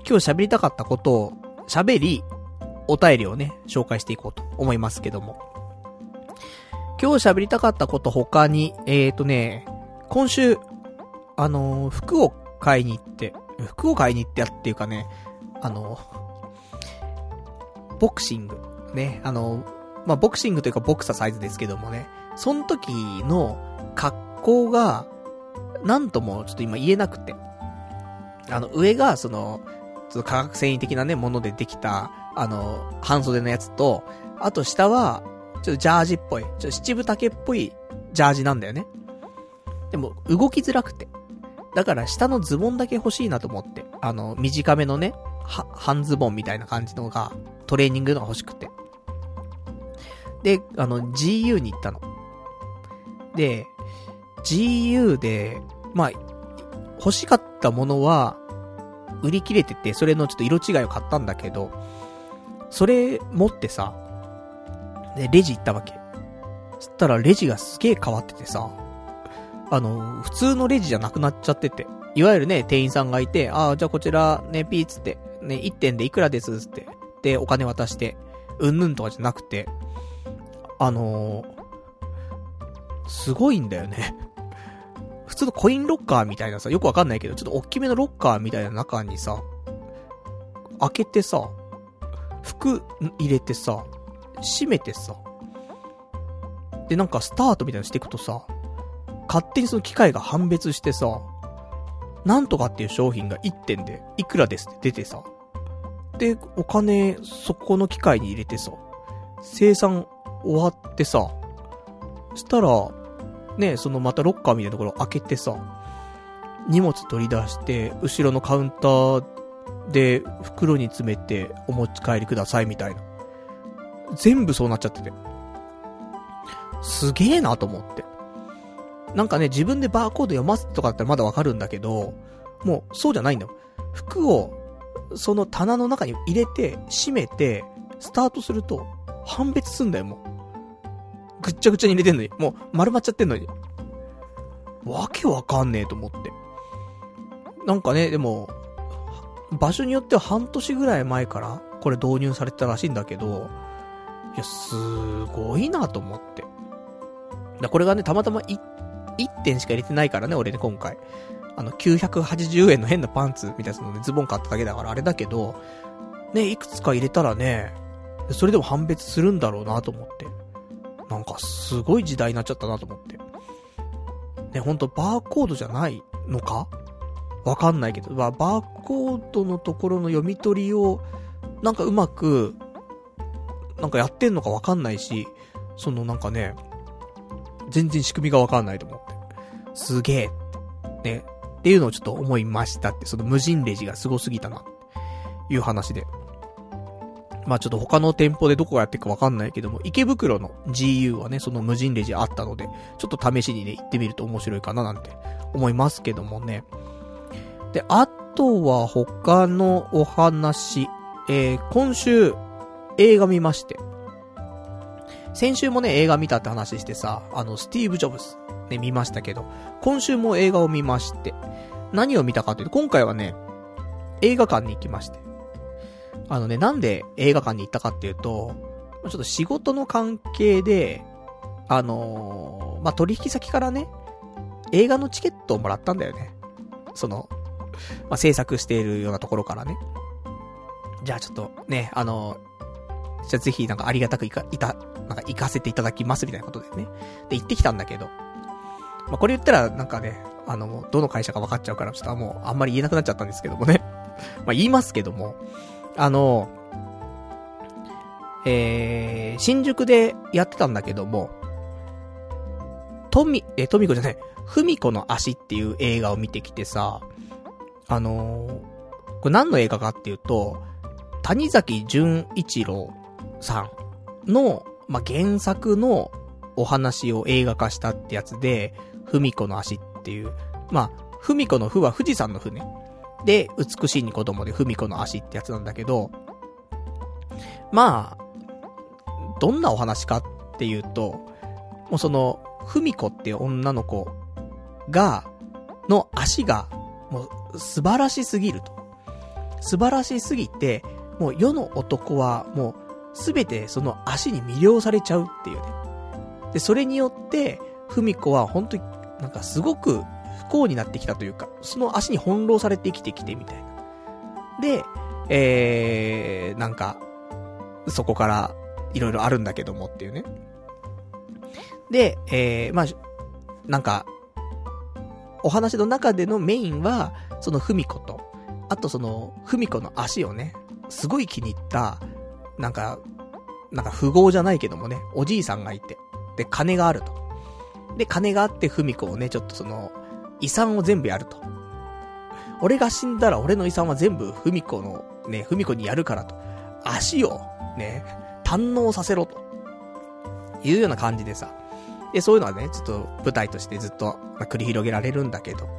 今日喋りたかったことを喋り、お便りをね、紹介していこうと思いますけども。今日喋りたかったこと他に、えーとね、今週、あのー、服を買いに行って、服を買いに行ってやっていうかね、あのー、ボクシング、ね、あのー、まあ、ボクシングというかボクササイズですけどもね、その時の格好が、なんともちょっと今言えなくて、あの、上がその、その化学繊維的なね、ものでできた、あの、半袖のやつと、あと下は、ちょっとジャージっぽい、ちょっと七分丈っぽいジャージなんだよね。でも、動きづらくて。だから下のズボンだけ欲しいなと思って、あの、短めのね、は、半ズボンみたいな感じのが、トレーニングのが欲しくて。で、あの、ジーユー に行ったの。で、ジーユー で、まあ、欲しかったものは、売り切れてて、それのちょっと色違いを買ったんだけど、それ持ってさ、で、レジ行ったわけ。そしたらレジがすげえ変わっててさ、あの、普通のレジじゃなくなっちゃってて、いわゆるね、店員さんがいて、ああ、じゃあこちら、ね、ピーつって、ね、いってんでいくらですつって、で、お金渡して、うんぬんとかじゃなくて、あのー、すごいんだよね。普通のコインロッカーみたいなさ、よくわかんないけど、ちょっと大きめのロッカーみたいな中にさ、開けてさ、服入れてさ、閉めてさ、でなんかスタートみたいなのしていくとさ、勝手にその機械が判別してさ、なんとかっていう商品がいってんでいくらですって出てさ、でお金そこの機械に入れてさ、生産終わってさ、したらね、そのまたロッカーみたいなところ開けてさ、荷物取り出して後ろのカウンターで袋に詰めてお持ち帰りくださいみたいな、全部そうなっちゃってて、すげえなと思って。なんかね、自分でバーコード読ますとかだったらまだわかるんだけど、もうそうじゃないんだよ。服をその棚の中に入れて閉めてスタートすると判別すんだよ。もうぐっちゃぐちゃに入れてんのに、もう丸まっちゃってんのに、わけわかんねえと思って。なんかね、でも場所によっては半年ぐらい前からこれ導入されてたらしいんだけど、いやすごいなと思って。だこれがね、たまたまいいってんしか入れてないからね、俺ね、今回あのきゅうひゃくはちじゅうえんの変なパンツみたいなのでズボン買っただけだからあれだけどね、いくつか入れたらね、それでも判別するんだろうなと思って、なんかすごい時代になっちゃったなと思ってね。ほんとバーコードじゃないのかわかんないけど、バーコードのところの読み取りをなんかうまくなんかやってんのかわかんないし、そのなんかね、全然仕組みがわかんないと思って、すげえねっていうのをちょっと思いましたって。その無人レジがすごすぎたないう話で、まあちょっと他の店舗でどこがやってるかわかんないけども、池袋の ジーユー はね、その無人レジあったので、ちょっと試しにね行ってみると面白いかななんて思いますけどもね。で、あとは他のお話、えー、今週映画見まして、先週もね映画見たって話してさ、あのスティーブ・ジョブズね見ましたけど、今週も映画を見まして、何を見たかというと、今回はね映画館に行きまして、あのね、なんで映画館に行ったかっていうと、ちょっと仕事の関係で、あのー、まあ、取引先からね映画のチケットをもらったんだよね。その、まあ、制作しているようなところからね。じゃあちょっとね、あのーじゃあぜひなんかありがたくいか、いた、なんか行かせていただきますみたいなことでね。で、行ってきたんだけど。まあ、これ言ったらなんかね、あの、どの会社か分かっちゃうから、ちょっともうあんまり言えなくなっちゃったんですけどもね。まあ、言いますけども。あの、えー、新宿でやってたんだけども、トミ、え、トミコじゃない、ふみこの足っていう映画を見てきてさ、あのー、これ何の映画かっていうと、谷崎潤一郎さんの、まあ、原作のお話を映画化したってやつで、ふみこの足っていう、まあ、ふみこのふは富士山の船で、美しいに子供でふみこの足ってやつなんだけど、まあ、どんなお話かっていうと、もうその、ふみこっていう女の子が、の足が、もう素晴らしすぎると。 素晴らしすぎて、もう世の男はもうすべてその足に魅了されちゃうっていうね。で、それによって、ふみこは本当になんかすごく不幸になってきたというか、その足に翻弄されて生きてきてみたいな。で、えー、なんか、そこからいろいろあるんだけどもっていうね。で、えー、まあ、なんか、お話の中でのメインは、そのふみこと、あとその、ふみこの足をね、すごい気に入った、なんか、なんか富豪じゃないけどもね、おじいさんがいて、で、金があると。で、金があってふみこをね、ちょっとその、遺産を全部やると。俺が死んだら俺の遺産は全部ふみこの、ね、ふみこにやるからと。足を、ね、堪能させろと。いうような感じでさ。で、そういうのはね、ちょっと舞台としてずっと、まあ、繰り広げられるんだけど。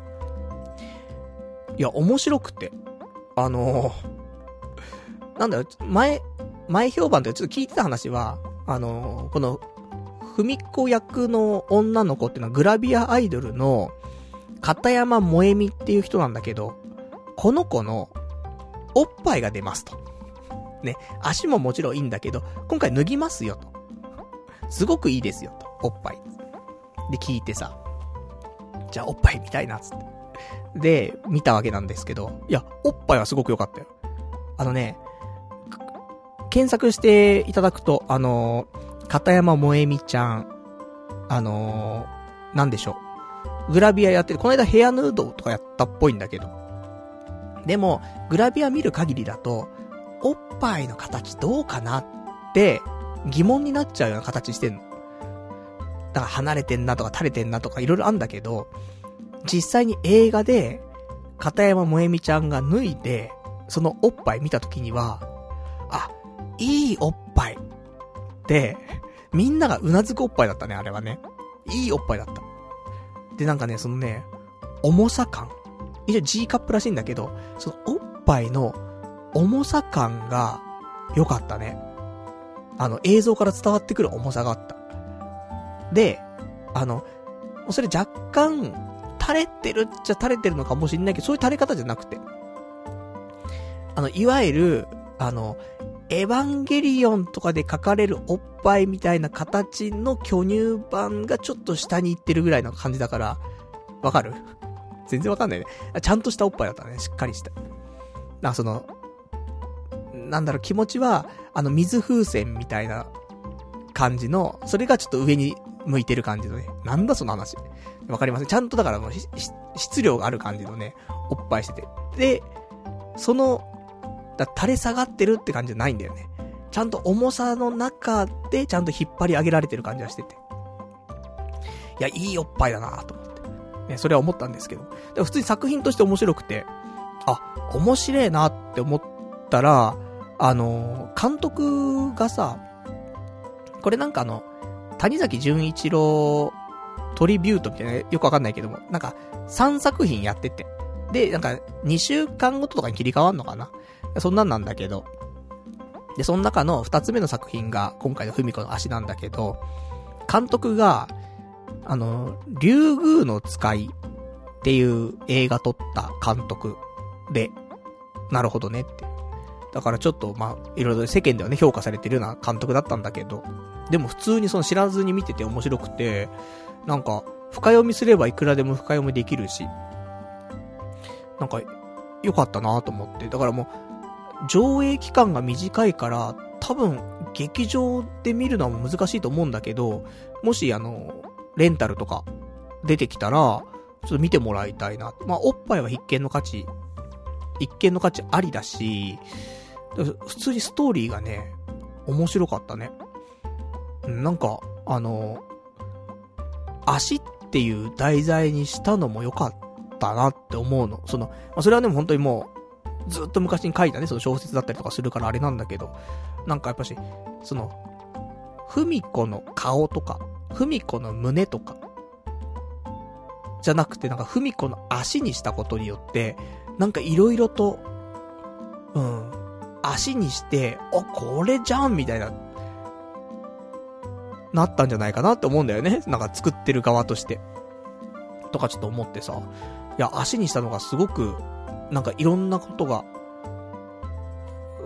いや、面白くて。あのー、なんだよ、前、前評判でちょっと聞いてた話は、あのー、この、ふみこ役の女の子っていうのはグラビアアイドルの片山萌実っていう人なんだけど、この子のおっぱいが出ますと。ね、足ももちろんいいんだけど、今回脱ぎますよと。すごくいいですよと、おっぱい。で、聞いてさ、じゃあおっぱい見たいなっつって。で、見たわけなんですけど、いや、おっぱいはすごく良かったよ。あのね、検索していただくと、あのー、片山萌実ちゃん、あのー、なんでしょう。グラビアやってる、この間ヘアヌードとかやったっぽいんだけど。でも、グラビア見る限りだと、おっぱいの形どうかなって疑問になっちゃうような形してんの。だから離れてんなとか垂れてんなとかいろいろあんだけど、実際に映画で片山萌実ちゃんが脱いで、そのおっぱい見た時には、あ、いいおっぱい。で、みんながうなずくおっぱいだったね、あれはね。いいおっぱいだった。で、なんかね、そのね、重さ感。一応 G カップらしいんだけど、そのおっぱいの重さ感が良かったね。あの、映像から伝わってくる重さがあった。で、あの、それ若干、垂れてるっちゃ垂れてるのかもしれないけど、そういう垂れ方じゃなくて。あの、いわゆる、あの、エヴァンゲリオンとかで書かれるおっぱいみたいな形の巨乳版がちょっと下に行ってるぐらいの感じだから、わかる？全然わかんないね。ちゃんとしたおっぱいだったね。しっかりした。なんかその、なんだろう、気持ちは、あの、水風船みたいな感じの、それがちょっと上に向いてる感じのね。なんだその話。わかりません。ちゃんとだからもう、質量がある感じのね、おっぱいしてて。で、その、だ垂れ下がってるって感じじゃないんだよね。ちゃんと重さの中でちゃんと引っ張り上げられてる感じがしてて。いや、いいおっぱいだなと思って。ね、それは思ったんですけど。でも普通に作品として面白くて、あ、面白いなって思ったら、あのー、監督がさ、これなんかあの、谷崎潤一郎トリビュートみたいな、よくわかんないけども、なんかさんさく品やってて。で、なんかにしゅうかんごととかに切り替わんのかな？そんなんなんだけど。で、その中のふたつめの作品が今回のふみこの足なんだけど、監督が、あの、竜宮の使いっていう映画撮った監督で、なるほどねって。だからちょっと、まあ、いろいろ世間ではね、評価されてるような監督だったんだけど、でも普通にその知らずに見てて面白くて、なんか、深読みすればいくらでも深読みできるし、なんか、良かったなと思って。だからもう、上映期間が短いから、多分、劇場で見るのは難しいと思うんだけど、もしあの、レンタルとか出てきたら、ちょっと見てもらいたいな。まあ、おっぱいは必見の価値、一見の価値ありだし、普通にストーリーがね、面白かったね。なんか、あの、足っていう題材にしたのも良かったなって思うの。その、まあ、それはでも本当にもう、ずっと昔に書いたね、その小説だったりとかするからあれなんだけど、なんかやっぱし、その、ふみこの顔とか、ふみこの胸とか、じゃなくてなんかふみこの足にしたことによって、なんかいろいろと、うん、足にして、あ、これじゃんみたいな、なったんじゃないかなって思うんだよね。なんか作ってる側として。とかちょっと思ってさ。いや、足にしたのがすごく、なんかいろんなことが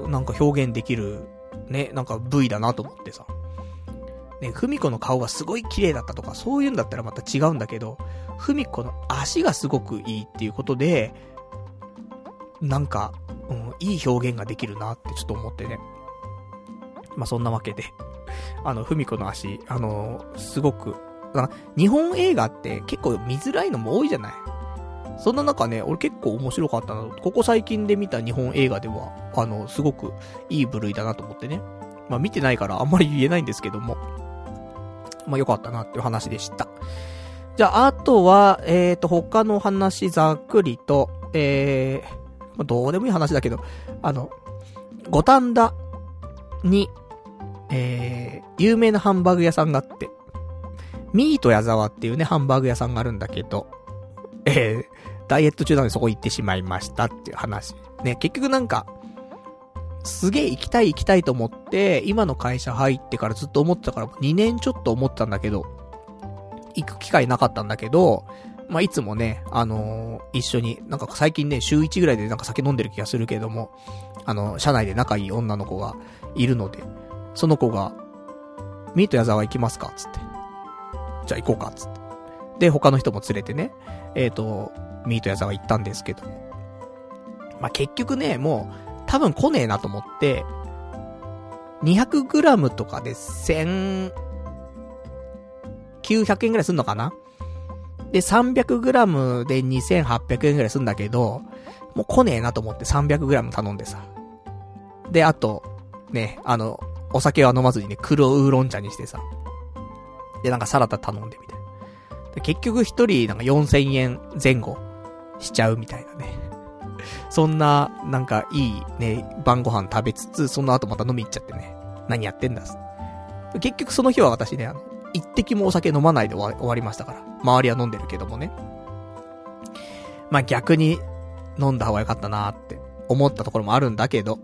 なんか表現できる、ね、なんか部位だなと思ってさ。ね、ふみこの顔がすごい綺麗だったとか、そういうんだったらまた違うんだけど、ふみこの足がすごくいいっていうことで、なんか、うん、いい表現ができるなってちょっと思ってね。まあ、そんなわけで。あの、ふみこの足、あのー、すごく、日本映画って結構見づらいのも多いじゃない。そんな中ね、俺結構面白かったな。ここ最近で見た日本映画では、あの、すごくいい部類だなと思ってね。まあ見てないからあんまり言えないんですけども。まあ良かったなっていう話でした。じゃあ、あとは、えーと、他の話ざっくりと、えー、まあ、どうでもいい話だけど、あの、五反田に、えー、有名なハンバーグ屋さんがあって、ミート矢沢っていうね、ハンバーグ屋さんがあるんだけど、えー、ダイエット中なのでそこ行ってしまいましたっていう話。ね、結局なんか、すげえ行きたい行きたいと思って、今の会社入ってからずっと思ってたからにねんちょっと思ってたんだけど、行く機会なかったんだけど、まあ、いつもね、あのー、一緒に、なんか最近ね、週いちぐらいでなんか酒飲んでる気がするけれども、あの、社内で仲いい女の子がいるので、その子が、ミート矢沢行きますかつって。じゃあ行こうかつって。で、他の人も連れてね、えっと、ミート矢沢行ったんですけども。まあ、結局ね、もう、多分来ねえなと思って、にひゃくグラム とかでせんきゅうひゃくえんぐらいすんのかなで、さんびゃくグラム でにせんはっぴゃくえんぐらいすんだけど、もう来ねえなと思って さんびゃくグラム 頼んでさ。で、あと、ね、あの、お酒は飲まずにね、黒ウーロン茶にしてさ。で、なんかサラダ頼んでみたいな。で結局一人なんかよんせんえんぜん後しちゃうみたいなね。そんな、なんかいいね、晩ご飯食べつつ、その後また飲み行っちゃってね。何やってんだす。結局その日は私ね、あの、一滴もお酒飲まないで終わ、終わりましたから。周りは飲んでるけどもね。まあ逆に飲んだ方が良かったなーって思ったところもあるんだけど。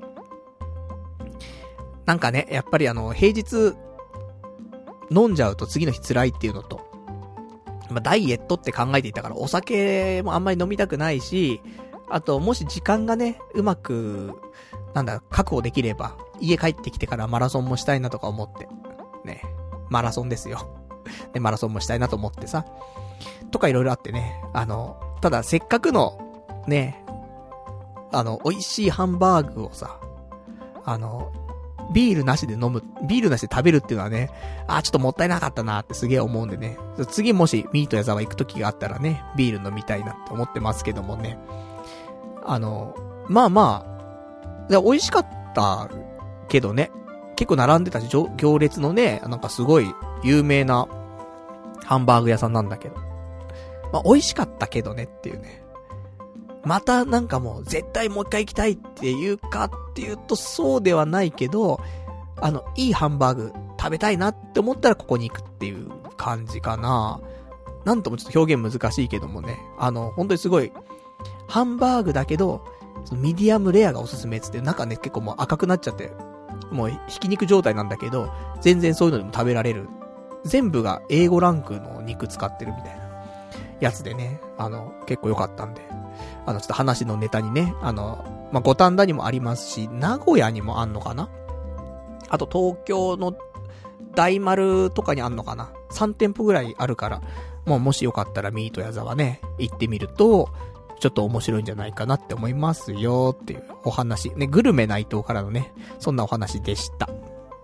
なんかね、やっぱりあの、平日飲んじゃうと次の日辛いっていうのと、まあダイエットって考えていたからお酒もあんまり飲みたくないし、あと、もし時間がね、うまく、なんだ、確保できれば、家帰ってきてからマラソンもしたいなとか思って。ね。マラソンですよ。で、マラソンもしたいなと思ってさ。とかいろいろあってね。あの、ただせっかくの、ね、あの、美味しいハンバーグをさ、あの、ビールなしで飲む、ビールなしで食べるっていうのはね、あーちょっともったいなかったなってすげえ思うんでね。次もしミート矢沢行く時があったらね、ビール飲みたいなって思ってますけどもね。あの、まあまあ、で美味しかったけどね、結構並んでたし、行列のね、なんかすごい有名なハンバーグ屋さんなんだけど。まあ美味しかったけどねっていうね。またなんかもう絶対もう一回行きたいっていうかっていうとそうではないけど、あの、いいハンバーグ食べたいなって思ったらここに行くっていう感じかな。なんともちょっと表現難しいけどもね、あの、本当にすごい、ハンバーグだけど、そのミディアムレアがおすすめっつって、中ね結構もう赤くなっちゃって、もうひき肉状態なんだけど、全然そういうのでも食べられる。全部が エーご ランクの肉使ってるみたいなやつでね、あの、結構良かったんで、あの、ちょっと話のネタにね、あの、まあ、五反田にもありますし、名古屋にもあんのかな？あと東京の大丸とかにあんのかな？ さん 店舗ぐらいあるから、もうもしよかったらミート矢沢ね、行ってみると、ちょっと面白いんじゃないかなって思いますよっていうお話。ね、グルメ内藤からのね、そんなお話でした。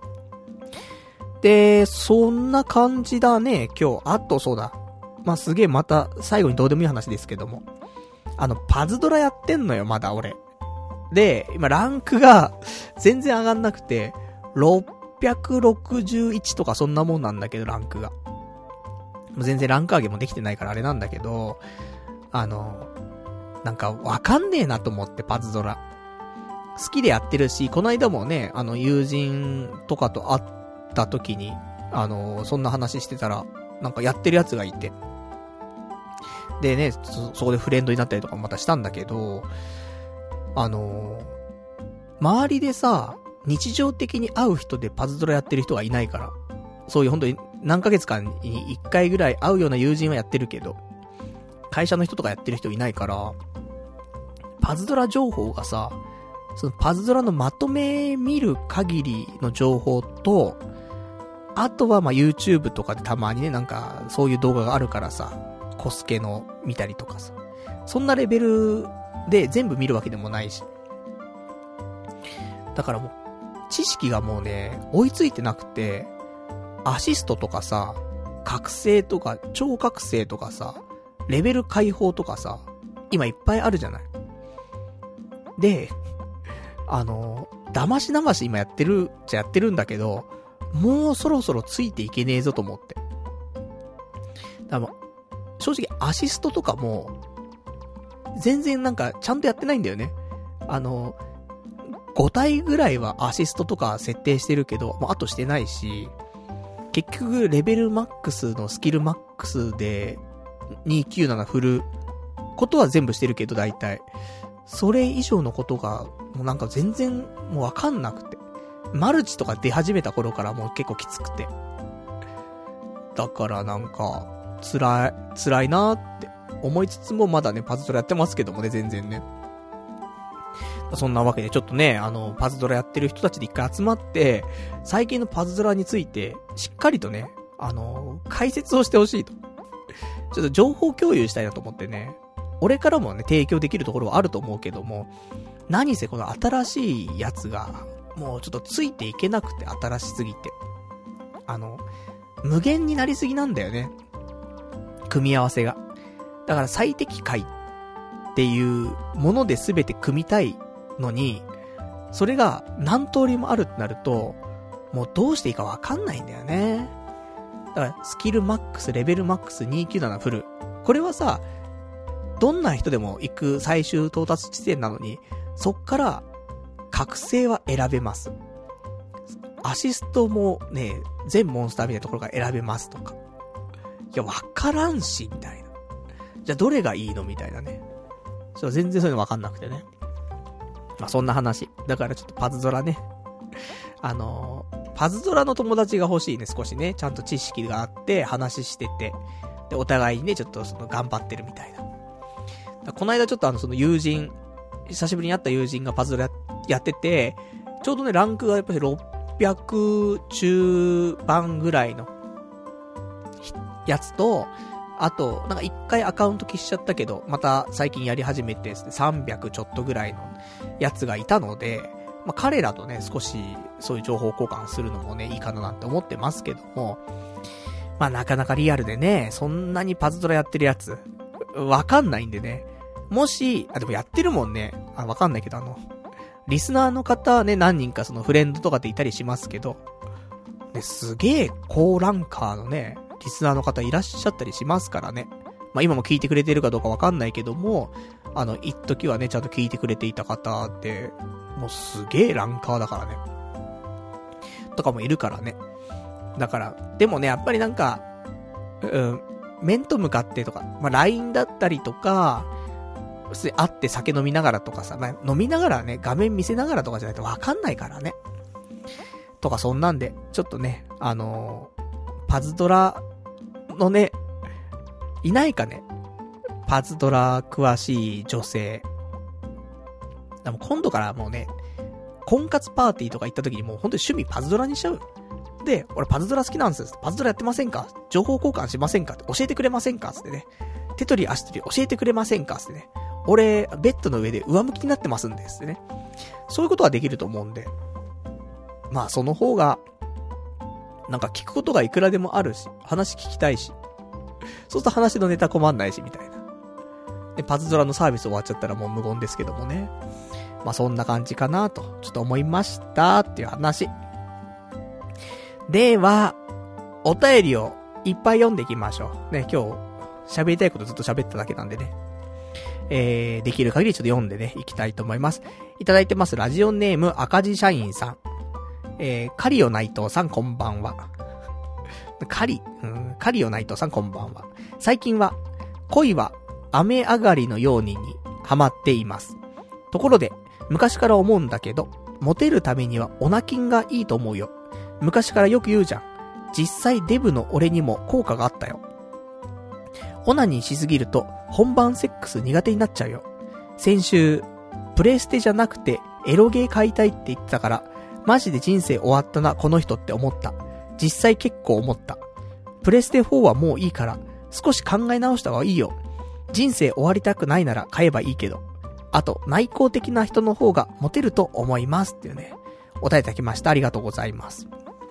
で、そんな感じだね、今日。あとそうだ。まあ、すげえまた最後にどうでもいい話ですけども。あの、パズドラやってんのよ、まだ俺。で、今ランクが全然上がんなくて、ろっぴゃくろくじゅういちとかそんなもんなんだけど、ランクが。もう全然ランク上げもできてないからあれなんだけど、あの、なんかわかんねえなと思ってパズドラ。好きでやってるし、この間もね、あの友人とかと会った時に、あの、そんな話してたら、なんかやってるやつがいて。でね、そ、そこでフレンドになったりとかまたしたんだけど、あの、周りでさ、日常的に会う人でパズドラやってる人がいないから、そういう本当に何ヶ月間にいっかいぐらい会うような友人はやってるけど、会社の人とかやってる人いないから、パズドラ情報がさ、 そのパズドラのまとめ見る限りの情報と、あとはまあ YouTube とかでたまにね、なんかそういう動画があるからさ、コスケの見たりとかさ、そんなレベルで全部見るわけでもないし。だからもう、知識がもうね、追いついてなくて、アシストとかさ、覚醒とか超覚醒とかさ、レベル解放とかさ、今いっぱいあるじゃない。で、あの、騙し騙し今やってるじゃやってるんだけど、もうそろそろついていけねえぞと思って。だから正直アシストとかも、全然なんかちゃんとやってないんだよね。あの、ご体ぐらいはアシストとか設定してるけど、もうあとしてないし、結局レベルマックスのスキルマックスでにひゃくきゅうじゅうなな振ることは全部してるけど大体。それ以上のことがもうなんか全然もうわかんなくて。マルチとか出始めた頃からもう結構きつくて。だからなんか辛い、辛いなーって思いつつもまだねパズドラやってますけどもね全然ね。そんなわけでちょっとね、あの、パズドラやってる人たちで一回集まって、最近のパズドラについて、しっかりとね、あの、解説をしてほしいと。ちょっと情報共有したいなと思ってね、俺からもね、提供できるところはあると思うけども、何せこの新しいやつが、もうちょっとついていけなくて、新しすぎて。あの、無限になりすぎなんだよね。組み合わせが。だから最適解っていうもので全て組みたいのに、それが何通りもあるってなると、もうどうしていいかわかんないんだよね。だからスキルマックス、レベルマックスにひゃくきゅうじゅうななフル。これはさ、どんな人でも行く最終到達地点なのに、そっから覚醒は選べます。アシストもね、全モンスターみたいなところから選べますとか。いや、わからんし、みたいな。じゃあどれがいいのみたいなね。ちょっと全然そういうのわかんなくてね。まあそんな話。だからちょっとパズドラね。あのー、パズドラの友達が欲しいね、少しね。ちゃんと知識があって、話してて。で、お互いにね、ちょっとその頑張ってるみたいな。この間ちょっとあの、その友人、久しぶりに会った友人がパズドラやってて、ちょうどね、ランクがやっぱりろっぴゃく中盤ぐらいの、やつと、あと、なんか一回アカウント消しちゃったけど、また最近やり始めてさんびゃくちょっとぐらいのやつがいたので、まあ彼らとね、少しそういう情報交換するのもね、いいかななんて思ってますけども、まあなかなかリアルでね、そんなにパズドラやってるやつ、わかんないんでね、もし、あ、でもやってるもんね、あ、わかんないけどあの、リスナーの方ね、何人かそのフレンドとかでいたりしますけど、ね、すげえ高ランカーのね、リスナーの方いらっしゃったりしますからね。まあ今も聞いてくれてるかどうかわかんないけども、あの、一時はね、ちゃんと聞いてくれていた方で、もうすげえランカーだからね。とかもいるからね。だから、でもね、やっぱりなんか、うん、面と向かってとか、まあ ライン だったりとか、普通に会って酒飲みながらとかさ、まあ飲みながらね、画面見せながらとかじゃないとわかんないからね。とかそんなんで、ちょっとね、あのー、パズドラのね、いないかね。パズドラ詳しい女性。でも今度からもうね、婚活パーティーとか行った時にもう本当に趣味パズドラにしちゃう。で、俺パズドラ好きなんです。パズドラやってませんか？情報交換しませんか？って教えてくれませんか？つってね。手取り足取り教えてくれませんか？つってね。俺、ベッドの上で上向きになってますんですってね。そういうことはできると思うんで。まあその方が、なんか聞くことがいくらでもあるし、話聞きたいし。そうすると話のネタ困んないし、みたいな。で、パズドラのサービス終わっちゃったらもう無言ですけどもね。まあそんな感じかなと、ちょっと思いましたっていう話。では、お便りをいっぱい読んでいきましょう。ね、今日、喋りたいことずっと喋っただけなんでね。えー、できる限りちょっと読んでね、いきたいと思います。いただいてます、ラジオネーム赤字社員さん。えー、カリオ内藤さんこんばんは。カリ、うん、カリオ内藤さんこんばんは。最近は、恋は雨上がりのようににハマっています。ところで、昔から思うんだけど、モテるためにはオナキンがいいと思うよ。昔からよく言うじゃん。実際デブの俺にも効果があったよ。オナニーしすぎると本番セックス苦手になっちゃうよ。先週、プレステじゃなくてエロゲー買いたいって言ってたから、マジで人生終わったな、この人って思った。実際結構思った。プレステフォーはもういいから、少し考え直した方がいいよ。人生終わりたくないなら買えばいいけど。あと、内向的な人の方がモテると思いますっていうね。お答えいただきました。ありがとうございます。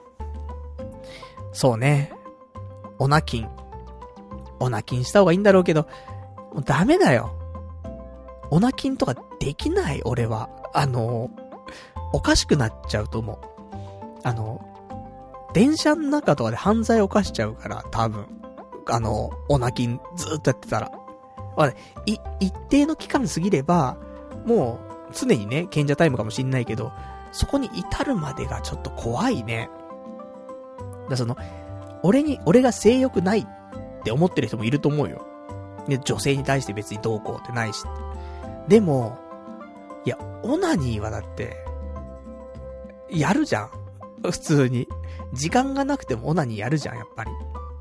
そうね。オナキン。オナキンした方がいいんだろうけど、もうダメだよ。オナキンとかできない、俺は。あの、おかしくなっちゃうと思う。あの、電車の中とかで犯罪を犯しちゃうから、多分。あの、オナキンずーっとやってたら。い、一定の期間過ぎれば、もう、常にね、賢者タイムかもしんないけど、そこに至るまでがちょっと怖いね。だその、俺に、俺が性欲ないって思ってる人もいると思うよ。で、女性に対して別にどうこうってないし。でも、いや、オナニーはだって、やるじゃん。普通に。時間がなくてもオナニーやるじゃん、やっぱり。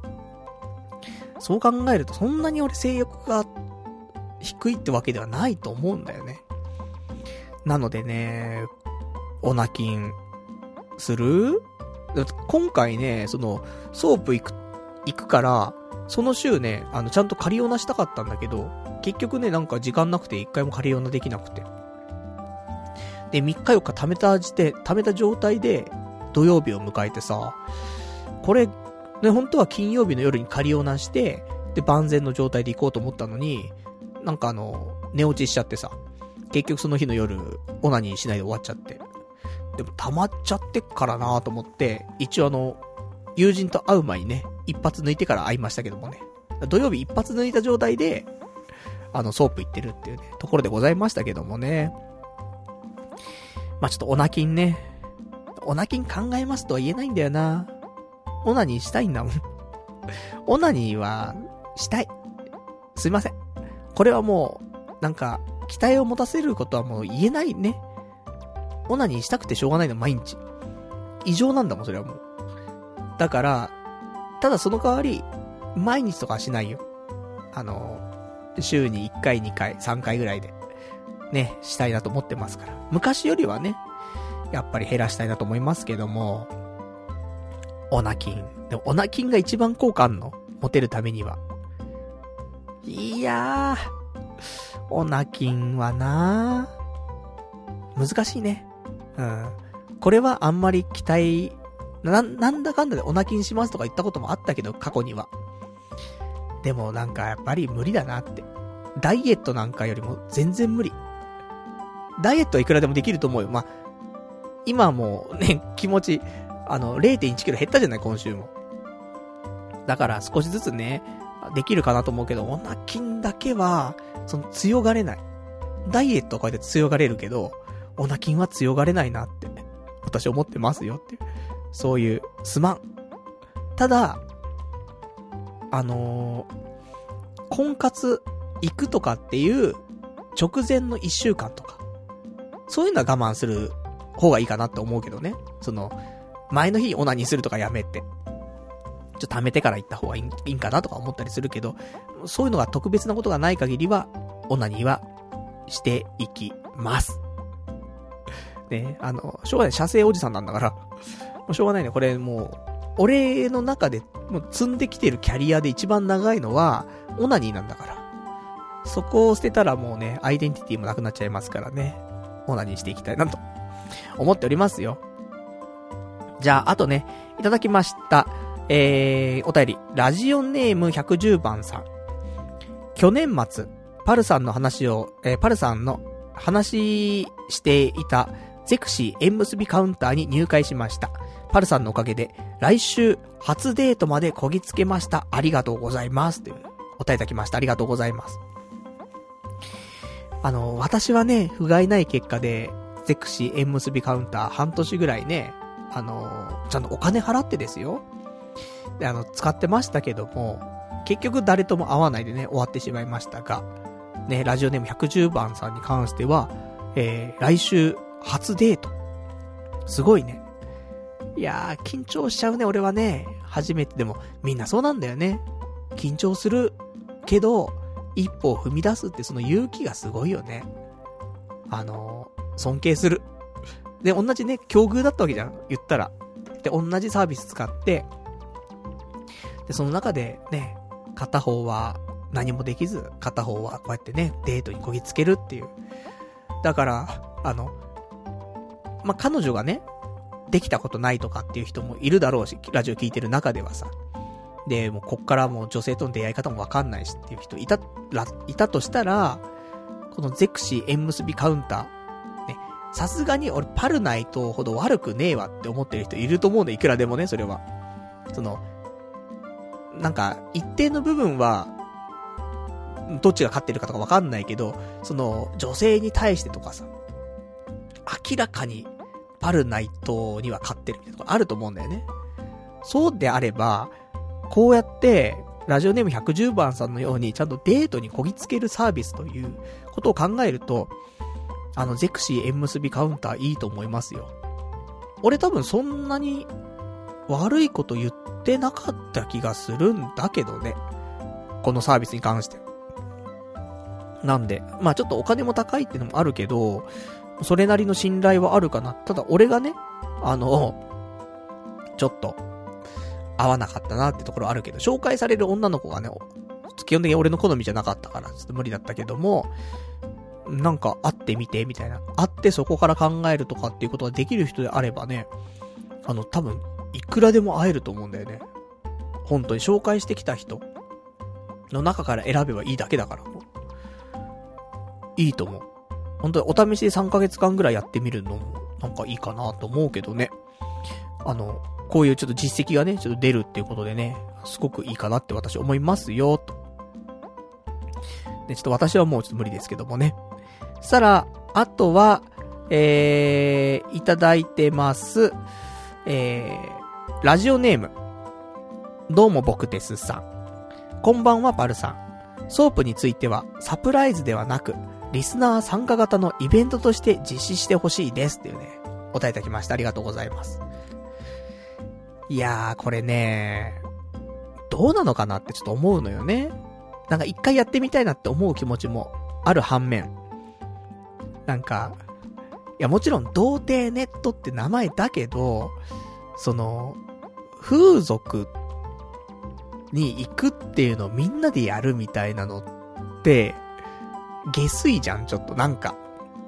そう考えると、そんなに俺性欲が低いってわけではないと思うんだよね。なのでね、オナキン、する？今回ね、その、ソープ行く、行くから、その週ね、あの、ちゃんと仮オナしたかったんだけど、結局ね、なんか時間なくて一回も仮オナできなくて。で、みっかよっか貯めた時点、貯めた状態で、土曜日を迎えてさ、これ、ね、本当は金曜日の夜に仮オナして、で、万全の状態で行こうと思ったのに、なんかあの、寝落ちしちゃってさ、結局その日の夜、オナニーしないで終わっちゃって。でも溜まっちゃってっからなぁと思って、一応あの、友人と会う前にね、一発抜いてから会いましたけどもね。土曜日一発抜いた状態で、あの、ソープ行ってるっていうね、ところでございましたけどもね。まあ、ちょっとオナキンね。オナキン考えますとは言えないんだよな。オナニーしたいんだもん。オナニーは、したい。すいません。これはもう、なんか、期待を持たせることはもう言えないね。オナニーしたくてしょうがないの、毎日。異常なんだもん、それはもう。だから、ただその代わり、毎日とかはしないよ。あの、週にいっかい、にかい、さんかいぐらいで、ね、したいなと思ってますから。昔よりはね、やっぱり減らしたいなと思いますけども、オナキン。でも、オナキンが一番効果あんの？モテるためには。いやー、オナキンはなー、難しいね。うん。これはあんまり期待、な、なんだかんだでオナキンしますとか言ったこともあったけど、過去には。でもなんかやっぱり無理だなって。ダイエットなんかよりも全然無理。ダイエットはいくらでもできると思うよ。まあ、今はもうね、気持ち、あの、れいてんいちキロ減ったじゃない、今週も。だから少しずつね、できるかなと思うけど、オナキンだけは、その強がれない。ダイエットはこうやって強がれるけど、オナキンは強がれないなって、私思ってますよっていう。そういう、すまん。ただ、あのー、婚活行くとかっていう直前のいっしゅうかんとか、そういうのは我慢する方がいいかなって思うけどね。その、前の日オナニーするとかやめて、ちょっと貯めてから行った方がいい、いいんかなとか思ったりするけど、そういうのが特別なことがない限りは、オナニーはしていきます。ね、あの、しょうがない、射精おじさんなんだから、もうしょうがないね、これもう、俺の中でもう積んできてるキャリアで一番長いのは、オナニーなんだから。そこを捨てたらもうね、アイデンティティもなくなっちゃいますからね。オナニーしていきたいなと思っておりますよ。じゃあ、あとね、いただきました。えー、お便り、ラジオネームひゃくじゅうばんさん。去年末、パルさんの話を、えー、パルさんの話していたゼクシー縁結びカウンターに入会しました。パルさんのおかげで、来週、初デートまでこぎつけました。ありがとうございます。という、お答えいただきました。ありがとうございます。あの、私はね、不甲斐ない結果で、ゼクシー縁結びカウンター半年ぐらいね、あの、ちゃんとお金払ってですよ。で、あの、使ってましたけども、結局誰とも会わないでね、終わってしまいましたが、ね、ラジオネームひゃくじゅうばんさんに関しては、えー、来週、初デート。すごいね。いやー、緊張しちゃうね、俺はね。初めてでも、みんなそうなんだよね。緊張するけど、一歩を踏み出すってその勇気がすごいよね。あのー、 尊敬する。で、同じね、境遇だったわけじゃん。言ったら。で、同じサービス使って、で、その中でね、片方は何もできず、片方はこうやってね、デートにこぎつけるっていう。だから、あの、まあ、彼女がね、できたことないとかっていう人もいるだろうし、ラジオ聞いてる中ではさ。で、もうこっからもう女性との出会い方もわかんないしっていう人いたら、いたとしたら、このゼクシー縁結びカウンター、ね、さすがに俺パルナイトほど悪くねえわって思ってる人いると思うんだよ、いくらでもね、それは。その、なんか、一定の部分は、どっちが勝ってるかとかわかんないけど、その、女性に対してとかさ、明らかにパルナイトには勝ってるみたいなとこあると思うんだよね。そうであれば、こうやって、ラジオネームひゃくじゅうばんさんのように、ちゃんとデートにこぎつけるサービスということを考えると、あの、ゼクシー縁結びカウンターいいと思いますよ。俺多分そんなに悪いこと言ってなかった気がするんだけどね。このサービスに関して。なんで、まあちょっとお金も高いってのもあるけど、それなりの信頼はあるかな。ただ俺がね、あの、ちょっと、合わなかったなってところあるけど、紹介される女の子がね、基本的に俺の好みじゃなかったから、ちょっと無理だったけども、なんか会ってみて、みたいな。会ってそこから考えるとかっていうことができる人であればね、あの、多分、いくらでも会えると思うんだよね。本当に紹介してきた人の中から選べばいいだけだから。いいと思う。本当にお試しでさんかげつかんぐらいやってみるのも、なんかいいかなと思うけどね。あの、こういうちょっと実績がね、ちょっと出るっていうことでね、すごくいいかなって私思いますよ、と。で、ちょっと私はもうちょっと無理ですけどもね。そしたら、あとは、えー、いただいてます。えー、ラジオネーム。どうも僕ですさん。こんばんはパルさん。ソープについては、サプライズではなく、リスナー参加型のイベントとして実施してほしいですっていうね、お答えいただきました。ありがとうございます。いやー、これね、どうなのかなってちょっと思うのよね。なんか一回やってみたいなって思う気持ちもある反面、なんか、いやもちろん童貞ネットって名前だけど、その、風俗に行くっていうのをみんなでやるみたいなのって、下水じゃん、ちょっとなんか。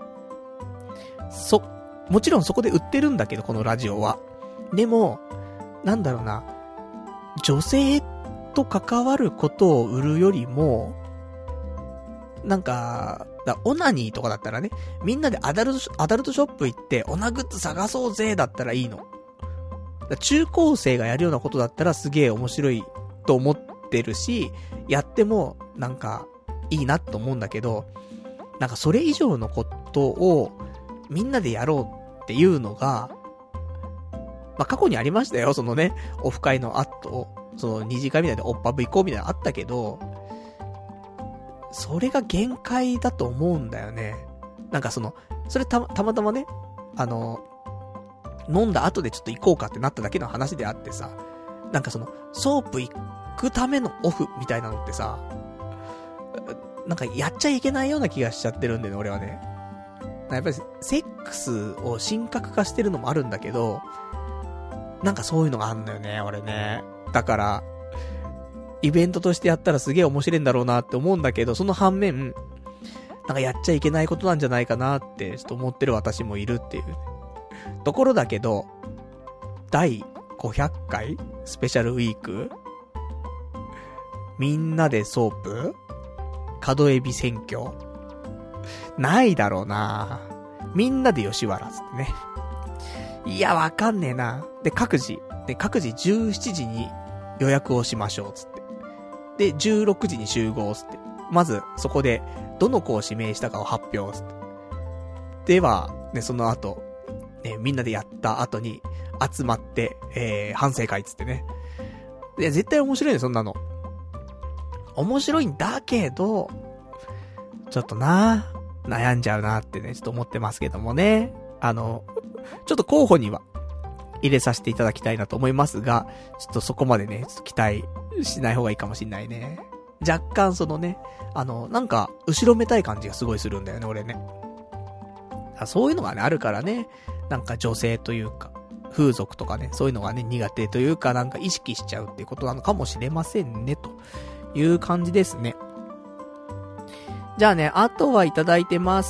そ、もちろんそこで売ってるんだけど、このラジオは。でも、なんだろうな、女性と関わることを売るよりも、なんか、だオナニーとかだったらね、みんなでアダルト、アダルトショップ行ってオナグッズ探そうぜだったらいいの。だ中高生がやるようなことだったらすげえ面白いと思ってるし、やってもなんかいいなと思うんだけど、なんかそれ以上のことをみんなでやろうっていうのが、まあ、過去にありましたよ、そのね、オフ会の後、その二次会みたいでオッパブ行こうみたいなのあったけど、それが限界だと思うんだよね。なんかその、それた、たまたまね、あの、飲んだ後でちょっと行こうかってなっただけの話であってさ、なんかその、ソープ行くためのオフみたいなのってさ、なんかやっちゃいけないような気がしちゃってるんだよね、俺はね。やっぱりセックスを神格化してるのもあるんだけど、なんかそういうのがあんだよね、俺ね。だから、イベントとしてやったらすげえ面白いんだろうなって思うんだけど、その反面、なんかやっちゃいけないことなんじゃないかなってちょっと思ってる私もいるっていうところだけど、だいごひゃっかいスペシャルウィーク、みんなでソープ角エビ選挙ないだろうな。みんなで吉原つってね。いや、わかんねえな。で、各自、で、各自じゅうしちじに予約をしましょう、つって。で、じゅうろくじに集合、つって。まず、そこで、どの子を指名したかを発表、つって。では、ね、その後、ね、みんなでやった後に、集まって、えー、反省会、つってね。いや、絶対面白いね、そんなの。面白いんだけど、ちょっとな、悩んじゃうなってね、ちょっと思ってますけどもね。あの、ちょっと候補には入れさせていただきたいなと思いますが、ちょっとそこまでね、ちょっと期待しない方がいいかもしんないね。若干そのね、あの、なんか、後ろめたい感じがすごいするんだよね、俺ね。 そういうのがね、あるからね、なんか女性というか、風俗とかね、そういうのがね、苦手というか、なんか意識しちゃうっていうことなのかもしれませんね、という感じですね。じゃあね、あとはいただいてます、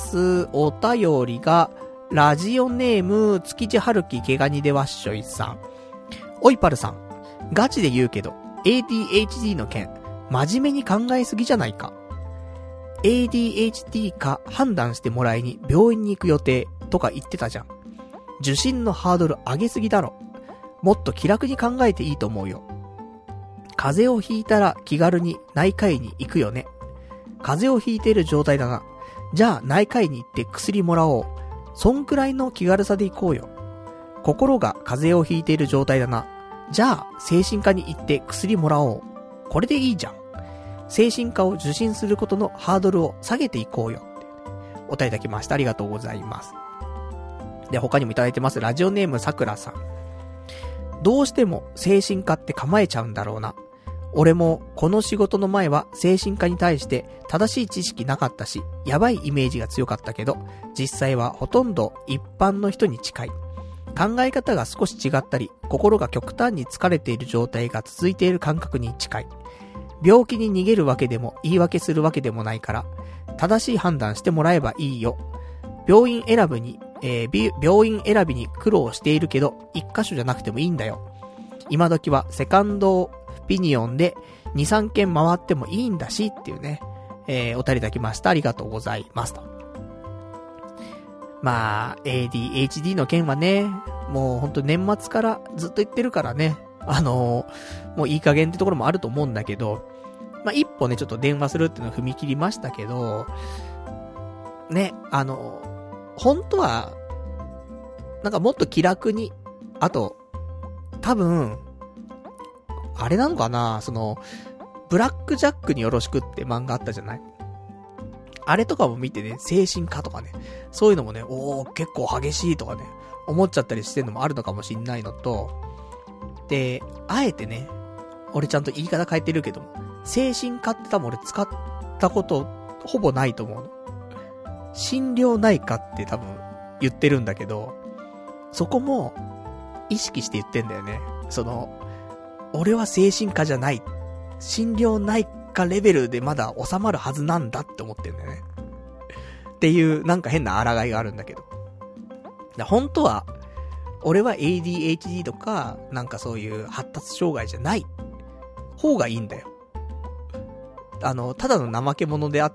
お便りが、ラジオネーム、築地春樹毛ガニでわっしょいさん。おいパルさん、ガチで言うけど、エーディーエイチディー の件、真面目に考えすぎじゃないか。エーディーエイチディー か判断してもらいに病院に行く予定とか言ってたじゃん。受診のハードル上げすぎだろ。もっと気楽に考えていいと思うよ。風邪をひいたら気軽に内科医に行くよね。風邪をひいている状態だな。じゃあ内科医に行って薬もらおう。そんくらいの気軽さで行こうよ。心が風邪をひいている状態だな。じゃあ精神科に行って薬もらおう。これでいいじゃん。精神科を受診することのハードルを下げていこうよ。お便りいただきました。ありがとうございます。で、他にもいただいてます。ラジオネームさくらさん。どうしても精神科って構えちゃうんだろうな。俺もこの仕事の前は精神科に対して正しい知識なかったし、やばいイメージが強かったけど、実際はほとんど一般の人に近い。考え方が少し違ったり、心が極端に疲れている状態が続いている感覚に近い。病気に逃げるわけでも言い訳するわけでもないから、正しい判断してもらえばいいよ。病院選ぶに、えー、病院選びに苦労しているけど、一箇所じゃなくてもいいんだよ。今時はセカンドピニオンでに、さんけん回ってもいいんだしっていうね、えー、お便りいただきました。ありがとうございますと。まあ、エーディーエイチディー の件はね、もうほんと年末からずっと言ってるからね、あのー、もういい加減ってところもあると思うんだけど、まあ一歩ね、ちょっと電話するっていうのを踏み切りましたけど、ね、あのー、本当は、なんかもっと気楽に、あと、多分、あれなのかな、その、ブラックジャックによろしくって漫画あったじゃない？あれとかも見てね、精神科とかね、そういうのもね、おー、結構激しいとかね、思っちゃったりしてるのもあるのかもしんないのと、で、あえてね、俺ちゃんと言い方変えてるけども、精神科って多分俺使ったことほぼないと思うの。心療内科って多分言ってるんだけど、そこも意識して言ってんだよね。その、俺は精神科じゃない。心療内科レベルでまだ収まるはずなんだって思ってるんだよね。っていうなんか変な抗いがあるんだけど。だ本当は、俺は エーディーエイチディー とか、なんかそういう発達障害じゃない方がいいんだよ。あの、ただの怠け者であって、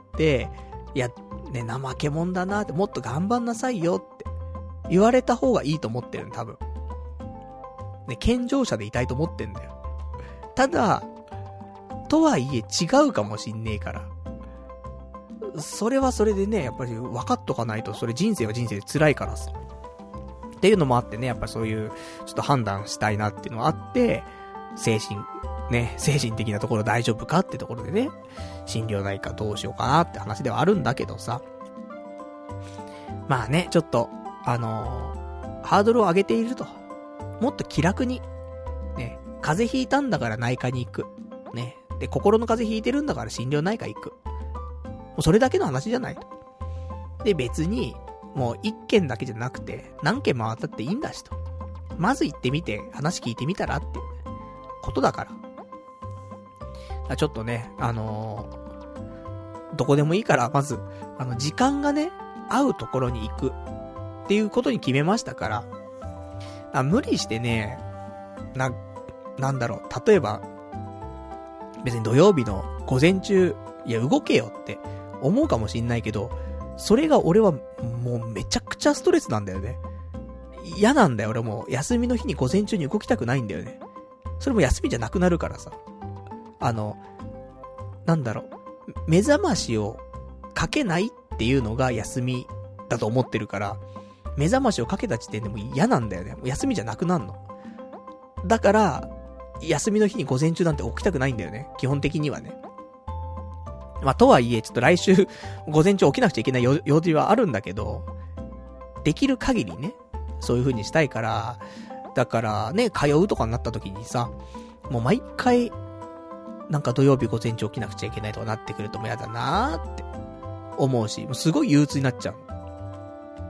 いや、ね、怠け者だなって、もっと頑張んなさいよって言われた方がいいと思ってるの、多分。ね、健常者でいたいと思ってんだよ。ただ、とはいえ違うかもしんねえから。それはそれでね、やっぱり分かっとかないと、それ人生は人生で辛いからさ。っていうのもあってね、やっぱそういう、ちょっと判断したいなっていうのがあって、精神、ね、精神的なところ大丈夫かってところでね、心療内科どうしようかなって話ではあるんだけどさ。まあね、ちょっと、あのー、ハードルを上げていると。もっと気楽に、ね、風邪ひいたんだから内科に行く。ね。で、心の風邪ひいてるんだから心療内科行く。もうそれだけの話じゃないと。で、別に、もう一件だけじゃなくて、何件回ったっていいんだしと。まず行ってみて、話聞いてみたらっていうことだから。だからちょっとね、あのー、どこでもいいから、まず、あの、時間がね、合うところに行くっていうことに決めましたから、あ無理してね、な、なんだろう、例えば、別に土曜日の午前中、いや動けよって思うかもしんないけど、それが俺はもうめちゃくちゃストレスなんだよね。嫌なんだよ俺もう休みの日に午前中に動きたくないんだよね。それも休みじゃなくなるからさ。あの、なんだろう、目覚ましをかけないっていうのが休みだと思ってるから、目覚ましをかけた時点でもう嫌なんだよね。もう休みじゃなくなるの。だから、休みの日に午前中なんて起きたくないんだよね。基本的にはね。まあ、とはいえ、ちょっと来週、午前中起きなくちゃいけない用事はあるんだけど、できる限りね、そういう風にしたいから、だからね、通うとかになった時にさ、もう毎回、なんか土曜日午前中起きなくちゃいけないとかなってくるともうやだなーって思うし、もうすごい憂鬱になっちゃう。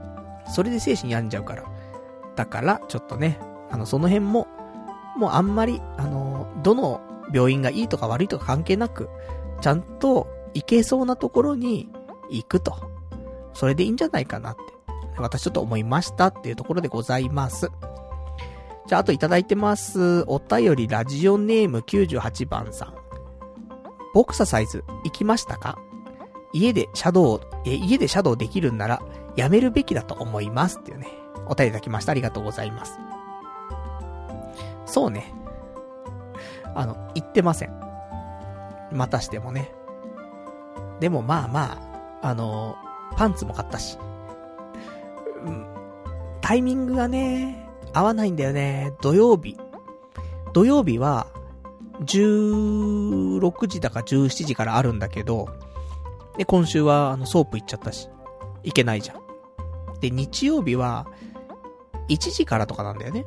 それで精神病んじゃうから。だから、ちょっとね、あの、その辺も、もうあんまり、あの、どの病院がいいとか悪いとか関係なく、ちゃんと行けそうなところに行くと。それでいいんじゃないかなって。私ちょっと思いましたっていうところでございます。じゃあ、あといただいてます。お便りラジオネームきゅうじゅうはちばんさん。ボクササイズ行きましたか？家でシャドウ、え、家でシャドウできるんならやめるべきだと思いますっていうね。お便りいただきました。ありがとうございます。そうね。あの、言ってません。またしてもね。でもまあまあ、あの、パンツも買ったし。うん、タイミングがね、合わないんだよね。土曜日。土曜日は、じゅうろくじだかじゅうしちじからあるんだけど、で、今週は、あの、ソープ行っちゃったし、行けないじゃん。で、日曜日は、いちじからとかなんだよね。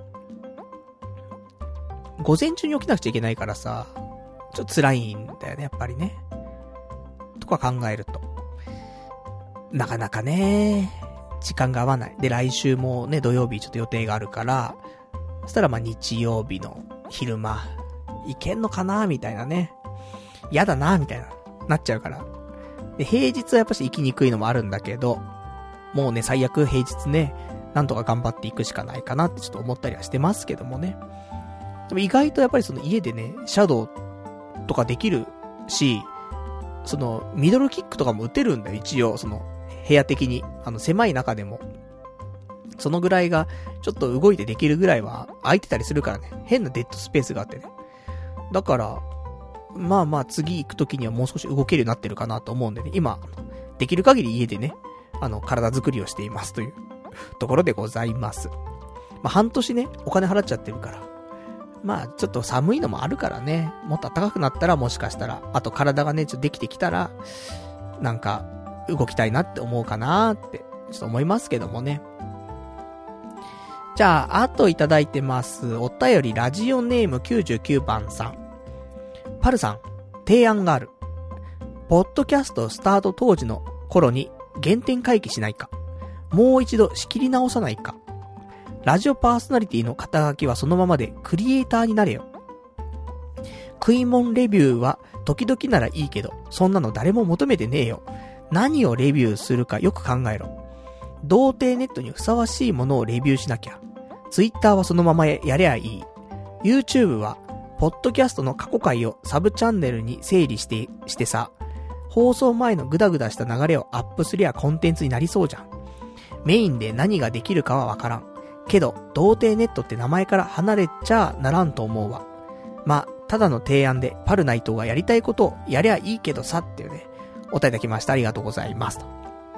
午前中に起きなくちゃいけないからさ、ちょっと辛いんだよね、やっぱりね。とか考えると。なかなかね、時間が合わない。で、来週もね、土曜日ちょっと予定があるから、そしたらまあ日曜日の昼間、行けんのかなみたいなね。やだなみたいな、なっちゃうから。で、平日はやっぱし行きにくいのもあるんだけど、もうね、最悪平日ね、なんとか頑張っていくしかないかなってちょっと思ったりはしてますけどもね。でも意外とやっぱりその家でね、シャドウとかできるし、そのミドルキックとかも打てるんだよ、一応、その部屋的に。あの狭い中でも。そのぐらいが、ちょっと動いてできるぐらいは空いてたりするからね。変なデッドスペースがあってね。だから、まあまあ次行く時にはもう少し動けるようになってるかなと思うんでね。今、できる限り家でね、あの、体作りをしていますというところでございます。まあ半年ね、お金払っちゃってるから。まあちょっと寒いのもあるからね。もっと暖かくなったらもしかしたら、あと体がね、ちょっとできてきたら、なんか、動きたいなって思うかなーって、ちょっと思いますけどもね。じゃあ、あといただいてます。お便りラジオネームきゅうじゅうきゅうばんさん。パルさん、提案がある。ポッドキャストスタート当時の頃に原点回帰しないか。もう一度仕切り直さないか。ラジオパーソナリティの肩書きはそのままでクリエイターになれよ。食いもんレビューは時々ならいいけど、そんなの誰も求めてねえよ。何をレビューするかよく考えろ。童貞ネットにふさわしいものをレビューしなきゃ。ツイッターはそのままやれゃいい。YouTube は、ポッドキャストの過去回をサブチャンネルに整理して、してさ、放送前のグダグダした流れをアップすりゃコンテンツになりそうじゃん。メインで何ができるかはわからん。けど、童貞ネットって名前から離れちゃならんと思うわ。まあ、ただの提案でパルナイトがやりたいことをやりゃいいけどさっていうね。お答えいただきました。ありがとうございますと。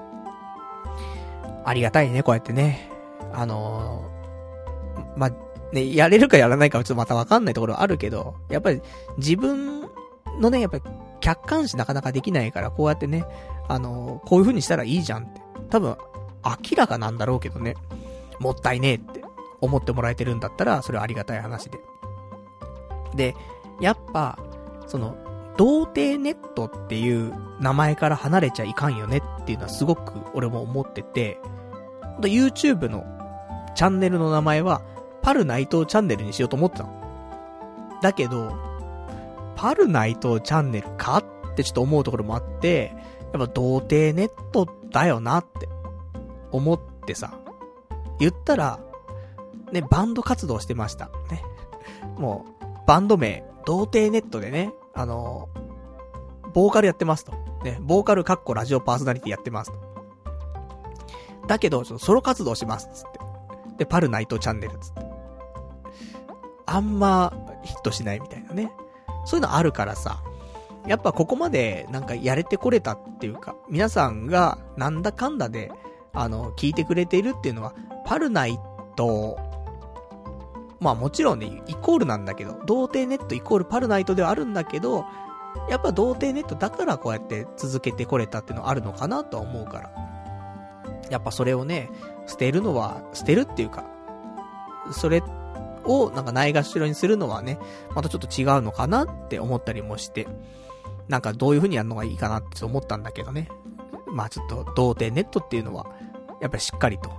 ありがたいね、こうやってね。あのー、ま、ね、やれるかやらないかはちょっとまたわかんないところはあるけど、やっぱり自分のね、やっぱり客観視なかなかできないから、こうやってね、あのー、こういう風にしたらいいじゃんって。多分、明らかなんだろうけどね。もったいねえって思ってもらえてるんだったら、それはありがたい話で。で、やっぱ、その、童貞ネットっていう名前から離れちゃいかんよねっていうのはすごく俺も思ってて、YouTube のチャンネルの名前はパル内藤チャンネルにしようと思ってたの。だけど、パル内藤チャンネルかってちょっと思うところもあって、やっぱ童貞ネットだよなって思ってさ、言ったら、ね、バンド活動してました。ね。もう、バンド名、童貞ネットでね、あのー、ボーカルやってますと。ね、ボーカルかっこラジオパーソナリティやってますと。だけど、ソロ活動しますつって。で、パルナイトチャンネルつって。あんまヒットしないみたいなね。そういうのあるからさ、やっぱここまでなんかやれてこれたっていうか、皆さんがなんだかんだで、あの、聞いてくれているっていうのは、パルナイト、まあもちろんね、イコールなんだけど、童貞ネットイコールパルナイトではあるんだけど、やっぱ童貞ネットだからこうやって続けてこれたっていうのはあるのかなとは思うから。やっぱそれをね、捨てるのは、捨てるっていうか、それをなんかないがしろにするのはね、またちょっと違うのかなって思ったりもして、なんかどういう風にやるのがいいかなって思ったんだけどね。まあちょっと童貞ネットっていうのは、やっぱりしっかりと、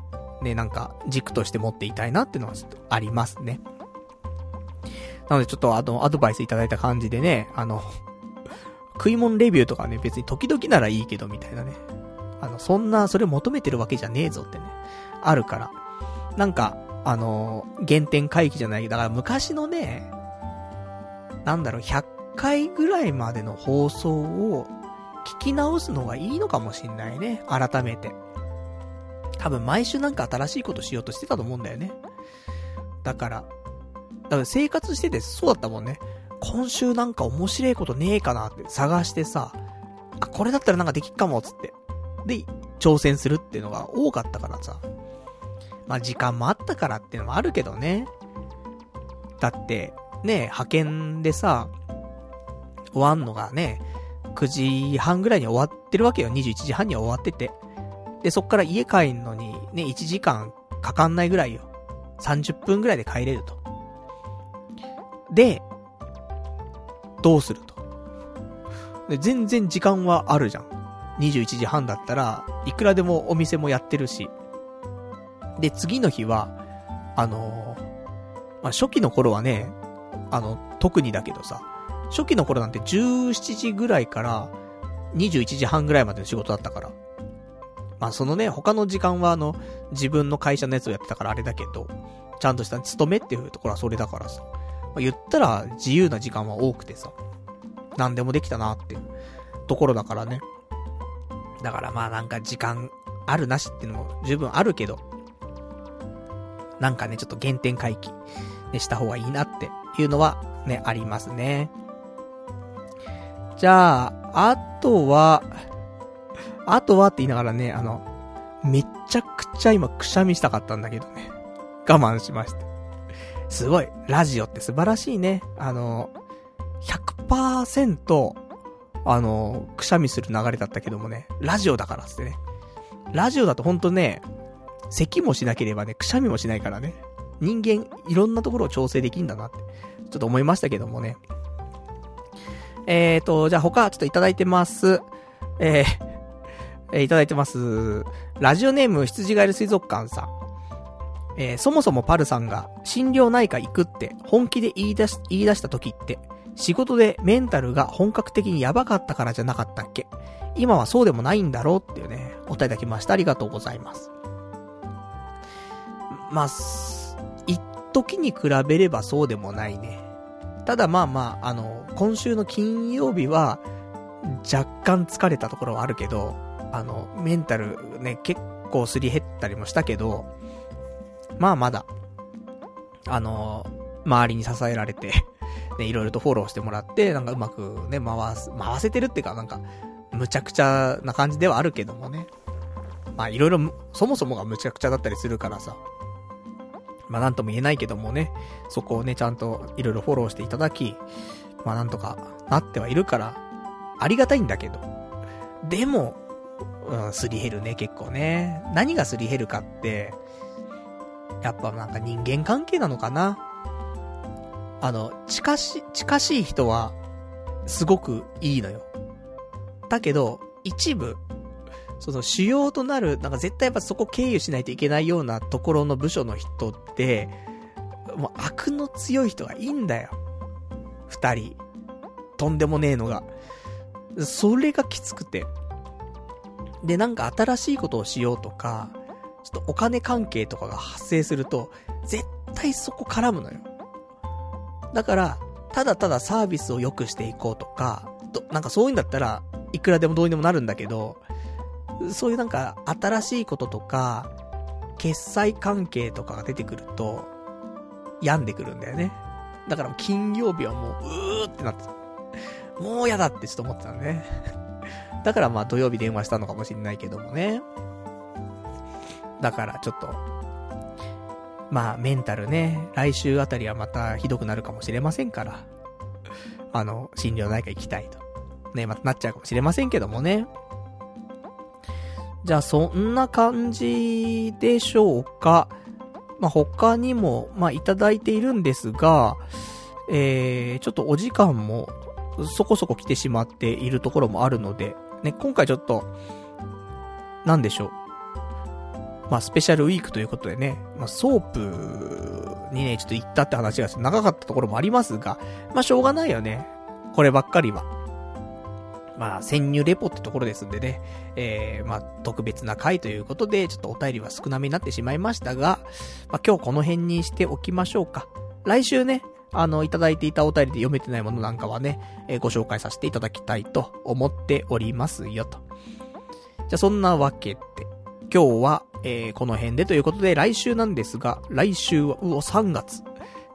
ね、なんか軸として持っていたいなっていうのはちょっとありますね。なのでちょっとあの、アドバイスいただいた感じでね、あの、食い物レビューとかね、別に時々ならいいけどみたいなね。あの、そんな、それ求めてるわけじゃねえぞってね、あるから。なんか、あの、原点回帰じゃない、だから昔のね、なんだろう、ひゃっかいぐらいまでの放送を聞き直すのがいいのかもしんないね、改めて。多分毎週なんか新しいことしようとしてたと思うんだよね。だから、だから生活しててそうだったもんね。今週なんか面白いことねえかなって探してさ、あ、これだったらなんかできっかも、つって。で、挑戦するっていうのが多かったからさ。まあ時間もあったからっていうのもあるけどね。だって、ね、派遣でさ、終わんのがね、くじはんぐらいに終わってるわけよ。にじゅういちじはんには終わってて。で、そっから家帰んのにね、いちじかんかかんないぐらいよ。さんじゅっぷんぐらいで帰れると。で、どうすると。で、全然時間はあるじゃん。にじゅういちじはんだったら、いくらでもお店もやってるし。で、次の日は、あのー、まあ、初期の頃はね、あの、特にだけどさ、初期の頃なんてじゅうしちじぐらいからにじゅういちじはんぐらいまでの仕事だったから。まあ、そのね、他の時間はあの、自分の会社のやつをやってたからあれだけど、ちゃんとした勤めっていうところはそれだからさ。まあ、言ったら自由な時間は多くてさ、何でもできたなっていうところだからね。だからまあなんか時間あるなしっていうのも十分あるけど、なんかね、ちょっと原点回帰ね、した方がいいなっていうのはね、ありますね。じゃあ、あとは、あとはって言いながらね、あの、めっちゃくちゃ今くしゃみしたかったんだけどね。我慢しました。すごい。ラジオって素晴らしいね。あの、ひゃくパーセント、あの、くしゃみする流れだったけどもね、ラジオだからっつってね。ラジオだとほんとね、咳もしなければね、くしゃみもしないからね。人間、いろんなところを調整できんだなって、ちょっと思いましたけどもね。えーと、じゃあ他、ちょっといただいてます。えー、えー、いただいてます。ラジオネーム、羊ガエル水族館さん。えー、そもそもパルさんが心療内科行くって本気で言い出し、言い出した時って、仕事でメンタルが本格的にやばかったからじゃなかったっけ？今はそうでもないんだろうっていうね、お答えいただきました。ありがとうございます。まあ、一時に比べればそうでもないね。ただまあまあ、あの、今週の金曜日は、若干疲れたところはあるけど、あの、メンタルね、結構すり減ったりもしたけど、まあまだ、あの、周りに支えられて、ね、いろいろとフォローしてもらって、なんかうまくね、回す、回せてるっていうか、なんか、むちゃくちゃな感じではあるけどもね。まあいろいろ、そもそもがむちゃくちゃだったりするからさ。まあなんとも言えないけどもね、そこをね、ちゃんといろいろフォローしていただき、まあなんとかなってはいるから、ありがたいんだけど。でも、うん、すり減るね、結構ね。何がすり減るかって、やっぱなんか人間関係なのかな。あの、近し、近しい人は、すごくいいのよ。だけど、一部、その主要となる、なんか絶対やっぱそこ経由しないといけないようなところの部署の人って、もう悪の強い人がいいんだよ。二人。とんでもねえのが。それがきつくて。で、なんか新しいことをしようとか、ちょっとお金関係とかが発生すると、絶対そこ絡むのよ。だから、ただただサービスを良くしていこうとか、となんかそういうんだったらいくらでもどうにでもなるんだけど、そういうなんか新しいこととか決済関係とかが出てくると病んでくるんだよね。だから金曜日はもううーってなってた。もうやだってちょっと思ってたね。だからまあ土曜日電話したのかもしれないけどもね。だからちょっとまあメンタルね、来週あたりはまたひどくなるかもしれませんから、あの心療内科行きたいとね、またなっちゃうかもしれませんけどもね。じゃあそんな感じでしょうか。まあ他にもまあいただいているんですが、えー、ちょっとお時間もそこそこ来てしまっているところもあるのでね、今回ちょっとなんでしょう、 まあスペシャルウィークということでね、まあソープにね、ちょっと行ったって話が長かったところもありますが、まあしょうがないよね。こればっかりは。まあ潜入レポってところですんでね、えー、まあ特別な回ということで、ちょっとお便りは少なめになってしまいましたが、まあ今日この辺にしておきましょうか。来週ね、あの、いただいていたお便りで読めてないものなんかはね、えー、ご紹介させていただきたいと思っておりますよと。じゃあそんなわけで、今日は、えー、この辺でということで、来週なんですが、来週は、うお、さんがつ。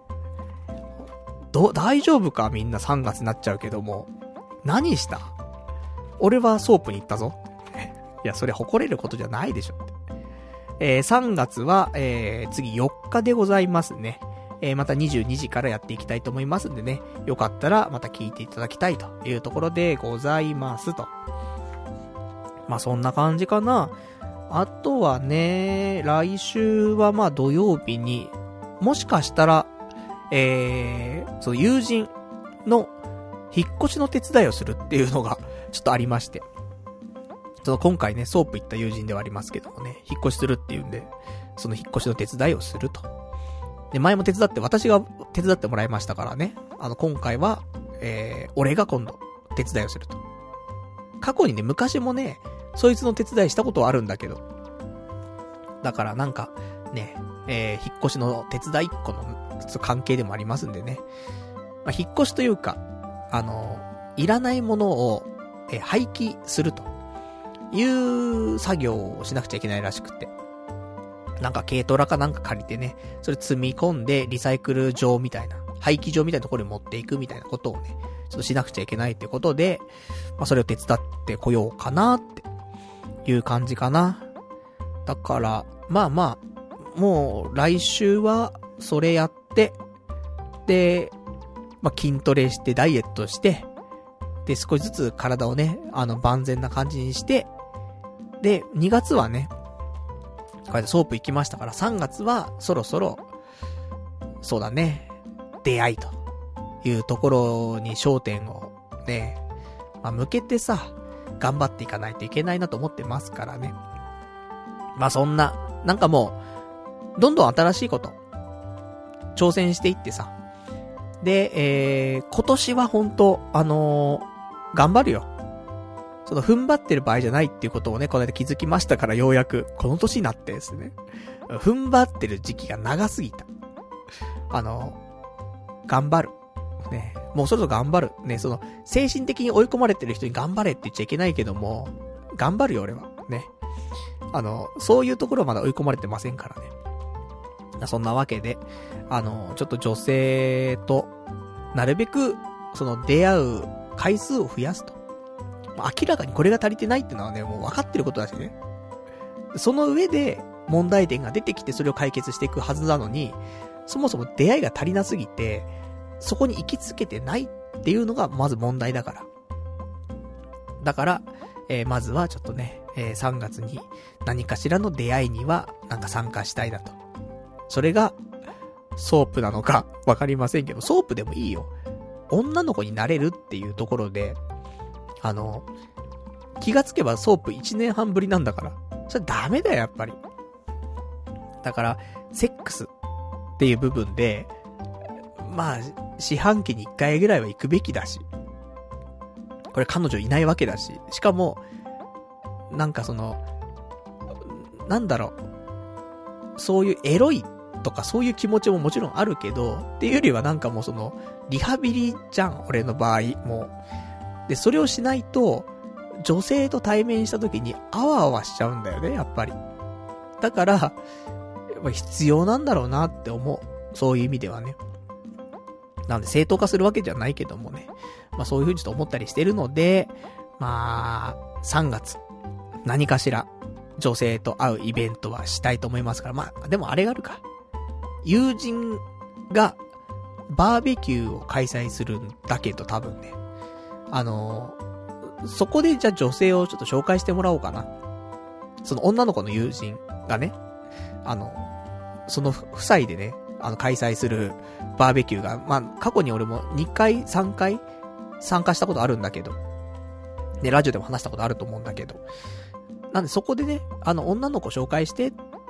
ど、大丈夫かみんなさんがつになっちゃうけども。何した？俺はソープに行ったぞ。いや、それ誇れることじゃないでしょ。えー、さんがつは、えー、次よっかでございますね。えー、またにじゅうにじからやっていきたいと思いますんでね。よかったらまた聞いていただきたいというところでございますと。まあ、そんな感じかな。あとはね、来週はまあ土曜日に、もしかしたら、えー、その友人の引っ越しの手伝いをするっていうのがちょっとありまして。その今回ね、ソープ行った友人ではありますけどもね、引っ越しするっていうんで、その引っ越しの手伝いをすると。で、前も手伝って、私が手伝ってもらいましたからね。あの、今回は、えー、俺が今度、手伝いをすると。過去にね、昔もね、そいつの手伝いしたことはあるんだけど。だからなんか、ね、えー、引っ越しの手伝いっ子の関係でもありますんでね。まあ、引っ越しというか、あの、いらないものを、えー、廃棄するという作業をしなくちゃいけないらしくて。なんか軽トラかなんか借りてね、それ積み込んでリサイクル場みたいな、廃棄場みたいなところに持っていくみたいなことをね、ちょっとしなくちゃいけないってことで、まあそれを手伝ってこようかなっていう感じかな。だから、まあまあ、もう来週はそれやって、で、まあ筋トレしてダイエットして、で少しずつ体をね、あの万全な感じにして、で、にがつはね、こうやってソープ行きましたから、さんがつはそろそろ、そうだね、出会いというところに焦点をね、まあ、向けてさ、頑張っていかないといけないなと思ってますからね。まあそんな、なんかもう、どんどん新しいこと、挑戦していってさ。で、えー、今年は本当あのー、頑張るよ。その踏ん張ってる場合じゃないっていうことをね、この間気づきましたから、ようやく、この年になってですね、踏ん張ってる時期が長すぎた。あの、頑張る。ね、もうそろそろ頑張る。ね、その、精神的に追い込まれてる人に頑張れって言っちゃいけないけども、頑張るよ俺は。ね。あの、そういうところはまだ追い込まれてませんからね。そんなわけで、あの、ちょっと女性と、なるべく、その出会う回数を増やすと。明らかにこれが足りてないっていうのはね、もう分かってることだしね。その上で問題点が出てきてそれを解決していくはずなのに、そもそも出会いが足りなすぎて、そこに行きつけてないっていうのがまず問題だから。だから、えー、まずはちょっとね、えー、さんがつに何かしらの出会いにはなんか参加したいなと。それが、ソープなのかわかりませんけど、ソープでもいいよ。女の子になれるっていうところで、あの、気がつけばソープいちねんはんぶりなんだから。それダメだよ、やっぱり。だから、セックスっていう部分で、まあ、四半期にいっかいぐらいは行くべきだし。これ彼女いないわけだし。しかも、なんかその、なんだろう。そういうエロいとかそういう気持ちももちろんあるけど、っていうよりはなんかもうその、リハビリじゃん、俺の場合、もう。で、それをしないと、女性と対面した時にあわあわしちゃうんだよね、やっぱり。だから、やっぱ必要なんだろうなって思う。そういう意味ではね。なんで正当化するわけじゃないけどもね。まあそういう風にちょっと思ったりしてるので、まあ、さんがつ、何かしら、女性と会うイベントはしたいと思いますから、まあ、でもあれがあるか。友人が、バーベキューを開催するんだけど多分ね。あのー、そこでじゃあ女性をちょっと紹介してもらおうかな。その女の子の友人がね、あの、その夫妻でね、あの開催するバーベキューが、まあ過去に俺もにかいさんかい参加したことあるんだけど、でラジオでも話したことあると思うんだけど、なんでそこでね、あの女の子紹介してって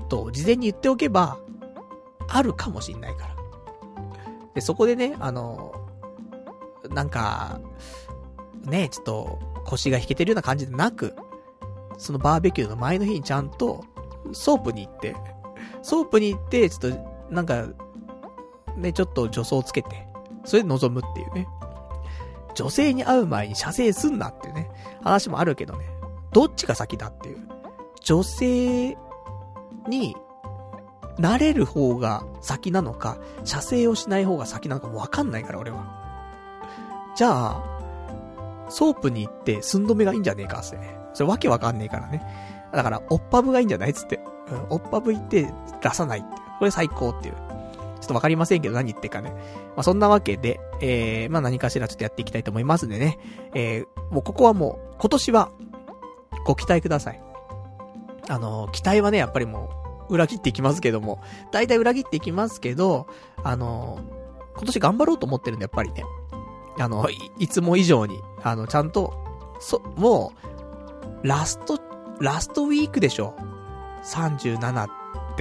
ことを事前に言っておけば、あるかもしんないから。で、そこでね、あの、なんか、ね、ちょっと腰が引けてるような感じでなく、そのバーベキューの前の日にちゃんと、ソープに行って、ソープに行って、ちょっと、なんか、ね、ちょっと助走つけて、それで臨むっていうね。女性に会う前に射精すんなっていうね、話もあるけどね。どっちが先だっていう。女性になれる方が先なのか、射精をしない方が先なのかもわかんないから俺は。じゃあ、ソープに行って寸止めがいいんじゃねえかってね。それわけわかんねえからね。だから、おっぱぶがいいんじゃないつって。うん、おっぱぶ行って出さないっていう。これ最高っていう。ちょっとわかりませんけど何言ってかね。まあ、そんなわけで、えー、まあ、何かしらちょっとやっていきたいと思いますんでね。えー、もうここはもう、今年は、ご期待ください。あのー、期待はね、やっぱりもう、裏切っていきますけども、大体裏切っていきますけど、あのー、今年頑張ろうと思ってるんで、やっぱりね。あの、い, いつも以上に、あの、ちゃんと、そ、もう、ラスト、ラストウィークでしょ。さんじゅうななって。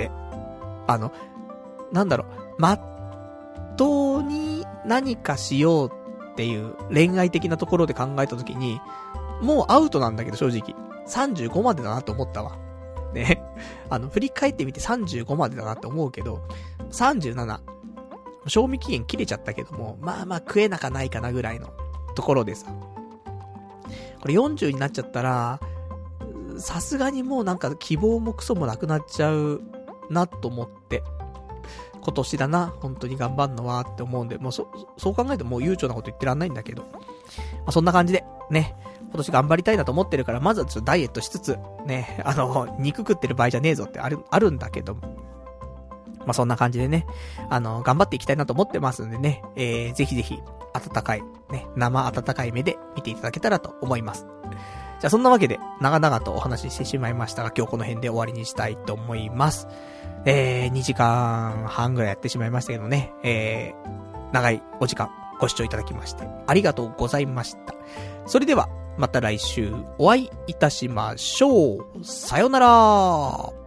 あの、なんだろう、まっとうに何かしようっていう恋愛的なところで考えたときに、もうアウトなんだけど正直。さんじゅうごまでだなと思ったわ。ね。あの、振り返ってみてさんじゅうごまでだなって思うけど、さんじゅうなな。賞味期限切れちゃったけども、まあまあ食えなかないかなぐらいのところでさ。これよんじゅうになっちゃったら、さすがにもうなんか希望もクソもなくなっちゃうなと思って。今年だな、本当に頑張んのはって思うんで、もうそ、そう考えるともう悠長なこと言ってらんないんだけど。まあ、そんな感じで、ね、今年頑張りたいなと思ってるから、まずはちょっとダイエットしつつ、ね、あの、肉食ってる場合じゃねえぞってある、あるんだけど、まあ、そんな感じでね、あの、頑張っていきたいなと思ってますんでね、えー、ぜひぜひ、温かい、ね、生温かい目で見ていただけたらと思います。じゃあそんなわけで、長々とお話ししてしまいましたが、今日この辺で終わりにしたいと思います。えー、にじかんはんぐらいやってしまいましたけどね、えー、長いお時間ご視聴いただきまして、ありがとうございました。それでは、また来週お会いいたしましょう。さよなら。